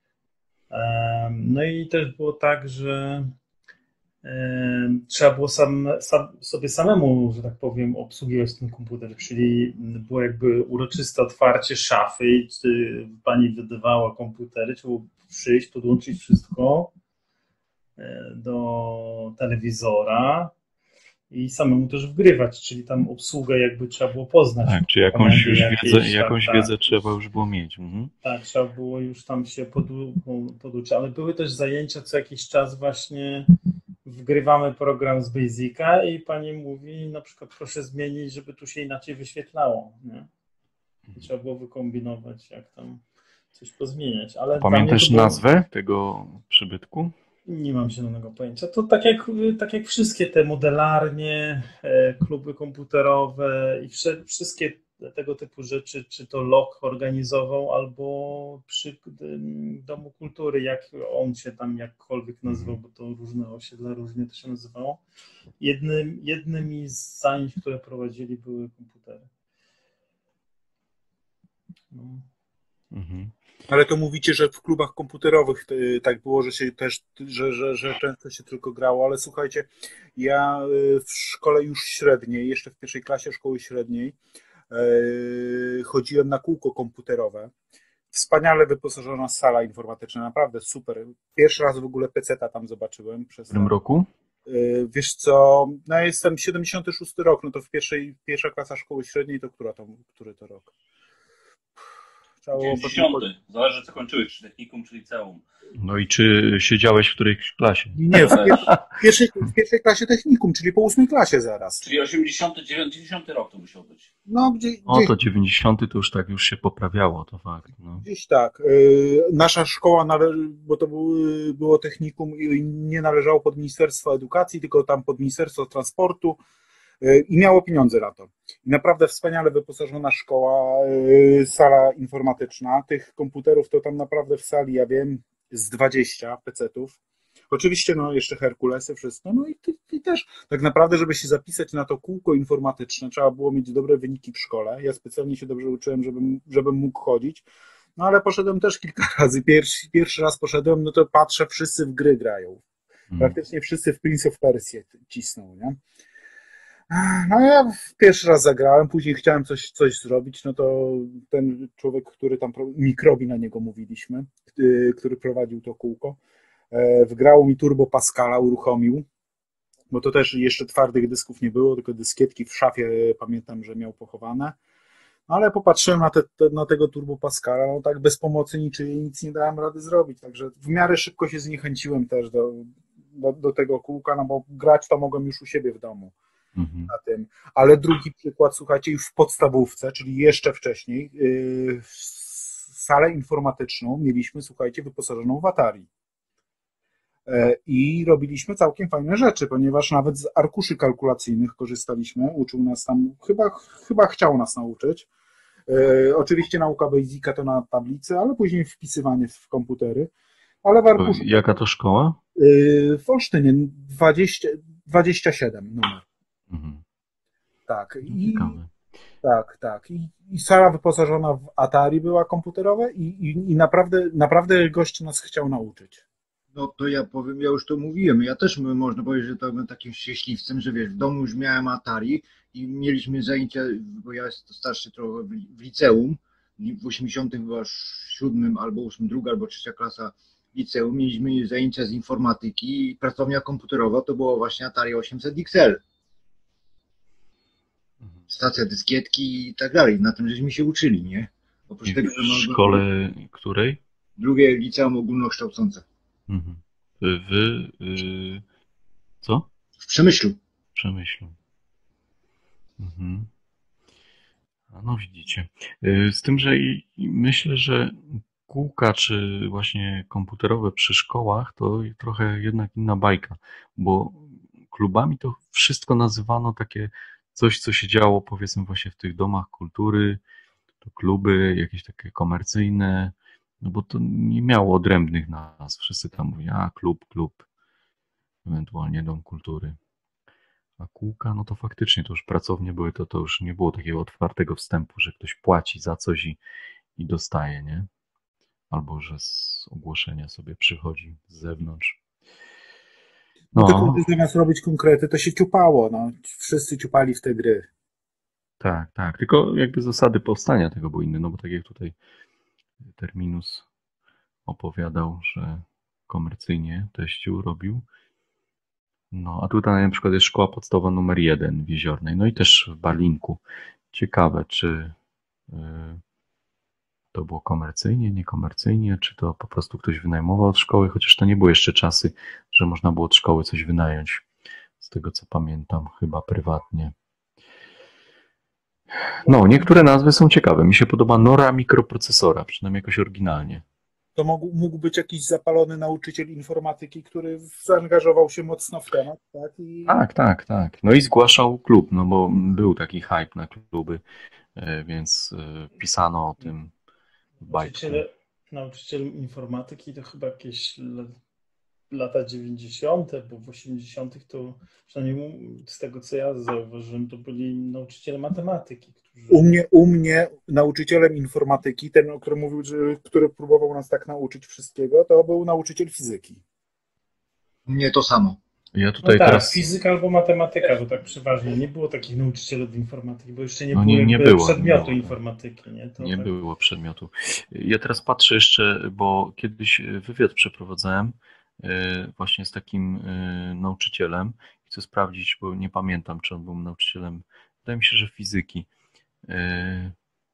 H: No i też było tak, że trzeba było sam, sam, sobie samemu, że tak powiem, obsługiwać ten komputer, czyli było jakby uroczyste otwarcie szafy i pani wydawała komputery, trzeba było przyjść, podłączyć wszystko do telewizora i samemu też wgrywać, czyli tam obsługę jakby trzeba było poznać.
A: Tak, czy jakąś już jakieś, wiedzę, jakąś tak, wiedzę trzeba już było mieć. Mhm.
H: Tak, trzeba było już tam się podu, poduczyć, ale były też zajęcia co jakiś czas właśnie wgrywamy program z Basica i pani mówi na przykład proszę zmienić, żeby tu się inaczej wyświetlało. Nie? I trzeba było wykombinować, jak tam coś pozmieniać. Ale
A: pamiętasz
H: było...
A: nazwę tego przybytku?
H: Nie mam zielonego pojęcia. To tak jak, tak jak wszystkie te modelarnie, kluby komputerowe i wszystkie tego typu rzeczy, czy to L O K organizował, albo przy Domu Kultury, jak on się tam jakkolwiek nazywał, bo to różne osiedla, różnie to się nazywało. Jednym, jednymi z zajęć, które prowadzili, były komputery. No.
A: Mhm.
D: Ale to mówicie, że w klubach komputerowych tak było, że się też, że, że, że często się tylko grało, ale słuchajcie, ja w szkole już średniej, jeszcze w pierwszej klasie szkoły średniej, chodziłem na kółko komputerowe. Wspaniale wyposażona sala informatyczna, naprawdę super. Pierwszy raz w ogóle peceta tam zobaczyłem. Przez
A: w tym roku?
D: Wiesz co, no jestem siedemdziesiąty szósty rok, no to w pierwszej, pierwsza klasa szkoły średniej, to która to, który to rok?
B: dziewięćdziesiąty. Zależy co kończyłeś, czy technikum, czy liceum.
A: No i czy siedziałeś w którejś klasie?
D: Nie, w, pier w, pierwszej, w pierwszej klasie technikum, czyli po ósmej klasie zaraz.
B: Czyli osiemdziesiąty dziewiąty, dziewięćdziesiąty rok to musiał być.
D: No, gdzie, gdzie...
A: O, to dziewięćdziesiąty to już tak już się poprawiało, to fakt. No.
D: Gdzieś tak. Yy, nasza szkoła, nale- bo to był, było technikum i nie należało pod Ministerstwo Edukacji, tylko tam pod Ministerstwo Transportu. I miało pieniądze na to. I naprawdę wspaniale wyposażona szkoła, sala informatyczna. Tych komputerów to tam naprawdę w sali, ja wiem, z dwadzieścia pecetów. Oczywiście no jeszcze Herkulesy, wszystko. No i, i też tak naprawdę, żeby się zapisać na to kółko informatyczne, trzeba było mieć dobre wyniki w szkole. Ja specjalnie się dobrze uczyłem, żebym, żebym mógł chodzić. No ale poszedłem też kilka razy. Pierwszy, pierwszy raz poszedłem, no to patrzę, wszyscy w gry grają. Praktycznie wszyscy w Prince of Persia cisną, nie? No ja pierwszy raz zagrałem, później chciałem coś, coś zrobić, no to ten człowiek, który tam, Mikrobi na niego mówiliśmy, który prowadził to kółko, wgrał mi Turbo Pascala, uruchomił, bo to też jeszcze twardych dysków nie było, tylko dyskietki w szafie, pamiętam, że miał pochowane, ale popatrzyłem na, te, na tego Turbo Pascala, no tak bez pomocy niczyjej nic nie dałem rady zrobić, także w miarę szybko się zniechęciłem też do, do, do tego kółka, no bo grać to mogłem już u siebie w domu. Na tym. Ale drugi przykład, słuchajcie, już w podstawówce, czyli jeszcze wcześniej, yy, salę informatyczną mieliśmy, słuchajcie, wyposażoną w Atari. Yy, I robiliśmy całkiem fajne rzeczy, ponieważ nawet z arkuszy kalkulacyjnych korzystaliśmy, uczył nas tam, chyba, chyba chciał nas nauczyć. Yy, oczywiście nauka Basica to na tablicy, ale później wpisywanie w komputery. Ale w arkuszu...
A: Jaka to szkoła?
D: Yy, w Olsztynie, dwadzieścia, dwadzieścia siedem numer. Mhm. Tak, i, tak, tak. I, I sala wyposażona w Atari była komputerowe i, i, i naprawdę, naprawdę gość nas chciał nauczyć.
C: No to ja powiem, ja już to mówiłem, ja też można powiedzieć, że to byłem takim szczęśliwcem, że wiesz, w domu już miałem Atari i mieliśmy zajęcia, bo ja jestem starszy trochę w liceum, w osiemdziesiątym siódmym albo ósmym, druga albo trzecia klasa liceum, mieliśmy zajęcia z informatyki i pracownia komputerowa to było właśnie Atari osiemset X L. Stacja dyskietki i tak dalej. Na tym żeśmy się uczyli, nie?
A: Oprócz tego, że w szkole której?
C: Drugie liceum ogólnokształcące.
A: Mhm. Wy, wy y, co?
C: W Przemyślu.
A: W Przemyślu. Mhm. A no widzicie. Y, Z tym, że i, i myślę, że kółka czy właśnie komputerowe przy szkołach to trochę jednak inna bajka, bo klubami to wszystko nazywano takie coś, co się działo powiedzmy właśnie w tych domach kultury, to kluby jakieś takie komercyjne, no bo to nie miało odrębnych nazw. Wszyscy tam mówili, a klub, klub, ewentualnie dom kultury. A kółka, no to faktycznie to już pracownie były, to, to już nie było takiego otwartego wstępu, że ktoś płaci za coś i, i dostaje, nie? Albo że z ogłoszenia sobie przychodzi z zewnątrz.
D: No tylko
A: No,
D: zamiast robić konkrety, to się ciupało, no. Wszyscy ciupali w te gry.
A: tak, tak. Tylko jakby zasady powstania tego były inne, no bo tak jak tutaj Terminus opowiadał, że komercyjnie teściu robił. No, a tutaj na przykład jest szkoła podstawowa numer jeden w Jeziornej, no i też w Barlinku. Ciekawe, czy y, to było komercyjnie, niekomercyjnie, czy to po prostu ktoś wynajmował od szkoły, chociaż to nie były jeszcze czasy, że można było od szkoły coś wynająć. Z tego co pamiętam, chyba prywatnie. No, niektóre nazwy są ciekawe. Mi się podoba Nora mikroprocesora, przynajmniej jakoś oryginalnie.
D: To mógł, mógł być jakiś zapalony nauczyciel informatyki, który zaangażował się mocno w temat, tak? I...
A: Tak, tak, tak. No i zgłaszał klub, no bo był taki hype na kluby, e, więc e, pisano o tym w bajce.
H: Nauczyciele, nauczyciel informatyki to chyba jakieś l- lata dziewięćdziesiąte, bo w osiemdziesiątych to przynajmniej z tego co ja zauważyłem, to byli nauczyciele matematyki, którzy...
D: U mnie, u mnie nauczycielem informatyki, ten, o którym mówił, że, który próbował nas tak nauczyć wszystkiego, to był nauczyciel fizyki.
C: U mnie to samo.
A: Ja
H: No
A: tutaj
H: tak,
A: teraz...
H: fizyka albo matematyka, to tak przeważnie. Nie było takich nauczycieli od informatyki, bo jeszcze nie
A: No
H: było
A: nie- nie
H: jakby
A: było,
H: przedmiotu
A: nie było.
H: informatyki. Nie, to
A: Nie
H: tak.
A: było przedmiotu. Ja teraz patrzę jeszcze, bo kiedyś wywiad przeprowadzałem e, właśnie z takim e, nauczycielem. Chcę sprawdzić, bo nie pamiętam, czy on był nauczycielem. Wydaje mi się, że fizyki. E,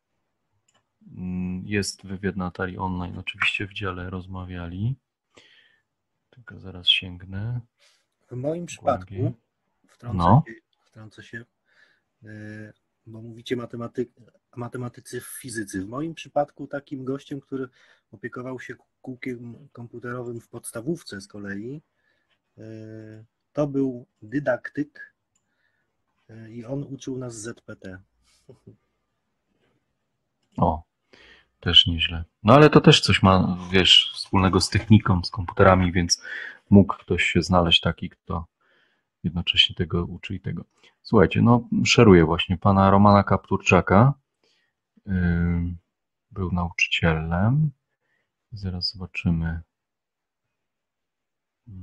A: mm, Jest wywiad na Atari Online. Oczywiście w dziale rozmawiali. Tylko zaraz sięgnę.
I: W moim
A: Głębiej.
I: przypadku, wtrącę
A: No.
I: się, wtrącę się yy, bo mówicie matematy, matematycy w fizycy. W moim przypadku takim gościem, który opiekował się kółkiem komputerowym w podstawówce z kolei, yy, to był dydaktyk yy, i on uczył nas Z P T.
A: O, też nieźle. No ale to też coś ma, wiesz, wspólnego z techniką, z komputerami, więc mógł ktoś się znaleźć taki, kto jednocześnie tego uczy i tego. Słuchajcie, no szeruję właśnie pana Romana Kapturczaka. Yy, był nauczycielem. Zaraz zobaczymy. Yy,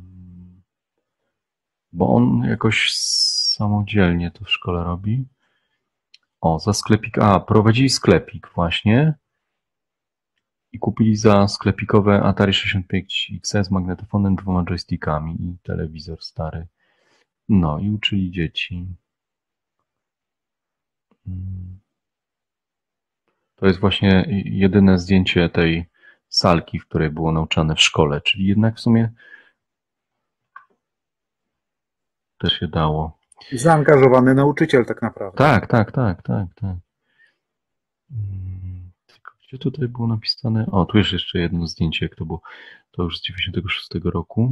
A: bo on jakoś samodzielnie to w szkole robi. O, za sklepik. A, prowadzili sklepik właśnie. I kupili za sklepikowe Atari sześćdziesiąt pięć X S z magnetofonem, dwoma joystickami i telewizor stary. No i uczyli dzieci. To jest właśnie jedyne zdjęcie tej salki, w której było nauczane w szkole, czyli jednak w sumie też się dało.
D: Zaangażowany nauczyciel tak naprawdę.
A: Tak, tak, tak, tak, tak. Tylko gdzie tutaj było napisane? O, tu jest jeszcze jedno zdjęcie, jak to było. To już z dziewięćdziesiątego szóstego roku.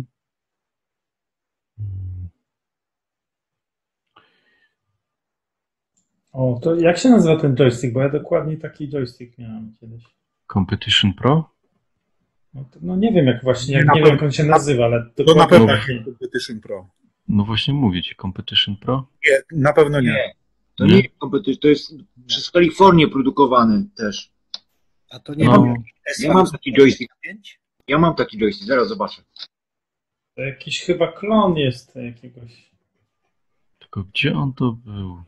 H: O, to jak się nazywa ten joystick? Bo ja dokładnie taki joystick miałem kiedyś.
A: Competition Pro?
H: No, to, no nie wiem jak właśnie,
D: Nie,
H: jak,
D: na
H: nie
D: pewno-
H: wiem jak on się nazywa, ale
D: To
H: dokładnie
D: na pewno
H: taki.
D: Competition Pro.
A: No właśnie mówię ci, Competition Pro?
D: Nie, na pewno nie.
C: Nie, to nie jest kompetycja, to jest przez Kalifornię produkowany też.
I: A to nie
A: No.
I: był
C: Ja mam taki joystick. Ja mam taki joystick, zaraz zobaczę.
H: To jakiś chyba klon jest jakiegoś.
A: Tylko gdzie on to był?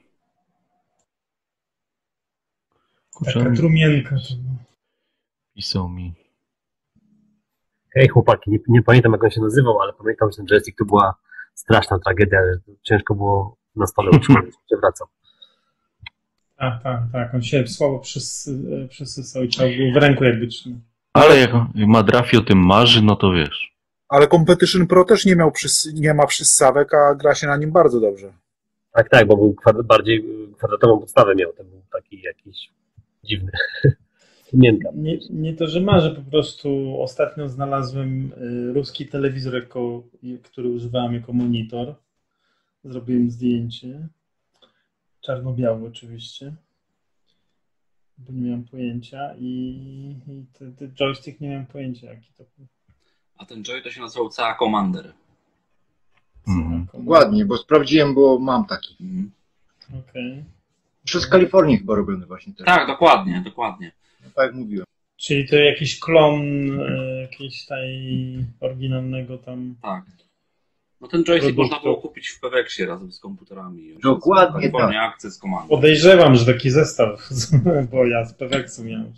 A: Kurczę,
H: Taka
A: on
H: trumienka.
A: pisał mi.
J: Hej chłopaki, nie, nie pamiętam jak on się nazywał, ale pamiętam, że ten joystick to była straszna tragedia, że ciężko było na stole utrzymać, się wracał.
H: Tak, tak, tak. On się słabo przysy, przysysał i trzeba było w ręku jakby trzymać.
A: Ale jak ma Drafi o tym marzy, no to wiesz.
D: Ale Competition Pro też nie miał przys- nie ma przyssawek, a gra się na nim bardzo dobrze.
J: Tak, tak, bo był kwad- bardziej kwadratową podstawę miał, ten był taki jakiś dziwny. Mięta.
H: Nie, nie to, że marzę, po prostu ostatnio znalazłem y, ruski telewizor, jako, który używałem jako monitor. Zrobiłem zdjęcie. Czarno-białe oczywiście. Bo nie miałem pojęcia i, i ten, ten joystick nie miałem pojęcia, jaki to był.
B: A ten Joy to się nazywał C A Commander.
A: Mhm.
C: Dokładnie, bo sprawdziłem, bo mam taki.
B: Mhm.
H: Okej.
C: Przez Kalifornię chyba robiony właśnie teraz.
B: Tak, dokładnie, dokładnie.
C: No, tak jak mówiłem.
H: Czyli to jakiś klon y, jakiegoś tej oryginalnego tam...
B: Tak. No ten joystick
H: Produktu.
B: można było kupić w Peweksie razem z komputerami.
C: Dokładnie
B: Kalifornia
C: tak.
B: Access Commander.
H: Podejrzewam, że taki zestaw, bo ja z Peweksu miałem.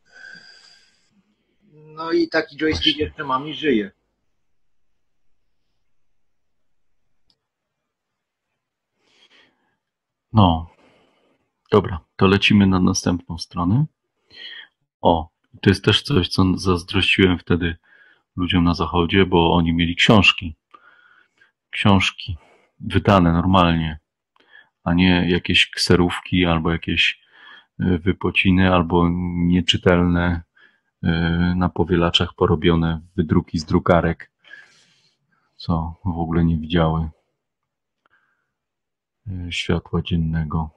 C: No i taki joystick jeszcze mam i żyje.
A: No, dobra, to lecimy na następną stronę. O, to jest też coś, co zazdrościłem wtedy ludziom na zachodzie, bo oni mieli książki. Książki wydane normalnie, a nie jakieś kserówki albo jakieś y, wypociny, albo nieczytelne y, na powielaczach porobione wydruki z drukarek, co w ogóle nie widziały y, światła dziennego.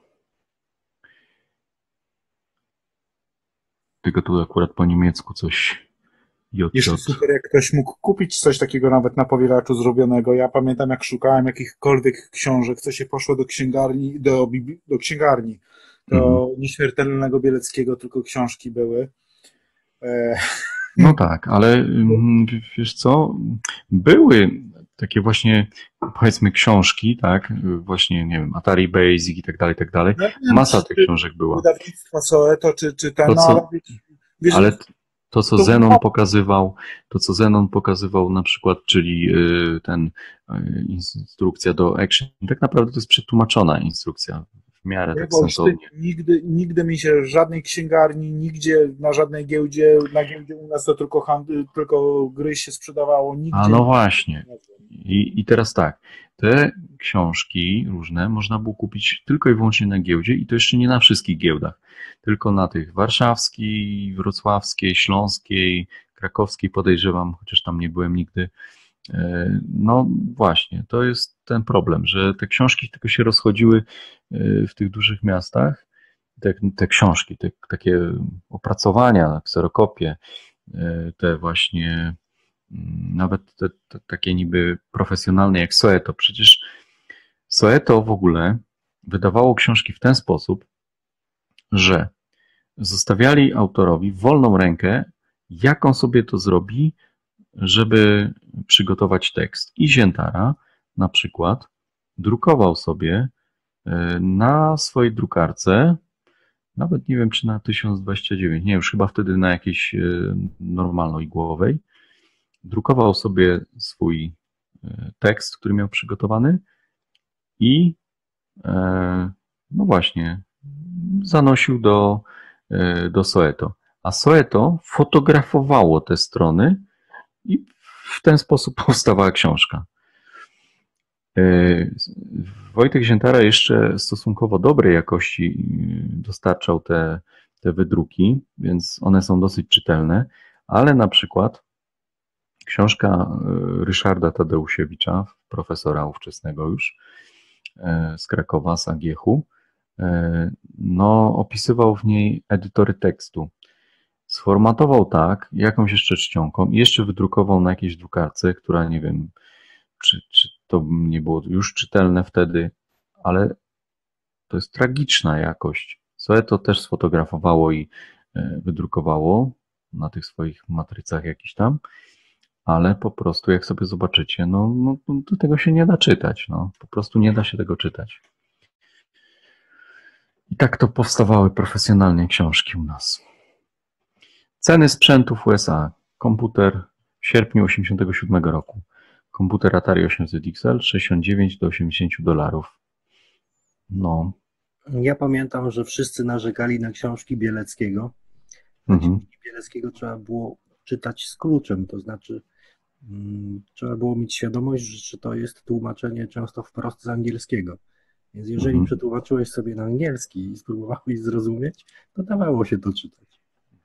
A: Tylko tu akurat po niemiecku coś J J.
D: Jeszcze super, jak ktoś mógł kupić coś takiego nawet na powielaczu zrobionego. Ja pamiętam, jak szukałem jakichkolwiek książek, co się poszło do księgarni, do, bibli- do księgarni, to
A: Mhm.
D: nieśmiertelnego Bieleckiego tylko książki były. E,
A: No tak, ale mm, wiesz co, były takie właśnie, powiedzmy, książki, tak, właśnie, nie wiem, Atari Basic i tak dalej, i tak dalej.
D: ja wiem,
A: Masa
D: czy-
A: tych książek była.
D: Wydawnictwa Soeto, czy, czy ten,
A: To,
D: no,
A: co-
D: ale wiesz, wiesz,
A: Ale t- to, co
D: to-
A: Zenon pokazywał, to, co Zenon pokazywał na przykład, czyli y, ten y, instrukcja do Action, tak naprawdę to jest przetłumaczona instrukcja, w miarę
D: Nie,
A: tak
D: bo już ty,
A: sensownie.
D: nigdy, nigdy mi się w żadnej księgarni, nigdzie, na żadnej giełdzie, na giełdzie u nas to tylko, handl, tylko gry się sprzedawało, nigdzie.
A: A no
D: nie-
A: właśnie. I, I teraz tak, te książki różne można było kupić tylko i wyłącznie na giełdzie i to jeszcze nie na wszystkich giełdach, tylko na tych warszawskiej, wrocławskiej, śląskiej, krakowskiej podejrzewam, chociaż tam nie byłem nigdy. E, No właśnie, to jest ten problem, że te książki tylko się rozchodziły e, w tych dużych miastach, te, te książki, te, takie opracowania, kserokopie, e, te właśnie mm, nawet te, te takie niby profesjonalne jak Soeto. Przecież Soeto w ogóle wydawało książki w ten sposób, że zostawiali autorowi wolną rękę, jak on sobie to zrobi, żeby przygotować tekst. I Ziętara na przykład drukował sobie e, na swojej drukarce, nawet nie wiem czy na tysiąc dwadzieścia dziewięć, nie, już chyba wtedy na jakiejś e, normalno-igłowej, drukował sobie swój e, tekst, który miał przygotowany i e, no właśnie zanosił do, e, do Soeto. A Soeto fotografowało te strony i w ten sposób powstawała książka. E, Wojtek Ziętara jeszcze stosunkowo dobrej jakości dostarczał te, te wydruki, więc one są dosyć czytelne, ale na przykład książka e, Ryszarda Tadeusiewicza, profesora ówczesnego już e, z Krakowa, z A G H u, e, no, opisywał w niej edytory tekstu. Sformatował tak, jakąś jeszcze czcionką i jeszcze wydrukował na jakiejś drukarce, która nie wiem, czy, czy to nie było już czytelne wtedy, ale to jest tragiczna jakość. Soeto też sfotografowało i e, wydrukowało na tych swoich matrycach jakiś tam, ale po prostu jak sobie zobaczycie, no, no to tego się nie da czytać, no, po prostu nie da się tego czytać. I tak to powstawały profesjonalnie książki u nas. Ceny sprzętu w U S A. Komputer w sierpniu osiemdziesiątego siódmego roku. Komputer Atari osiemset X L sześćdziesiąt dziewięć do osiemdziesięciu dolarów. No.
I: Ja pamiętam, że wszyscy narzekali na książki Bieleckiego.
A: Mhm.
I: Książki Bieleckiego trzeba było czytać z kluczem, to znaczy mm, trzeba było mieć świadomość, że, że to jest tłumaczenie często wprost z angielskiego. Więc jeżeli
A: Mhm.
I: przetłumaczyłeś sobie na angielski i spróbowałeś zrozumieć, to dawało się to czytać.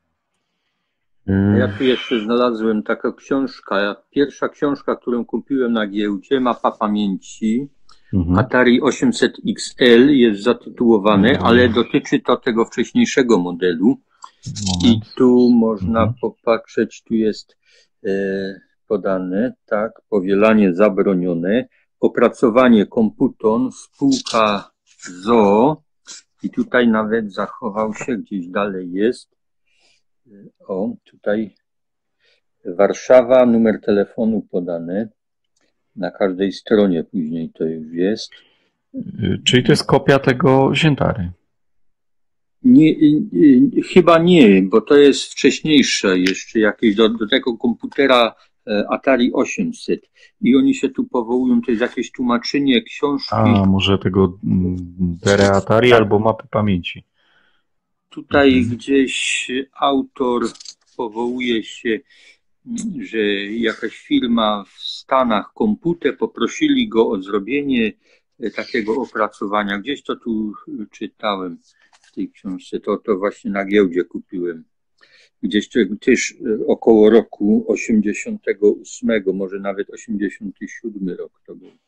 E: Ja tu jeszcze znalazłem taką książkę. Pierwsza książka, którą kupiłem na giełdzie, Mapa pamięci.
A: Mhm.
E: Atari osiemset X L jest zatytułowane, ale dotyczy to tego wcześniejszego modelu. I
A: Moment.
E: tu można
A: Mhm.
E: popatrzeć, tu jest e, podane, tak, powielanie zabronione, opracowanie komputon, spółka Z O O i tutaj nawet zachował się, gdzieś dalej jest, o, tutaj Warszawa, numer telefonu podany, na każdej stronie później to już jest.
A: Y, Czyli to jest kopia tego Ziętary.
E: Nie, y, chyba nie, bo to jest wcześniejsze jeszcze jakieś, do, do tego komputera e, Atari osiemset i oni się tu powołują, to jest jakieś tłumaczenie książki.
A: A, może tego mm, Dere Atari
E: Tak.
A: albo mapy pamięci.
E: Tutaj
A: Mhm.
E: gdzieś autor powołuje się, że jakaś firma w Stanach, komputer, poprosili go o zrobienie e, takiego opracowania. Gdzieś to tu czytałem w tej książce, to, to właśnie na giełdzie kupiłem. Gdzieś to też e, około roku osiemdziesiątego ósmego, może nawet osiemdziesiąty siódmy rok to był.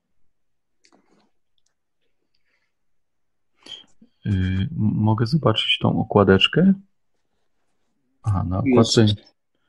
A: Y, m- Mogę zobaczyć tą okładeczkę? Aha, na okładce.
E: Jest,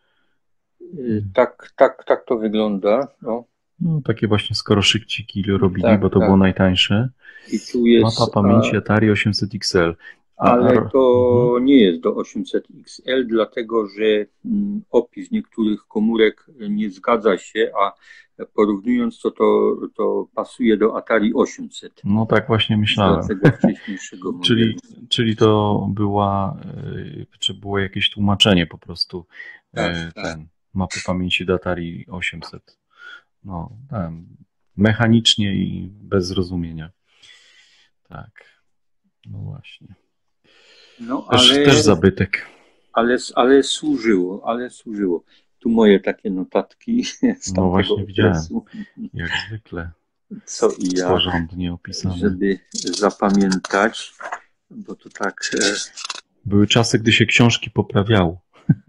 E: e, tak, tak, tak to wygląda. No,
A: No, takie właśnie skoro szykciki robili,
E: tak,
A: bo to
E: tak.
A: było najtańsze.
E: I tu jest,
A: Mapa
E: a,
A: pamięci Atari osiemset X L. A, a,
E: ale
A: ro- mhm.
E: to nie jest do osiemset X L, dlatego że mm, opis niektórych komórek nie zgadza się, a porównując to, to, to pasuje do Atari osiemset,
A: No tak właśnie
E: do
A: myślałem.
E: tego wcześniejszego
A: Czyli,
E: modelu.
A: czyli to była, y, czy było jakieś tłumaczenie po prostu y,
E: Tak, tak.
A: ten mapy pamięci do Atari osiemset. No, tam, mechanicznie i bez zrozumienia. Tak, no właśnie.
E: No
A: Też,
E: ale,
A: też zabytek.
E: ale, ale służyło, ale służyło. Tu moje takie notatki z
A: No
E: tamtego
A: właśnie widziałem,
E: okresu,
A: jak zwykle,
E: co i jak,
A: porządnie opisane.
E: żeby zapamiętać, bo to tak... e,
A: Były czasy, gdy się książki poprawiało.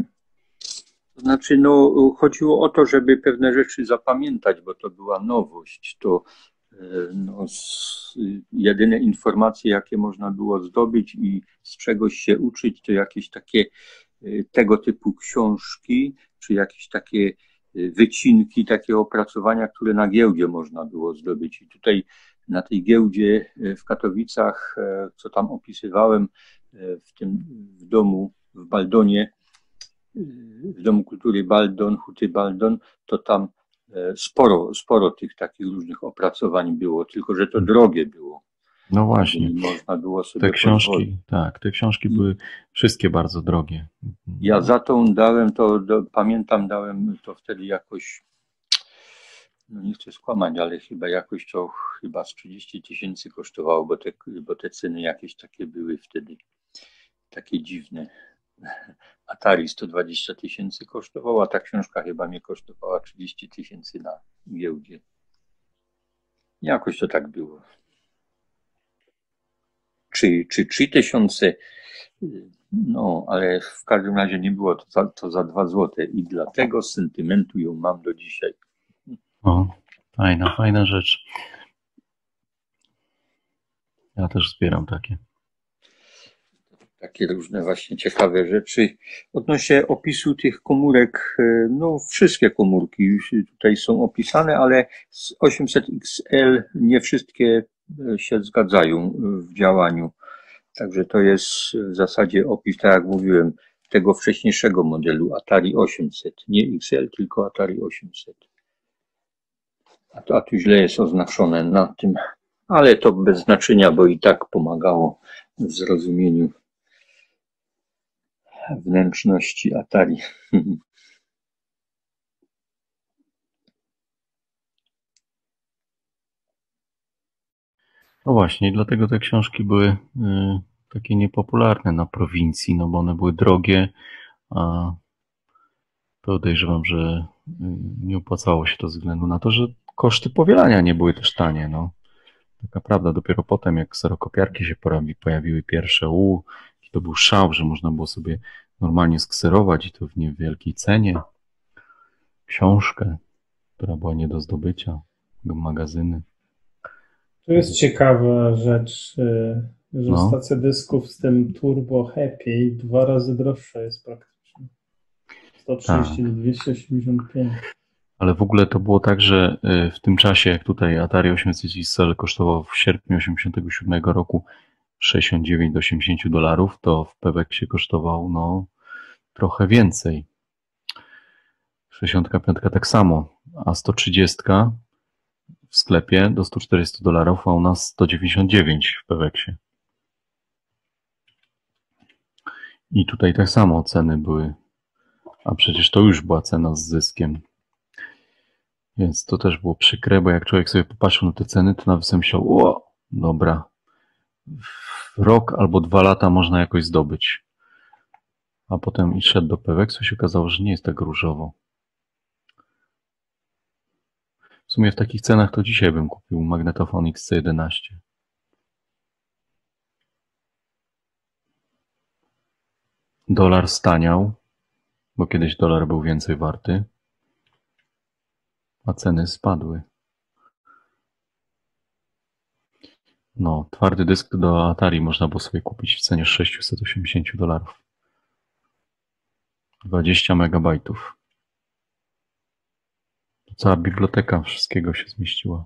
E: To znaczy, no, chodziło o to, żeby pewne rzeczy zapamiętać, bo to była nowość. To e, no, z, jedyne informacje, jakie można było zdobyć i z czegoś się uczyć, to jakieś takie e, tego typu książki, czy jakieś takie e, wycinki, takie opracowania, które na giełdzie można było zdobyć. I tutaj na tej giełdzie e, w Katowicach, e, co tam opisywałem, e, w tym w domu w Baldonie, w Domu Kultury Baldon, Huty Baldon, to tam e, sporo, sporo tych takich różnych opracowań było, tylko że to drogie było.
A: No właśnie,
E: Nie można było sobie
A: te książki,
E: pozwolić.
A: tak, te książki były wszystkie bardzo drogie.
E: Ja za tą dałem, to do, pamiętam, dałem to wtedy jakoś, no nie chcę skłamać, ale chyba jakoś to chyba z trzydzieści tysięcy kosztowało, bo te, bo te ceny jakieś takie były wtedy, takie dziwne. Atari sto dwadzieścia tysięcy kosztowała, ta książka chyba mnie kosztowała trzydzieści tysięcy na giełdzie. Jakoś to tak było. Czy, czy trzy tysiące, no ale w każdym razie nie było to za, to za dwa złote i dlatego z sentymentu ją mam do dzisiaj.
A: O, fajna, fajna rzecz. Ja też zbieram takie.
E: Takie różne właśnie ciekawe rzeczy. Odnośnie opisu tych komórek, no wszystkie komórki już tutaj są opisane, ale z osiemset X L nie wszystkie się zgadzają w działaniu. Także to jest w zasadzie opis, tak jak mówiłem, tego wcześniejszego modelu Atari osiemset. Nie X L, tylko Atari osiemset. A to, a tu źle jest oznaczone na tym, ale to bez znaczenia, bo i tak pomagało w zrozumieniu wnętrzności Atari.
A: No właśnie, i dlatego te książki były y, takie niepopularne na prowincji, no bo one były drogie, a podejrzewam, że nie opłacało się to ze względu na to, że koszty powielania nie były też tanie. No. Taka prawda, dopiero potem jak kserokopiarki się pojawiły pierwsze, u, to był szał, że można było sobie normalnie skserować i to w niewielkiej cenie książkę, która była nie do zdobycia, magazyny.
H: To jest ciekawa rzecz, że
A: No.
H: stacja dysków z tym Turbo Happy dwa razy droższa jest praktycznie. sto trzydzieści do dwieście osiemdziesiąt pięć.
A: Ale w ogóle to było tak, że w tym czasie, jak tutaj Atari osiemset X L kosztował w sierpniu osiemdziesiątego siódmego roku sześćdziesiąt dziewięć do osiemdziesięciu dolarów, to w Peweksie kosztował no trochę więcej. sześćdziesiąt pięć tak samo, a sto trzydzieści w sklepie do stu czterdziestu dolarów, a u nas sto dziewięćdziesiąt dziewięć w Peweksie. I tutaj tak samo ceny były, a przecież to już była cena z zyskiem. Więc to też było przykre, bo jak człowiek sobie popatrzył na te ceny, to nawet sobie myślał, o, dobra, w rok albo dwa lata można jakoś zdobyć. A potem i szedł do Peweksu, się okazało, że nie jest tak różowo. W sumie w takich cenach to dzisiaj bym kupił Magnetophonics C jedenaście. Dolar staniał, bo kiedyś dolar był więcej warty, a ceny spadły. No, twardy dysk do Atari można było sobie kupić w cenie sześćset osiemdziesiąt dolarów. dwadzieścia megabajtów. Cała biblioteka wszystkiego się zmieściła.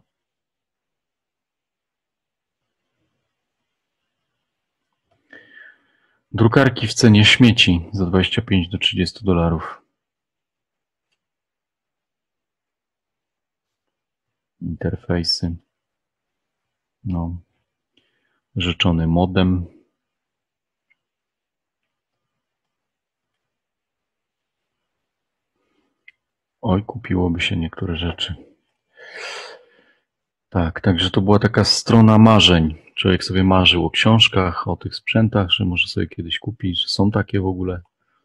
A: Drukarki w cenie śmieci za dwadzieścia pięć do trzydziestu dolarów. Interfejsy. No. Życzony modem. Oj, kupiłoby się niektóre rzeczy. Tak, także to była taka strona marzeń. Człowiek sobie marzył o książkach, o tych sprzętach, że może sobie kiedyś kupić, że są takie w ogóle.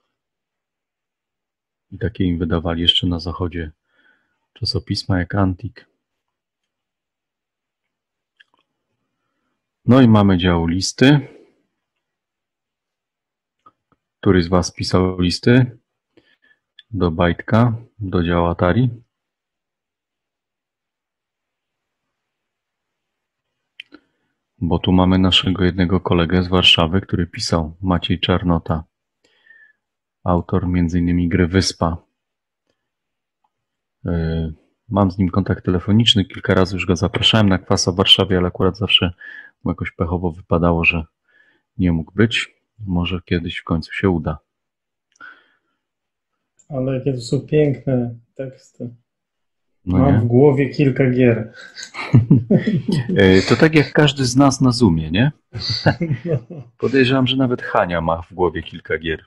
A: I takie im wydawali jeszcze na zachodzie czasopisma jak Antik. No i mamy dział listy. Któryś z Was pisał listy do Bajtka, do działu Atari? Bo tu mamy naszego jednego kolegę z Warszawy, który pisał, Maciej Czarnota, autor między innymi gry Wyspa. Mam z nim kontakt telefoniczny, kilka razy już go zapraszałem na kwasa w Warszawie, ale akurat zawsze mu jakoś pechowo wypadało, że nie mógł być. Może kiedyś w końcu się uda.
H: Ale jakie to są piękne teksty.
A: No
H: Mam
A: nie?
H: w głowie kilka gier.
A: To tak jak każdy z nas na Zoomie, nie? Podejrzewam, że nawet Hania ma w głowie kilka gier.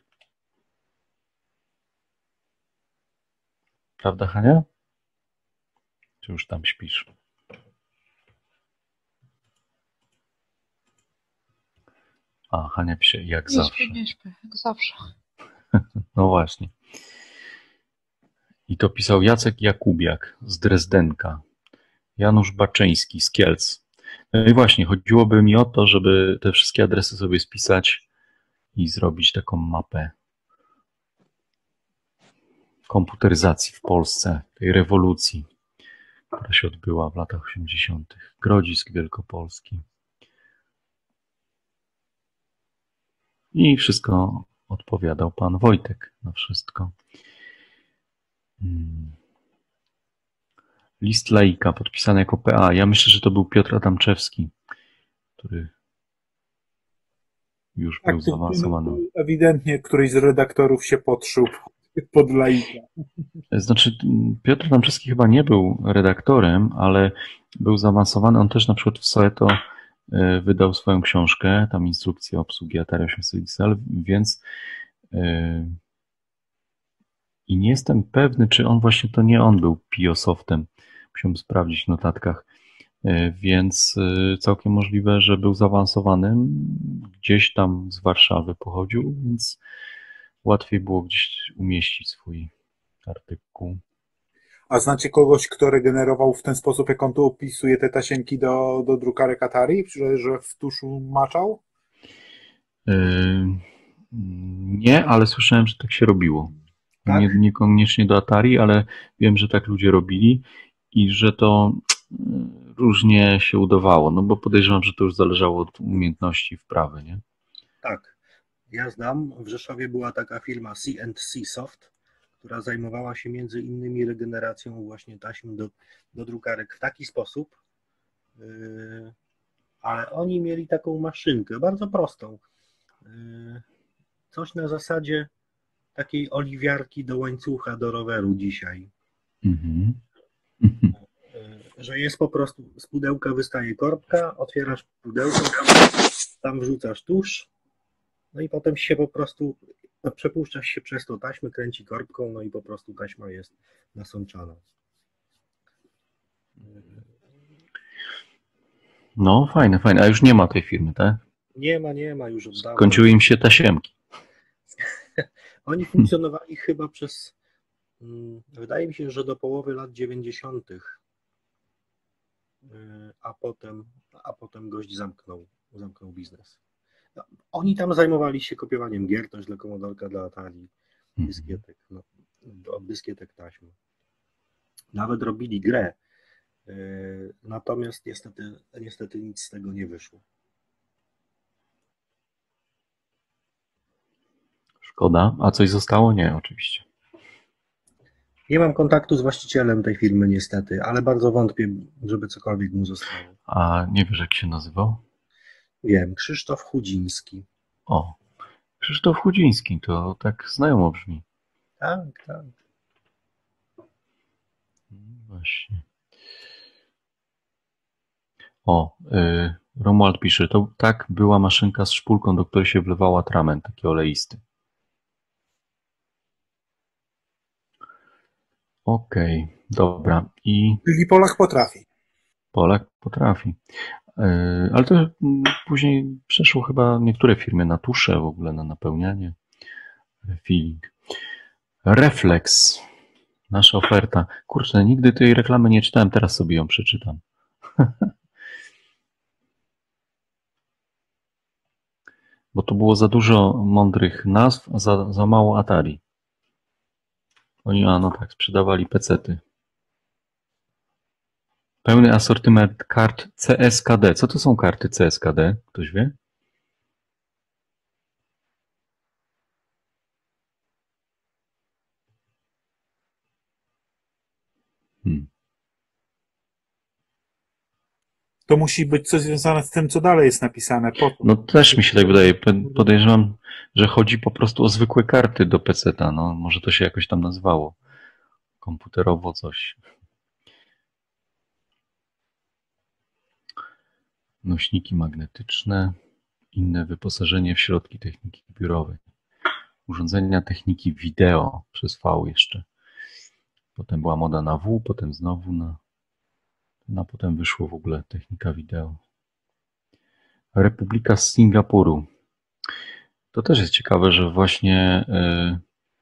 A: Prawda, Hania? Czy już tam śpisz? A, Hania pisze, jak
G: Nie
A: zawsze.
G: śpię, nie śpię, jak zawsze.
A: No właśnie. I to pisał Jacek Jakubiak z Drezdenka. Janusz Baczyński z Kielc. No i właśnie, chodziłoby mi o to, żeby te wszystkie adresy sobie spisać i zrobić taką mapę komputeryzacji w Polsce, tej rewolucji, która się odbyła w latach osiemdziesiątych. Grodzisk Wielkopolski. I wszystko odpowiadał pan Wojtek na wszystko. Hmm. List laika podpisany jako P A. Ja myślę, że to był Piotr Adamczewski, który już
D: Tak,
A: był zaawansowany.
D: Ewidentnie któryś z redaktorów się podszył pod laika.
A: Znaczy, Piotr Adamczewski chyba nie był redaktorem, ale był zaawansowany. On też na przykład w Soeto wydał swoją książkę, tam instrukcja obsługi Atari osiemset X L, więc yy, i nie jestem pewny, czy on właśnie to nie on był Piosoftem. Musiałem sprawdzić w notatkach, yy, więc yy, całkiem możliwe, że był zaawansowany, gdzieś tam z Warszawy pochodził, więc łatwiej było gdzieś umieścić swój artykuł.
D: A znacie kogoś, kto regenerował w ten sposób, jak on tu opisuje te tasiemki do, do drukarek Atari, że, że w tuszu maczał?
A: Yy, nie, ale słyszałem, że tak się robiło.
I: Tak?
A: Nie, niekoniecznie do Atari, ale wiem, że tak ludzie robili i że to yy, różnie się udawało, no bo podejrzewam, że to już zależało od umiejętności wprawy, nie?
I: Tak. Ja znam, w Rzeszowie była taka firma C and C Soft, która zajmowała się między innymi regeneracją właśnie taśm do, do drukarek w taki sposób, yy, ale oni mieli taką maszynkę, bardzo prostą. Yy, coś na zasadzie takiej oliwiarki do łańcucha do roweru dzisiaj.
A: Mhm.
I: Yy, że jest po prostu, z pudełka wystaje korbka, otwierasz pudełko, tam, tam wrzucasz tusz, no i potem się po prostu no, przepuszczasz się przez tą taśmę, kręci korbką, no i po prostu taśma jest nasączana.
A: No fajne, fajne. A już nie ma tej firmy, tak?
I: Nie ma, nie ma już od dawna.
A: Kończyły im się tasiemki.
I: Oni funkcjonowali chyba przez, wydaje mi się, że do połowy lat dziewięćdziesiątych, a potem, a potem gość zamknął, zamknął biznes. No, oni tam zajmowali się kopiowaniem gier, też dla Commodorka, dla Atari, dyskietek, no, od dyskietek taśmy. Nawet robili grę, yy, natomiast niestety, niestety nic z tego nie wyszło.
A: Szkoda. A coś zostało? Nie, oczywiście.
I: Nie mam kontaktu z właścicielem tej firmy niestety, ale bardzo wątpię, żeby cokolwiek mu zostało.
A: A nie wiesz, jak się nazywał?
I: Wiem, Krzysztof Chudziński.
A: O, Krzysztof Chudziński, to tak znajomo brzmi.
I: Tak, tak.
A: Właśnie. O, y, Romuald pisze, to tak była maszynka z szpulką, do której się wlewała atrament, taki oleisty. Okej, okay, dobra. I
D: Czyli Polak potrafi.
A: Polak potrafi. Yy, ale to później przeszło chyba niektóre firmy na tusze, w ogóle na napełnianie. Refilling. Reflex. Nasza oferta. Kurczę, nigdy tej reklamy nie czytałem, teraz sobie ją przeczytam. Bo to było za dużo mądrych nazw, a za, za mało Atari. Oni, a no tak, sprzedawali pecety. Pełny asortyment kart C S K D. Co to są karty C S K D? Ktoś wie? Hmm.
D: To musi być coś związane z tym, co dalej jest napisane. Po to.
A: No też mi się tak wydaje. Podejrzewam, że chodzi po prostu o zwykłe karty do peceta. No może to się jakoś tam nazywało. Komputerowo coś. Nośniki magnetyczne, inne wyposażenie w środki techniki biurowej. Urządzenia techniki wideo przez V jeszcze. Potem była moda na W, potem znowu na, na potem wyszło w ogóle technika wideo. Republika z Singapuru. To też jest ciekawe, że właśnie y,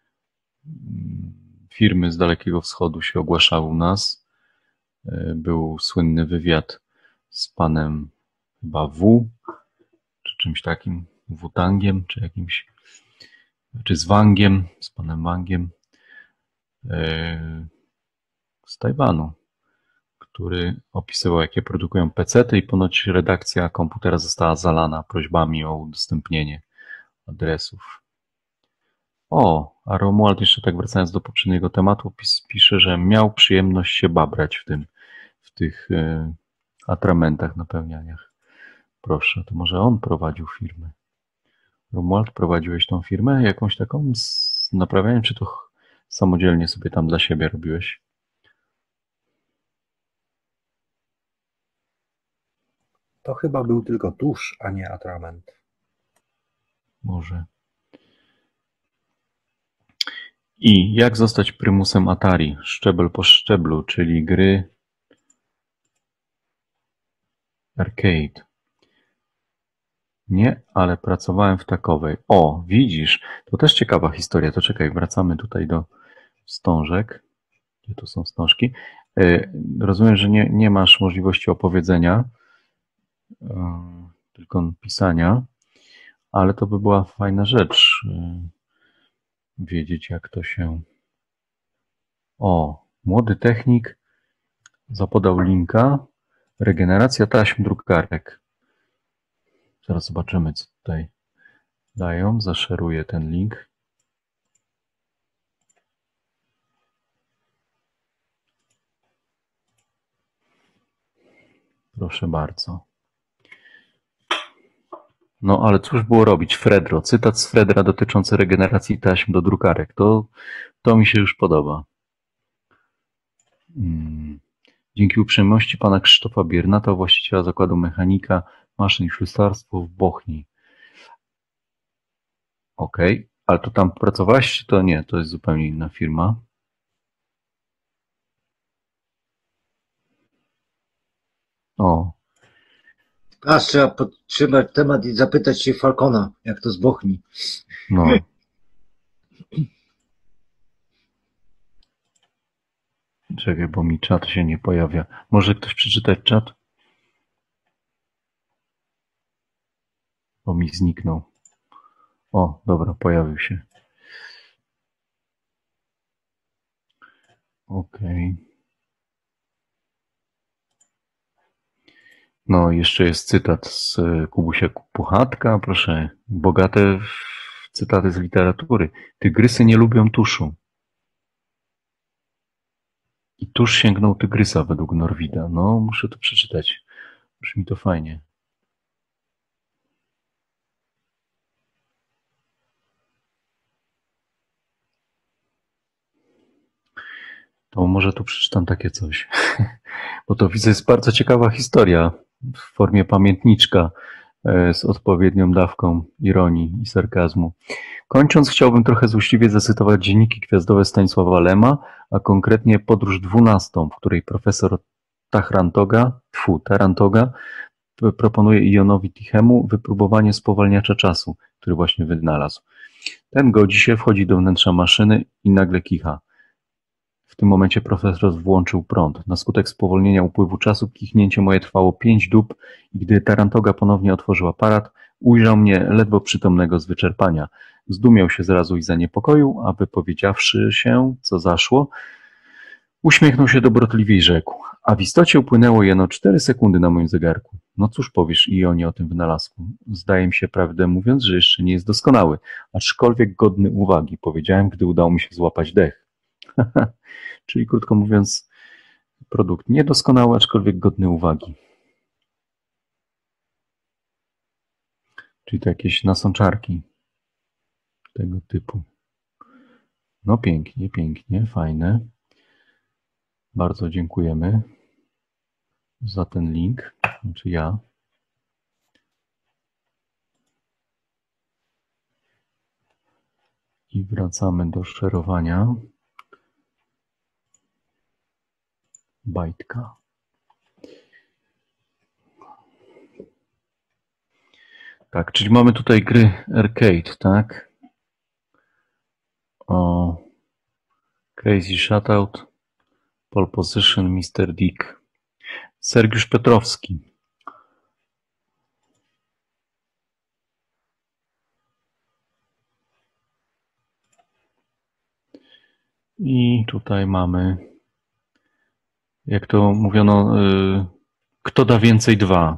A: firmy z Dalekiego Wschodu się ogłaszały u nas. Y, był słynny wywiad z panem chyba W, czy czymś takim, Wutangiem, czy jakimś, czy z Wangiem, z panem Wangiem yy, z Tajwanu, który opisywał, jakie produkują pecety i ponoć redakcja komputera została zalana prośbami o udostępnienie adresów. O, a Romuald jeszcze tak wracając do poprzedniego tematu pis, pisze, że miał przyjemność się babrać w tym, w tych yy, atramentach, napełnianiach. Proszę, to może on prowadził firmę. Romuald, prowadziłeś tą firmę jakąś taką z naprawianiem, czy to samodzielnie sobie tam dla siebie robiłeś?
I: To chyba był tylko tusz, a nie atrament.
A: Może. I jak zostać prymusem Atari? Szczebel po szczeblu, czyli gry arcade. Nie, ale pracowałem w takowej. O, widzisz, to też ciekawa historia. To czekaj, wracamy tutaj do wstążek. Gdzie tu są wstążki? E, Rozumiem, że nie, nie masz możliwości opowiedzenia, e, tylko pisania, ale to by była fajna rzecz. e, Wiedzieć, jak to się... O, młody technik zapodał linka. Regeneracja taśm drukarek. Zaraz zobaczymy, co tutaj dają. Zaszeruję ten link. Proszę bardzo. No ale cóż było robić? Fredro. Cytat z Fredra dotyczący regeneracji taśm do drukarek. To, to mi się już podoba. Hmm. Dzięki uprzejmości pana Krzysztofa Biernata, właściciela zakładu mechanika maszyn i ślusarstwo w Bochni. Okej, okay. Ale to tam pracowałeś, czy to nie? To jest zupełnie inna firma. O.
C: A trzeba podtrzymać temat i zapytać się Falcona, jak to z Bochni.
A: No. Czekaj, bo mi czat się nie pojawia. Może ktoś przeczytać czat? Bo mi zniknął. O, dobra, pojawił się. Okej. Okay. No, jeszcze jest cytat z Kubusia Puchatka. Proszę, bogate cytaty z literatury. Tygrysy nie lubią tuszu. I tusz sięgnął tygrysa według Norwida. No, muszę to przeczytać. Brzmi to fajnie. To może tu przeczytam takie coś. Bo to widzę, jest bardzo ciekawa historia w formie pamiętniczka z odpowiednią dawką ironii i sarkazmu. Kończąc, chciałbym trochę złośliwie zacytować dzienniki gwiazdowe Stanisława Lema, a konkretnie Podróż dwunastą, w której profesor Tachrantoga, tfu, Tarantoga proponuje Ionowi Tichemu wypróbowanie spowalniacza czasu, który właśnie wynalazł. Ten godzi się, wchodzi do wnętrza maszyny i nagle kicha. W tym momencie profesor włączył prąd. Na skutek spowolnienia upływu czasu kichnięcie moje trwało pięć dób i gdy Tarantoga ponownie otworzył aparat, ujrzał mnie ledwo przytomnego z wyczerpania. Zdumiał się zrazu i zaniepokoił, a wypowiedziawszy się, co zaszło, uśmiechnął się dobrotliwie i rzekł: a w istocie upłynęło jeno cztery sekundy na moim zegarku. No cóż powiesz, Ionie, o tym wynalazku? Zdaje mi się, prawdę mówiąc, że jeszcze nie jest doskonały, aczkolwiek godny uwagi, powiedziałem, gdy udało mi się złapać dech. Czyli krótko mówiąc, produkt niedoskonały, aczkolwiek godny uwagi. Czyli to jakieś nasączarki tego typu. No pięknie, pięknie, fajne. Bardzo dziękujemy za ten link, znaczy ja. I wracamy do szerowania. Bajtka. Tak, czyli mamy tutaj gry arcade, tak? O, Crazy Shutout, Pole Position, mister Dick, Sergiusz Piotrowski. I tutaj mamy, jak to mówiono, y, kto da więcej dwa.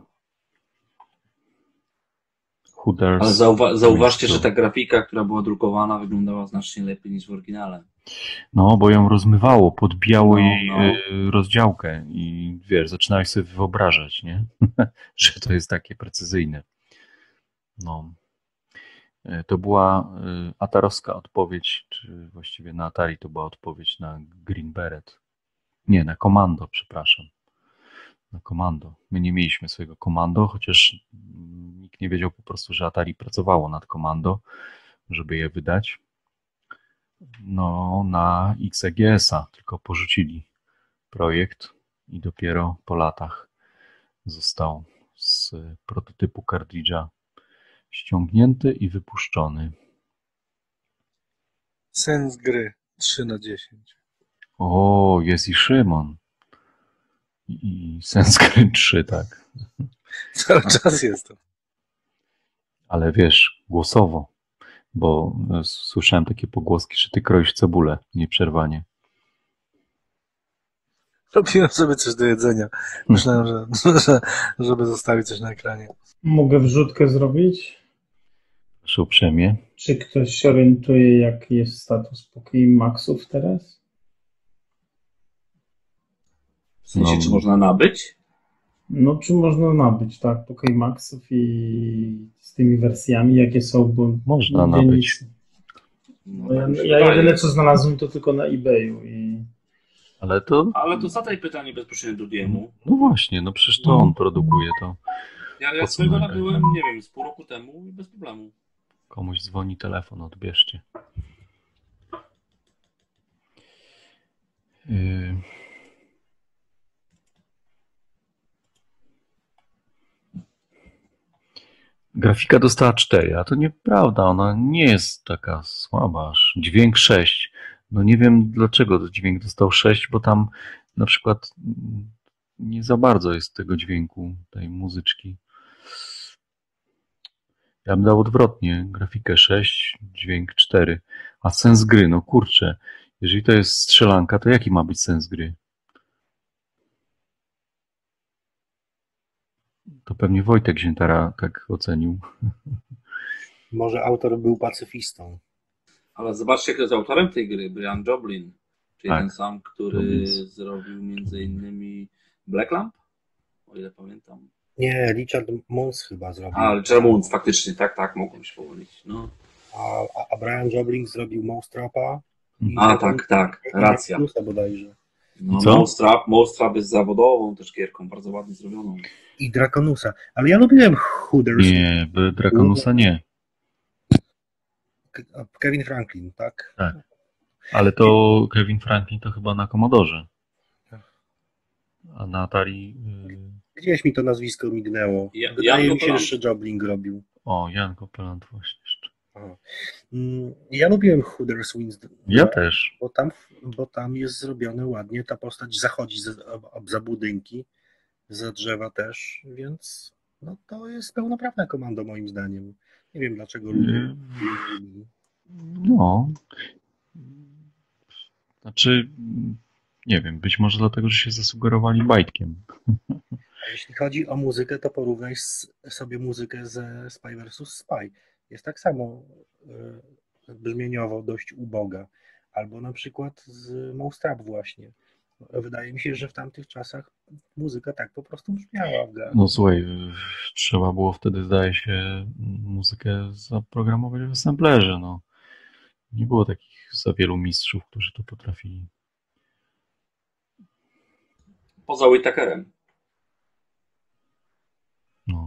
B: Ale zauwa zauważcie, że ta grafika, która była drukowana, wyglądała znacznie lepiej niż w oryginale.
A: No, bo ją rozmywało, podbijało
B: No,
A: jej
B: no.
A: y, rozdziałkę i wiesz, zaczynałeś sobie wyobrażać, nie? Że to jest takie precyzyjne. No. Y, To była y, atarowska odpowiedź, czy właściwie na Atari to była odpowiedź na Green Beret. Nie, na Komando, przepraszam. Na Komando. My nie mieliśmy swojego Komando, chociaż mm, nikt nie wiedział po prostu, że Atari pracowało nad Komando, żeby je wydać. No, na X E G S-a tylko porzucili projekt i dopiero po latach został z prototypu kartridża ściągnięty i wypuszczony.
K: Sens gry trzy na dziesięć.
A: O, jest i Szymon. I Sanskrit trzy, tak.
K: Cały czas jest to.
A: Ale wiesz, głosowo, bo e, słyszałem takie pogłoski, że ty kroisz cebulę nieprzerwanie.
K: Robiłem sobie coś do jedzenia. Myślałem, że, że żeby zostawić coś na ekranie.
H: Mogę wrzutkę zrobić?
A: Proszę uprzejmie.
H: Czy ktoś się orientuje, jaki jest status Poki Maxów teraz?
B: W sensie,
A: No.
B: czy można nabyć?
H: No, czy można nabyć, tak, Poki Maxów i z tymi wersjami, jakie są, bo
A: Można
H: nigdzie
A: nabyć.
H: nic-
B: No,
H: No, ja,
B: tak mi się
H: ja
B: wydaje.
H: jedyne co znalazłem to tylko na eBayu i
A: Ale to,
B: Ale to zadaj pytanie bezpośrednio Dudiemu.
A: no właśnie, no przecież to on produkuje to.
B: Ja, ja
A: Po co
B: swojego
A: nagrać?
B: nabyłem, nie wiem, z pół roku temu i bez problemu.
A: Komuś dzwoni telefon, odbierzcie. Yy. Grafika dostała cztery, a to nieprawda, ona nie jest taka słaba aż. Dźwięk sześć. No nie wiem dlaczego dźwięk dostał sześć, bo tam na przykład mm, nie za bardzo jest tego dźwięku, tej muzyczki. Ja bym dał odwrotnie, grafikę sześć, dźwięk cztery, a sens gry, no kurczę, jeżeli to jest strzelanka, to jaki ma być sens gry? To pewnie Wojtek Ziętara tak ocenił.
I: Może autor był pacyfistą.
B: Ale zobaczcie, kto jest autorem tej gry. Brian Joblin. Czyli
A: Tak.
B: ten sam, który
A: Joblin.
B: zrobił między innymi Black Lamp, o ile pamiętam.
I: Nie, Richard Mons chyba zrobił.
B: A, Richard Mons, faktycznie, tak, tak, mogłem się pomylić. No.
I: A, a Brian Jobling zrobił Mousetrapa. i
B: A,
I: taką-
B: tak, tak, racja.
I: Plusa bodajże.
B: No,
A: Co?
B: Mousetrap, Mousetrap jest zawodową też gierką, bardzo ładnie zrobioną.
I: I Draconusa. Ale ja lubiłem Hooders.
A: Nie, by Draconusa nie.
I: K- Kevin Franklin, tak?
A: Tak. Ale to Kevin Franklin to chyba na Commodorze. A na Atari... Yy...
I: Gdzieś mi to nazwisko mignęło.
B: Ja-
I: Wydaje
B: Jan
I: mi się,
B: Kopeland.
I: że Jobling robił.
A: O, Jan Kopeland właśnie jeszcze.
I: Aha. Mm, Ja lubiłem Hooders Wins,
A: Ja też.
I: bo tam, bo tam jest zrobione ładnie. Ta postać zachodzi za, ob- za budynki, za drzewa też, więc no, to jest pełnoprawna komando moim zdaniem. Nie wiem dlaczego ludzie.
A: Yy, No. Znaczy, nie wiem, być może dlatego, że się zasugerowali bajtkiem.
I: A jeśli chodzi o muzykę, to porównaj s- sobie muzykę ze Spy versus. Spy. Jest tak samo y, brzmieniowo dość uboga. Albo na przykład z Mousetrap właśnie. Wydaje mi się, że w tamtych czasach muzyka tak po prostu brzmiała w grach.
A: No słuchaj, trzeba było wtedy, zdaje się, muzykę zaprogramować w assemblerze, no. Nie było takich za wielu mistrzów, którzy to potrafili.
B: Poza Whittakerem.
A: No.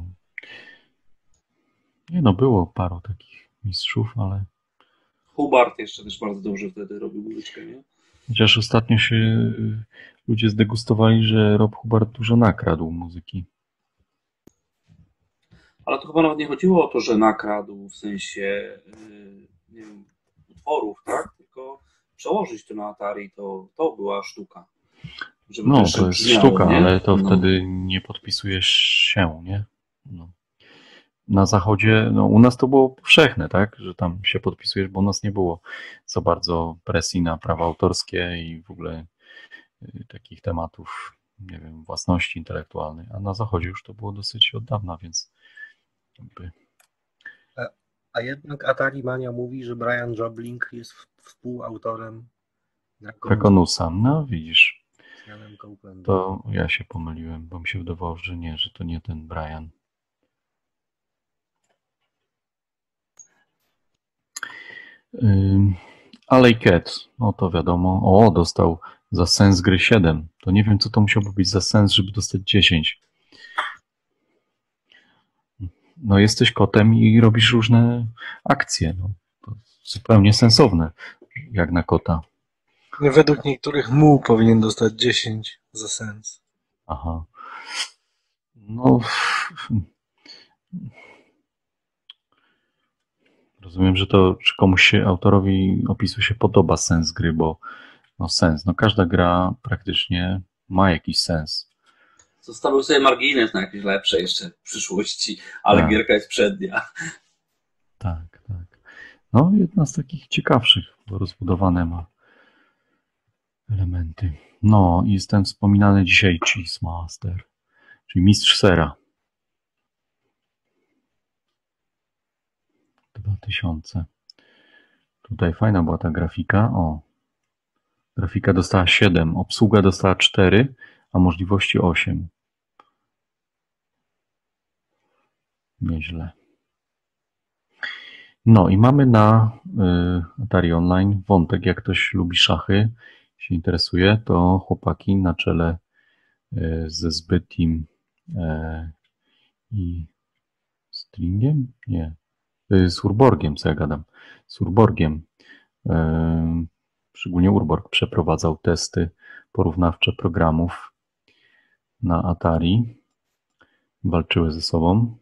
A: Nie no, było paru takich mistrzów, ale
B: Hubbard jeszcze też bardzo dobrze wtedy robił muzyczkę, nie?
A: chociaż ostatnio się y, ludzie zdegustowali, że Rob Hubbard dużo nakradł muzyki.
B: Ale to chyba nawet nie chodziło o to, że nakradł w sensie yy, nie wiem, utworów, tak? Tylko przełożyć to na Atari, to, to była sztuka. Żeby
A: No,
B: też
A: to jest
B: brzmiało,
A: sztuka,
B: nie?
A: ale to
B: No.
A: wtedy nie podpisujesz się, nie? No. Na zachodzie, no u nas to było powszechne, tak? Że tam się podpisujesz, bo u nas nie było za bardzo presji na prawa autorskie i w ogóle y, takich tematów, nie wiem, własności intelektualnej. A na zachodzie już to było dosyć od dawna, więc jakby...
I: A jednak Atari Mania mówi, że Brian Jobling jest w- współautorem Draconusa
A: Draconusa, no widzisz,
I: z Janem Copelandem.
A: to ja się pomyliłem, bo mi się wydawało, że nie, że to nie ten Brian. Ym, Alley Cat, no to wiadomo. O, dostał za sens gry siedem. To nie wiem, co to musiałby być za sens, żeby dostać dziesięć. No jesteś kotem i robisz różne akcje. No, to zupełnie sensowne, jak na kota.
K: Według niektórych muł powinien dostać dziesięć za sens.
A: Aha. No. Rozumiem, że to czy komuś się, autorowi opisu się podoba sens gry, bo No sens, no każda gra praktycznie ma jakiś sens.
B: Zostawił sobie margines na jakieś lepsze jeszcze w przyszłości, ale
A: Tak.
B: gierka jest przednia.
A: Tak, tak. No jedna z takich ciekawszych, bo rozbudowane ma elementy. No i jest ten wspominany dzisiaj Cheese Master, czyli mistrz sera. dwa tysiące. Tutaj fajna była ta grafika. O, grafika dostała siedem, obsługa dostała cztery, a możliwości osiem. Nieźle. No i mamy na y, Atari Online wątek, jak ktoś lubi szachy, się interesuje, to chłopaki na czele y, ze Zbytim y, i Stringiem? Nie. Y, z Urborgiem, co ja gadam. Z Urborgiem. Y, szczególnie Urborg przeprowadzał testy porównawcze programów na Atari. Walczyły ze sobą.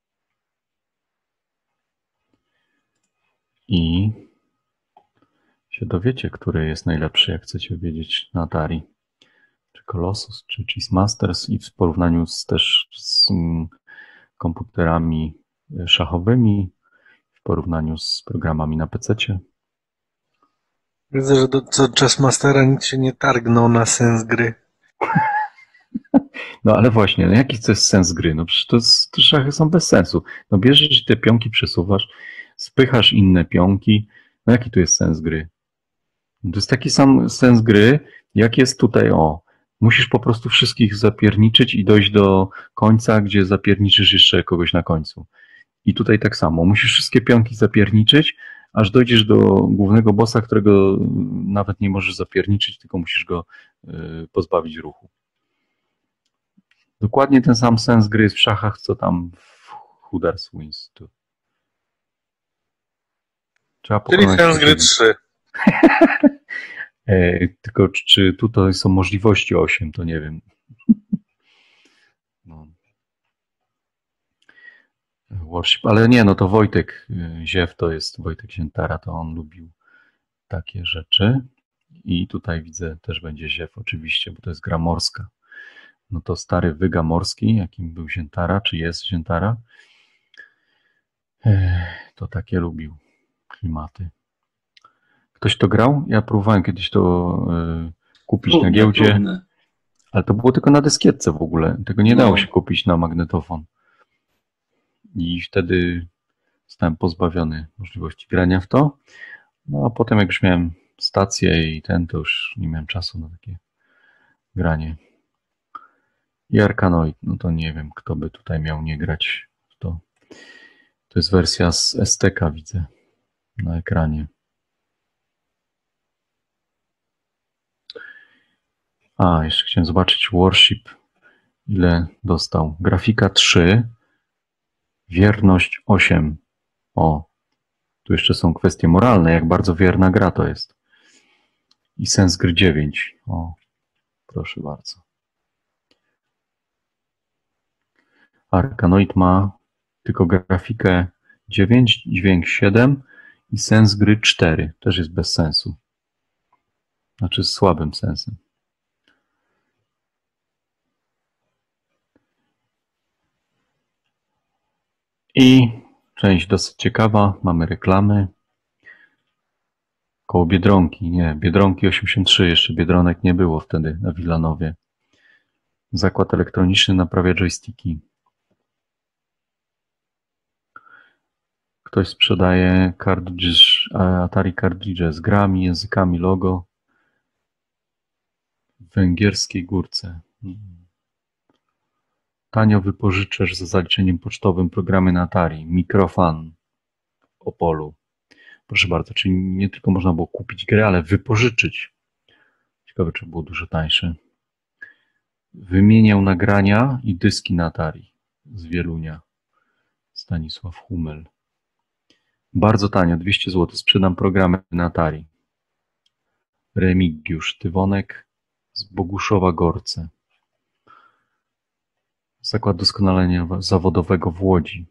A: I się dowiecie, który jest najlepszy, jak chcecie wiedzieć, na Atari. Czy Colossus, czy Cheese Masters i w porównaniu z, też z um, komputerami szachowymi, w porównaniu z programami na pececie.
K: Widzę, że do co Chessmastera nic się nie targnął na sens gry.
A: No ale właśnie, no jaki to jest sens gry? No przecież to, jest, to szachy są bez sensu. No bierzesz i te pionki przesuwasz, spychasz inne pionki. No jaki tu jest sens gry? To jest taki sam sens gry, jak jest tutaj, o. Musisz po prostu wszystkich zapierniczyć i dojść do końca, gdzie zapierniczysz jeszcze kogoś na końcu. I tutaj tak samo. Musisz wszystkie pionki zapierniczyć, aż dojdziesz do głównego bossa, którego nawet nie możesz zapierniczyć, tylko musisz go y, pozbawić ruchu. Dokładnie ten sam sens gry jest w szachach, co tam w Who Dares Wins. Trzeba
K: Czyli sens gry trzy.
A: e, tylko czy, czy tutaj są możliwości osiem, to nie wiem. No. Worship, ale nie, no to Wojtek Ziew to jest, Wojtek Ziętara, to on lubił takie rzeczy. I tutaj widzę, też będzie Ziew oczywiście, bo to jest gra morska. No to stary wyga morski, jakim był Ziętara, czy jest Ziętara, to takie lubił klimaty. Ktoś to grał? Ja próbowałem kiedyś to y, kupić trudne, na giełdzie, trudne. Ale to było tylko na dyskietce w ogóle. Tego nie no. dało się kupić na magnetofon. I wtedy zostałem pozbawiony możliwości grania w to. No a potem jak już miałem stację i ten, to już nie miałem czasu na takie granie. I Arkanoid, no to nie wiem, kto by tutaj miał nie grać w to. To jest wersja z S T K, widzę na ekranie. A, jeszcze chciałem zobaczyć Worship, ile dostał. Grafika trzy, wierność osiem. O, tu jeszcze są kwestie moralne, jak bardzo wierna gra to jest. I sens gry dziewięć. O, proszę bardzo. Arkanoid ma tylko grafikę dziewięć, dźwięk siedem i sens gry cztery. Też jest bez sensu. Znaczy z słabym sensem. I część dosyć ciekawa. Mamy reklamy. Koło Biedronki. Nie, Biedronki osiemdziesiąt trzy. Jeszcze Biedronek nie było wtedy na Wilanowie. Zakład elektroniczny naprawia joysticki. Ktoś sprzedaje cartridge, Atari cartridge z grami, językami, logo w Węgierskiej Górce. Tanio wypożyczasz za zaliczeniem pocztowym programy na Atari. Mikrofan w Opolu. Proszę bardzo, czyli nie tylko można było kupić grę, ale wypożyczyć. Ciekawe, czy było dużo tańsze. Wymieniał nagrania i dyski na Atari z Wielunia. Stanisław Hummel. Bardzo tanio, dwieście złotych. Sprzedam programy na Atari. Remigiusz Tywonek z Boguszowa Gorce. Zakład doskonalenia zawodowego w Łodzi.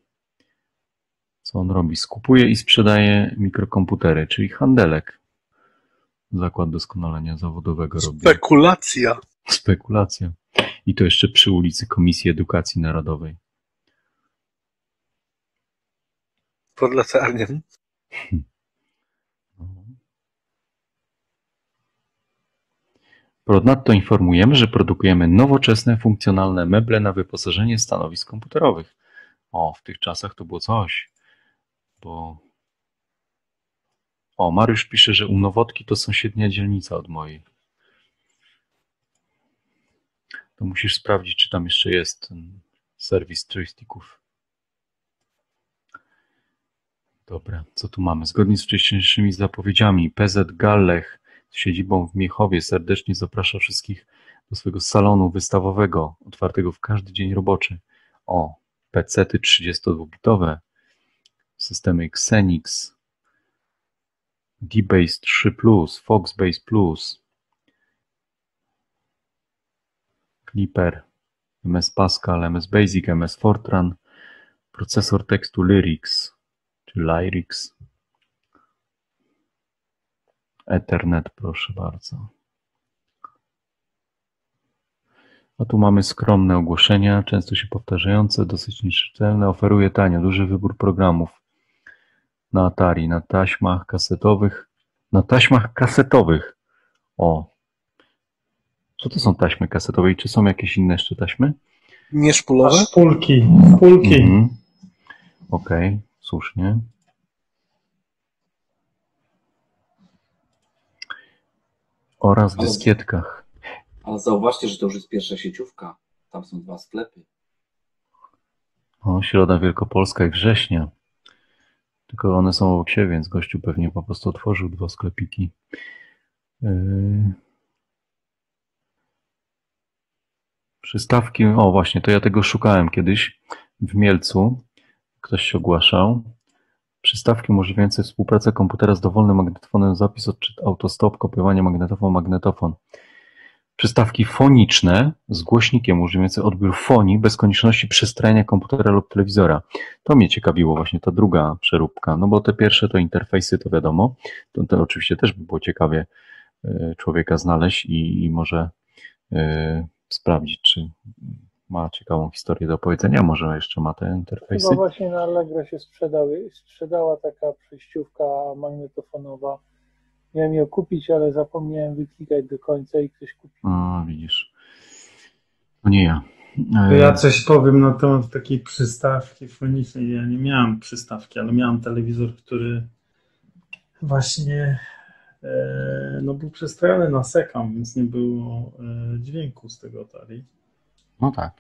A: Co on robi? Skupuje i sprzedaje mikrokomputery, czyli handelek. Zakład Doskonalenia Zawodowego robi.
K: Spekulacja.
A: Spekulacja. I to jeszcze przy ulicy Komisji Edukacji Narodowej.
K: Podlatarnią.
A: Ponadto informujemy, że produkujemy nowoczesne, funkcjonalne meble na wyposażenie stanowisk komputerowych. O, w tych czasach to było coś, bo... O, Mariusz pisze, że u Nowotki to sąsiednia dzielnica od mojej. To musisz sprawdzić, czy tam jeszcze jest ten serwis joysticków. Dobra, co tu mamy? Zgodnie z wcześniejszymi zapowiedziami, P Z Gallech z siedzibą w Miechowie serdecznie zaprasza wszystkich do swojego salonu wystawowego, otwartego w każdy dzień roboczy. O, pecety trzydziestodwubitowe, systemy Xenix, D-Base trzy plus, Foxbase plus, Clipper, M S Pascal, M S Basic, M S Fortran, procesor tekstu Lyrics, czy Lyrics, Ethernet, proszę bardzo. A tu mamy skromne ogłoszenia, często się powtarzające, dosyć nieczytelne. Oferuje tanio, duży wybór programów na Atari, na taśmach kasetowych, na taśmach kasetowych. O, co to są taśmy kasetowe i czy są jakieś inne jeszcze taśmy?
K: Nieszpulowe?
H: Szpulki, szpulki.
A: Mhm. Okej, okay, słusznie. Oraz w dyskietkach.
B: Ale zauważcie, że to już jest pierwsza sieciówka. Tam są dwa sklepy.
A: O, Środa Wielkopolska i Września. Tylko one są obok siebie, więc gościu pewnie po prostu otworzył dwa sklepiki. Yy... Przystawki, o właśnie, to ja tego szukałem kiedyś w Mielcu. Ktoś się ogłaszał. Przystawki umożliwiające współpracę komputera z dowolnym magnetofonem, zapis, odczyt, autostop, kopiowanie, magnetofon, magnetofon. Przystawki foniczne z głośnikiem umożliwiające odbiór fonii bez konieczności przestrajania komputera lub telewizora. To mnie ciekawiło właśnie ta druga przeróbka, no bo te pierwsze to interfejsy, to wiadomo. To, to oczywiście też by było ciekawie y, człowieka znaleźć i, i może y, sprawdzić, czy ma ciekawą historię do opowiedzenia, może jeszcze ma te interfejsy.
F: Chyba właśnie na Allegro się sprzedały, sprzedała taka przejściówka magnetofonowa. Miałem ją kupić, ale zapomniałem wyklikać do końca i ktoś kupił.
A: A, widzisz. To nie ja.
H: To ja coś powiem na temat takiej przystawki fonicznej. Ja nie miałem przystawki, ale miałem telewizor, który właśnie e, no, był przestrojony na sekam, więc nie było e, dźwięku z tego Atari.
A: No tak.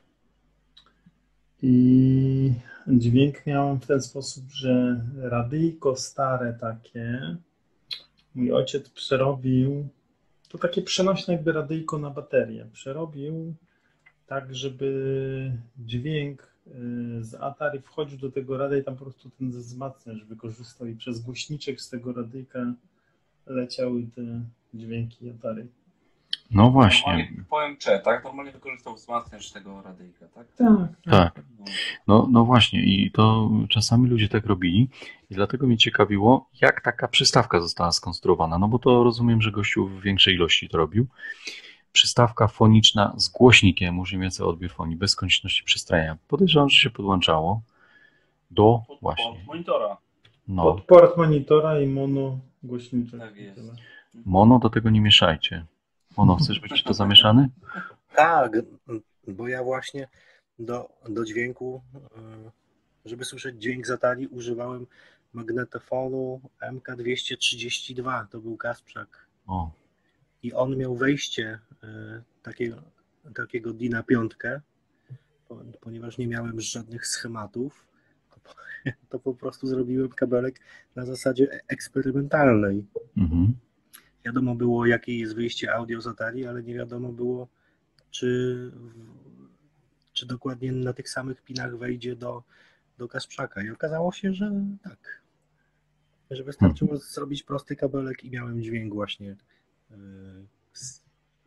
H: I dźwięk miałem w ten sposób, że radyjko stare takie, mój ojciec przerobił, to takie przenośne jakby radyjko na baterię, przerobił tak, żeby dźwięk z Atari wchodził do tego radia i tam po prostu ten wzmacniacz wykorzystał i przez głośniczek z tego radyjka leciały te dźwięki Atari.
A: No właśnie.
B: Normalnie po M C, tak? Normalnie wykorzystał wzmacniacz tego radyjka, tak?
H: Tak.
A: Tak. No, no właśnie i to czasami ludzie tak robili i dlatego mnie ciekawiło, jak taka przystawka została skonstruowana, no bo to rozumiem, że gościu w większej ilości to robił. Przystawka foniczna z głośnikiem umożliwiająca odbiór fonii bez konieczności przestrajania. Podejrzewam, że się podłączało do
B: Pod,
A: właśnie.
B: pod monitora.
A: No.
H: Pod port monitora i mono głośniczek.
B: Tak jest.
A: Mono do tego nie mieszajcie. Mono, chcesz być to zamieszany?
I: Tak, bo ja właśnie do, do dźwięku, żeby słyszeć dźwięk z Atari, używałem magnetofonu M K dwieście trzydzieści dwa, to był Kasprzak.
A: O.
I: I on miał wejście takiego, takiego D I na piątkę, ponieważ nie miałem żadnych schematów, to, to po prostu zrobiłem kabelek na zasadzie eksperymentalnej.
A: Mhm.
I: Wiadomo było, jakie jest wyjście audio z Atari, ale nie wiadomo było, czy, czy dokładnie na tych samych pinach wejdzie do, do Kasprzaka. I okazało się, że tak. Że wystarczyło hmm. zrobić prosty kabelek i miałem dźwięk właśnie z,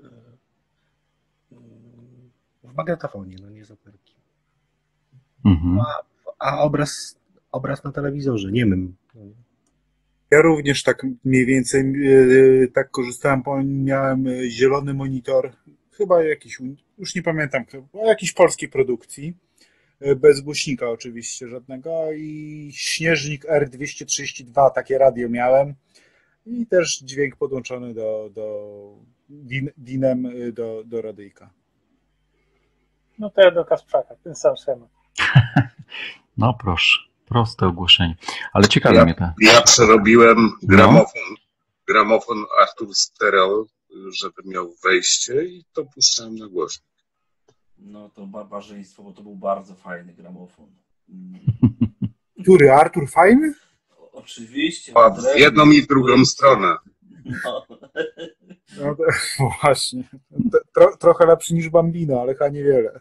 I: w magnetofonie, no nie z operki.
A: Mhm.
I: A, a obraz, obraz na telewizorze, niemym.
D: Ja również tak mniej więcej yy, tak korzystałem, bo miałem zielony monitor, chyba jakiś, już nie pamiętam, chyba jakiejś polskiej produkcji, yy, bez głośnika oczywiście żadnego i Śnieżnik R dwieście trzydzieści dwa, takie radio miałem i też dźwięk podłączony do, do din, dinem do, do radyjka.
F: No to ja do Kasprzaka, ten sam schemat.
A: No proszę, proste ogłoszenie. Ale ciekawe
L: Ja,
A: mnie to.
L: ja przerobiłem gramofon, gramofon Artur Stereo, żeby miał wejście i to puszczałem na głośnik.
B: No to barbarzyństwo, bo to był bardzo fajny gramofon. Mm.
D: Który? Artur fajny?
B: Oczywiście.
L: A w jedną i drugą stronę.
B: No.
D: No to, właśnie. Tro, trochę lepszy niż Bambino, ale chyba niewiele.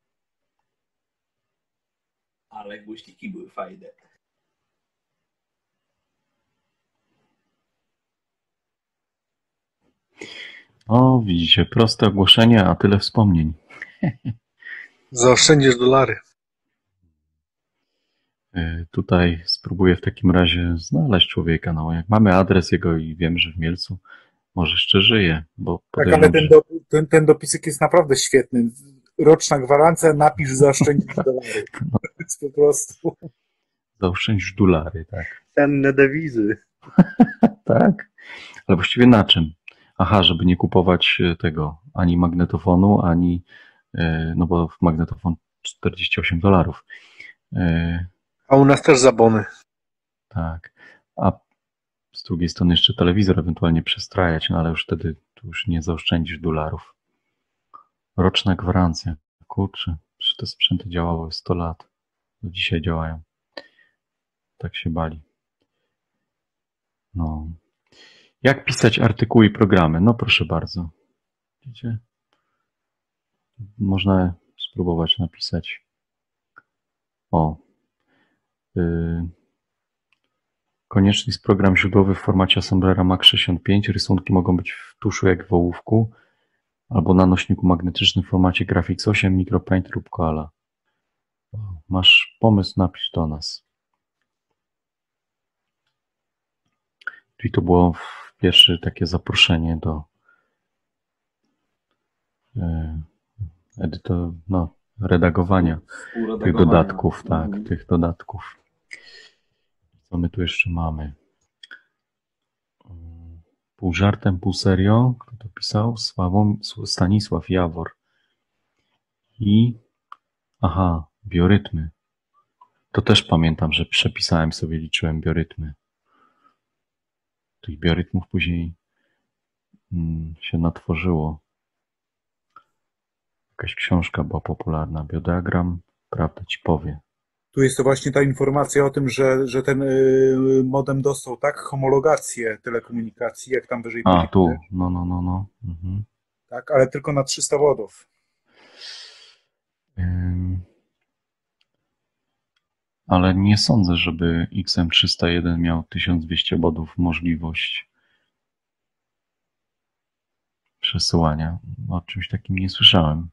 B: Ale głośniki były fajne.
A: O, widzicie, proste ogłoszenie, a tyle wspomnień.
K: Zaoszczędzisz dolary.
A: Tutaj spróbuję w takim razie znaleźć człowieka. No, jak mamy adres jego i wiem, że w Mielcu, może jeszcze żyje. Bo
D: tak, ale ten, do, ten, ten dopisek jest naprawdę świetny. Roczna gwarancja, napisz zaoszczędzić dolary.
A: No.
D: To jest po prostu...
A: Zaoszczędzić dolary, tak.
I: Cenne dewizy.
A: Tak, ale właściwie na czym? Aha, żeby nie kupować tego ani magnetofonu, ani, no bo magnetofon czterdzieści osiem dolarów.
K: A u nas też zabony.
A: Tak, a z drugiej strony jeszcze telewizor ewentualnie przestrajać, no ale już wtedy tu już nie zaoszczędzisz dolarów. Roczna gwarancja. Kurczę, przecież te sprzęty działały sto lat. Do dzisiaj działają. Tak się bali. No. Jak pisać artykuły i programy? No proszę bardzo. Widzicie? Można spróbować napisać. O. Yy. Konieczny jest program źródłowy w formacie Assemblera Max sześćdziesiąt pięć. Rysunki mogą być w tuszu jak w ołówku, albo na nośniku magnetycznym w formacie Graphics osiem, Micropaint lub Koala. Masz pomysł, napisz do nas. Czyli to było pierwsze takie zaproszenie do edytor, no, redagowania tych dodatków, tak, mm. tych dodatków. Co my tu jeszcze mamy? Pół żartem, pół serio. Kto to pisał? Sławom, Stanisław Jawor. I aha, biorytmy. To też pamiętam, że przepisałem sobie, liczyłem biorytmy. Tych biorytmów później mm, się natworzyło. Jakaś książka była popularna. Biodiagram, prawda ci powie.
D: Tu jest to właśnie ta informacja o tym, że, że ten y, modem dostał tak homologację telekomunikacji, jak tam wyżej.
A: A, tu, no, no, no, no. Mhm.
D: Tak, ale tylko na trzysta wodów.
A: Ym... Ale nie sądzę, żeby X M trzysta jeden miał tysiąc dwieście bodów możliwość przesyłania. O czymś takim nie słyszałem.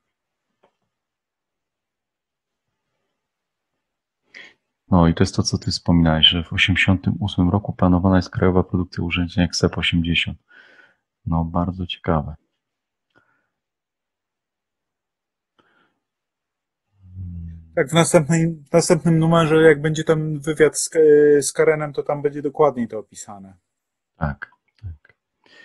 A: No i to jest to, co ty wspominałeś, że w osiemdziesiątym ósmym roku planowana jest krajowa produkcja urządzeń jak S E P osiemdziesiąt. No, bardzo ciekawe.
D: Tak, w następnym, w następnym numerze, jak będzie tam wywiad z, z Karenem, to tam będzie dokładniej to opisane.
A: Tak, tak.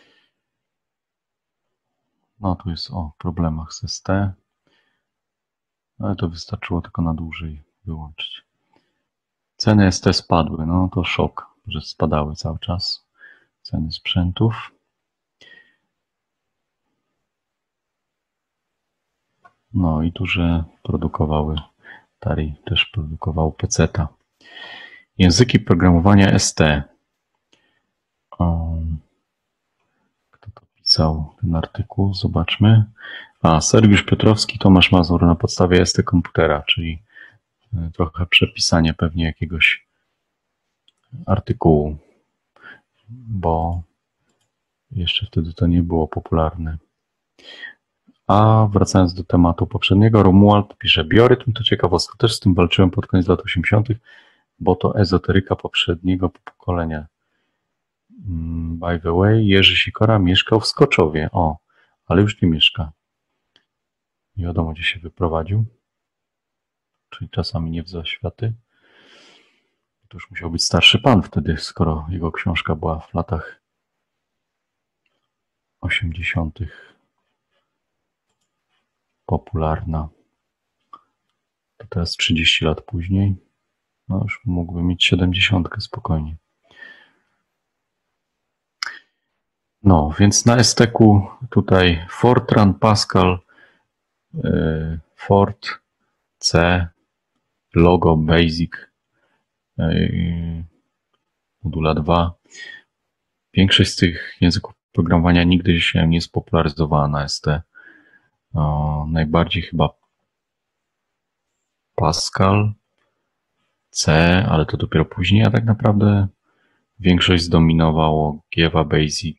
A: No, tu jest o problemach z S T. Ale to wystarczyło tylko na dłużej wyłączyć. Ceny S T spadły, no to szok, że spadały cały czas. Ceny sprzętów. No i duże produkowały, Atari też produkował peceta. Języki programowania S T. Um, kto to pisał ten artykuł? Zobaczmy. A, Sergiusz Piotrowski, Tomasz Mazur na podstawie S T komputera, czyli trochę przepisanie pewnie jakiegoś artykułu, bo jeszcze wtedy to nie było popularne. A wracając do tematu poprzedniego, Romuald pisze, biorytm to ciekawostka, też z tym walczyłem pod koniec lat osiemdziesiątych, bo to ezoteryka poprzedniego pokolenia. By the way, Jerzy Sikora mieszkał w Skoczowie. O, ale już nie mieszka. Nie wiadomo, gdzie się wyprowadził. Czyli czasami nie w zaświaty. To już musiał być starszy pan wtedy, skoro jego książka była w latach osiemdziesiątych popularna. To teraz trzydzieści lat później. No już mógłby mieć siedemdziesiątkę spokojnie. No, więc na S T Q tutaj Fortran, Pascal, yy, Fort, C, Logo, Basic, yy, Modula dwa. Większość z tych języków programowania nigdy się nie spopularyzowała na S T. O, najbardziej chyba Pascal, C, ale to dopiero później, a tak naprawdę większość zdominowało Java Basic.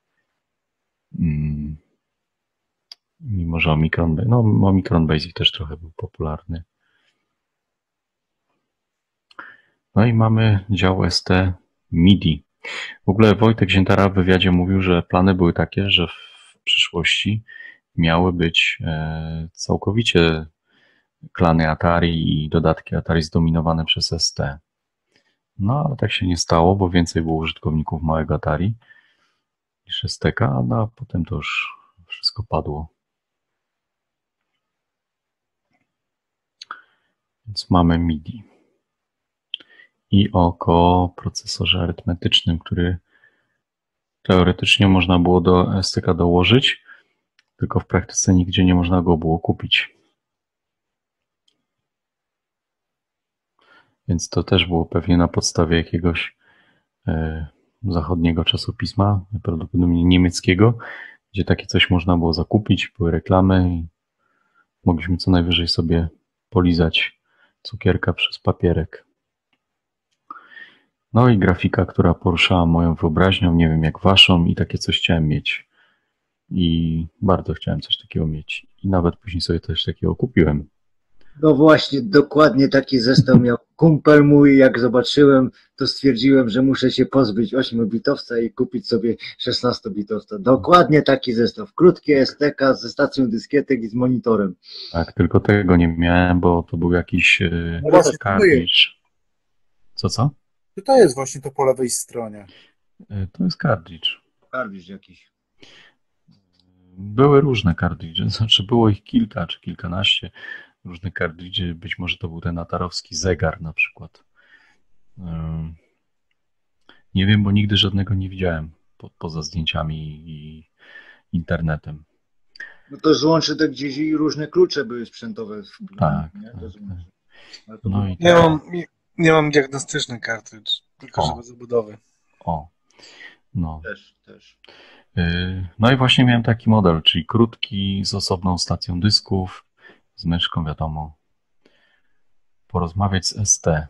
A: Hmm. Mimo że Omicron, no Omicron Basic też trochę był popularny. No i mamy dział S T MIDI. W ogóle Wojtek Ziętara w wywiadzie mówił, że plany były takie, że w przyszłości miały być całkowicie klany Atari i dodatki Atari zdominowane przez S T. No ale tak się nie stało, bo więcej było użytkowników małego Atari niż S T K, no a potem to już wszystko padło. Więc mamy MIDI. I o koprocesorze arytmetycznym, który teoretycznie można było do S T K dołożyć, tylko w praktyce nigdzie nie można go było kupić. Więc to też było pewnie na podstawie jakiegoś e, zachodniego czasopisma, prawdopodobnie niemieckiego, gdzie takie coś można było zakupić, były reklamy i mogliśmy co najwyżej sobie polizać cukierka przez papierek. No i grafika, która poruszała moją wyobraźnią, nie wiem jak waszą, i takie coś chciałem mieć. I bardzo chciałem coś takiego mieć. I nawet później sobie też takiego kupiłem.
C: No właśnie, dokładnie taki zestaw miał kumpel mój. Jak zobaczyłem, to stwierdziłem, że muszę się pozbyć ośmiobitowca i kupić sobie szesnastobitowca. Dokładnie taki zestaw. Krótkie S T K ze stacją dyskietek i z monitorem.
A: Tak, tylko tego nie miałem, bo to był jakiś yy,
D: No właśnie,
A: kartridż. Co, co?
D: To jest właśnie to po lewej stronie.
A: Yy, to jest kartridż.
C: Kartridż jakiś.
A: Były różne kartridże, znaczy było ich kilka czy kilkanaście różnych kartridży. Być może to był ten atarowski zegar na przykład. Yy, nie wiem, bo nigdy żadnego nie widziałem po, poza zdjęciami i internetem.
C: No to złączy to gdzieś i różne klucze były sprzętowe.
A: Tak.
C: Nie?
A: tak,
C: To
A: tak.
C: Ale to
A: No
C: było-
A: i
K: Nie
A: tak.
K: mam, nie, nie mam diagnostyczny kartridż, tylko
A: O.
K: żeby zabudowy.
A: O, no.
C: Też, też.
A: Yy, No i właśnie miałem taki model, czyli krótki, z osobną stacją dysków, z myszką, wiadomo. Porozmawiać z S T.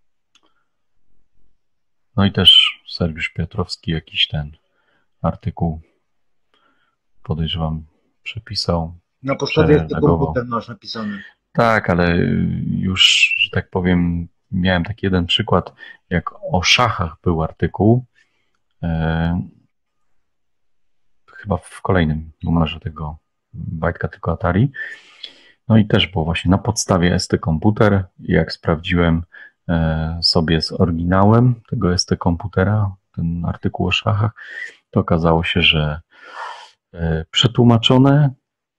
A: No i też Sergiusz Piotrowski jakiś ten artykuł, podejrzewam, przepisał.
C: Na podstawie tego
A: przeredagował.
C: komputer masz napisany.
A: Tak, ale już, że tak powiem, miałem taki jeden przykład, jak o szachach był artykuł, e, chyba w kolejnym numerze tego bajtka tylko Atari. No i też było właśnie na podstawie S T komputer. Jak sprawdziłem e, sobie z oryginałem tego S T komputera, ten artykuł o szachach, to okazało się, że e, przetłumaczone,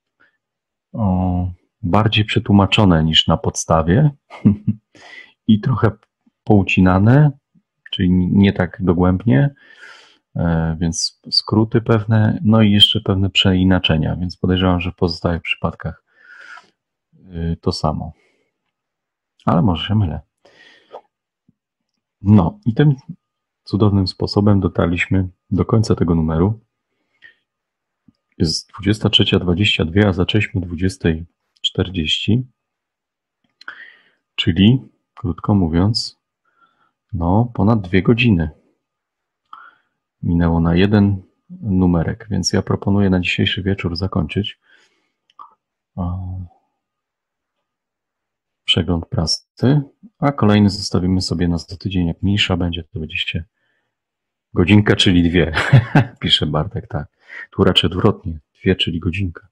A: o, bardziej przetłumaczone niż na podstawie i trochę poucinane, czyli nie tak dogłębnie, e, więc skróty pewne, no i jeszcze pewne przeinaczenia, więc podejrzewam, że w pozostałych przypadkach e, to samo. Ale może się mylę. No i tym cudownym sposobem dotarliśmy do końca tego numeru. Jest dwudziesta trzecia dwadzieścia dwa, a zaczęliśmy o dwudziestej czterdzieści, czyli, krótko mówiąc, no ponad dwie godziny minęło na jeden numerek, więc ja proponuję na dzisiejszy wieczór zakończyć o, przegląd prasy, a kolejny zostawimy sobie na za tydzień. Jak mniejsza będzie, to będzie się Godzinka, czyli dwie, pisze Bartek, tak. Tu raczej odwrotnie, dwie, czyli godzinka.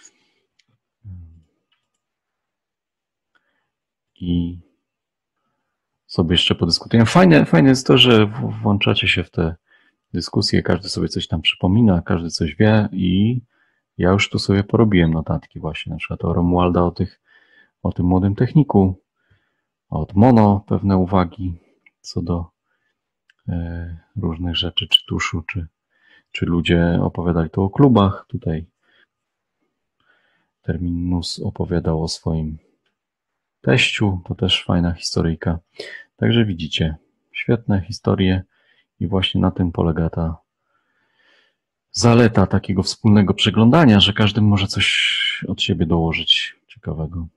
A: I sobie jeszcze podyskutujemy. Fajne, fajne jest to, że włączacie się w te dyskusje, każdy sobie coś tam przypomina, każdy coś wie i ja już tu sobie porobiłem notatki właśnie, na przykład o Romualda, o, tych, o tym młodym techniku, od Mono pewne uwagi co do e, różnych rzeczy, czy tuszu, czy, czy ludzie opowiadali tu o klubach. Tutaj Terminus opowiadał o swoim teściu, to też fajna historyjka. Także widzicie, świetne historie i właśnie na tym polega ta zaleta takiego wspólnego przeglądania, że każdy może coś od siebie dołożyć ciekawego.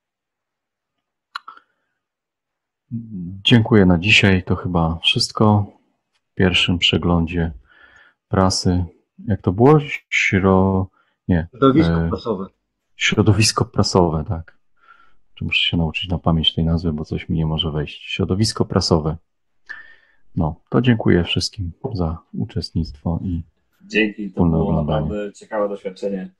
A: Dziękuję na dzisiaj. To chyba wszystko w pierwszym przeglądzie prasy. Jak to było? Śro... Nie.
C: Środowisko prasowe.
A: Środowisko prasowe, tak. Muszę się nauczyć na pamięć tej nazwy, bo coś mi nie może wejść. Środowisko prasowe. No, to dziękuję wszystkim za uczestnictwo i
B: Dzięki, to było naprawdę ciekawe doświadczenie.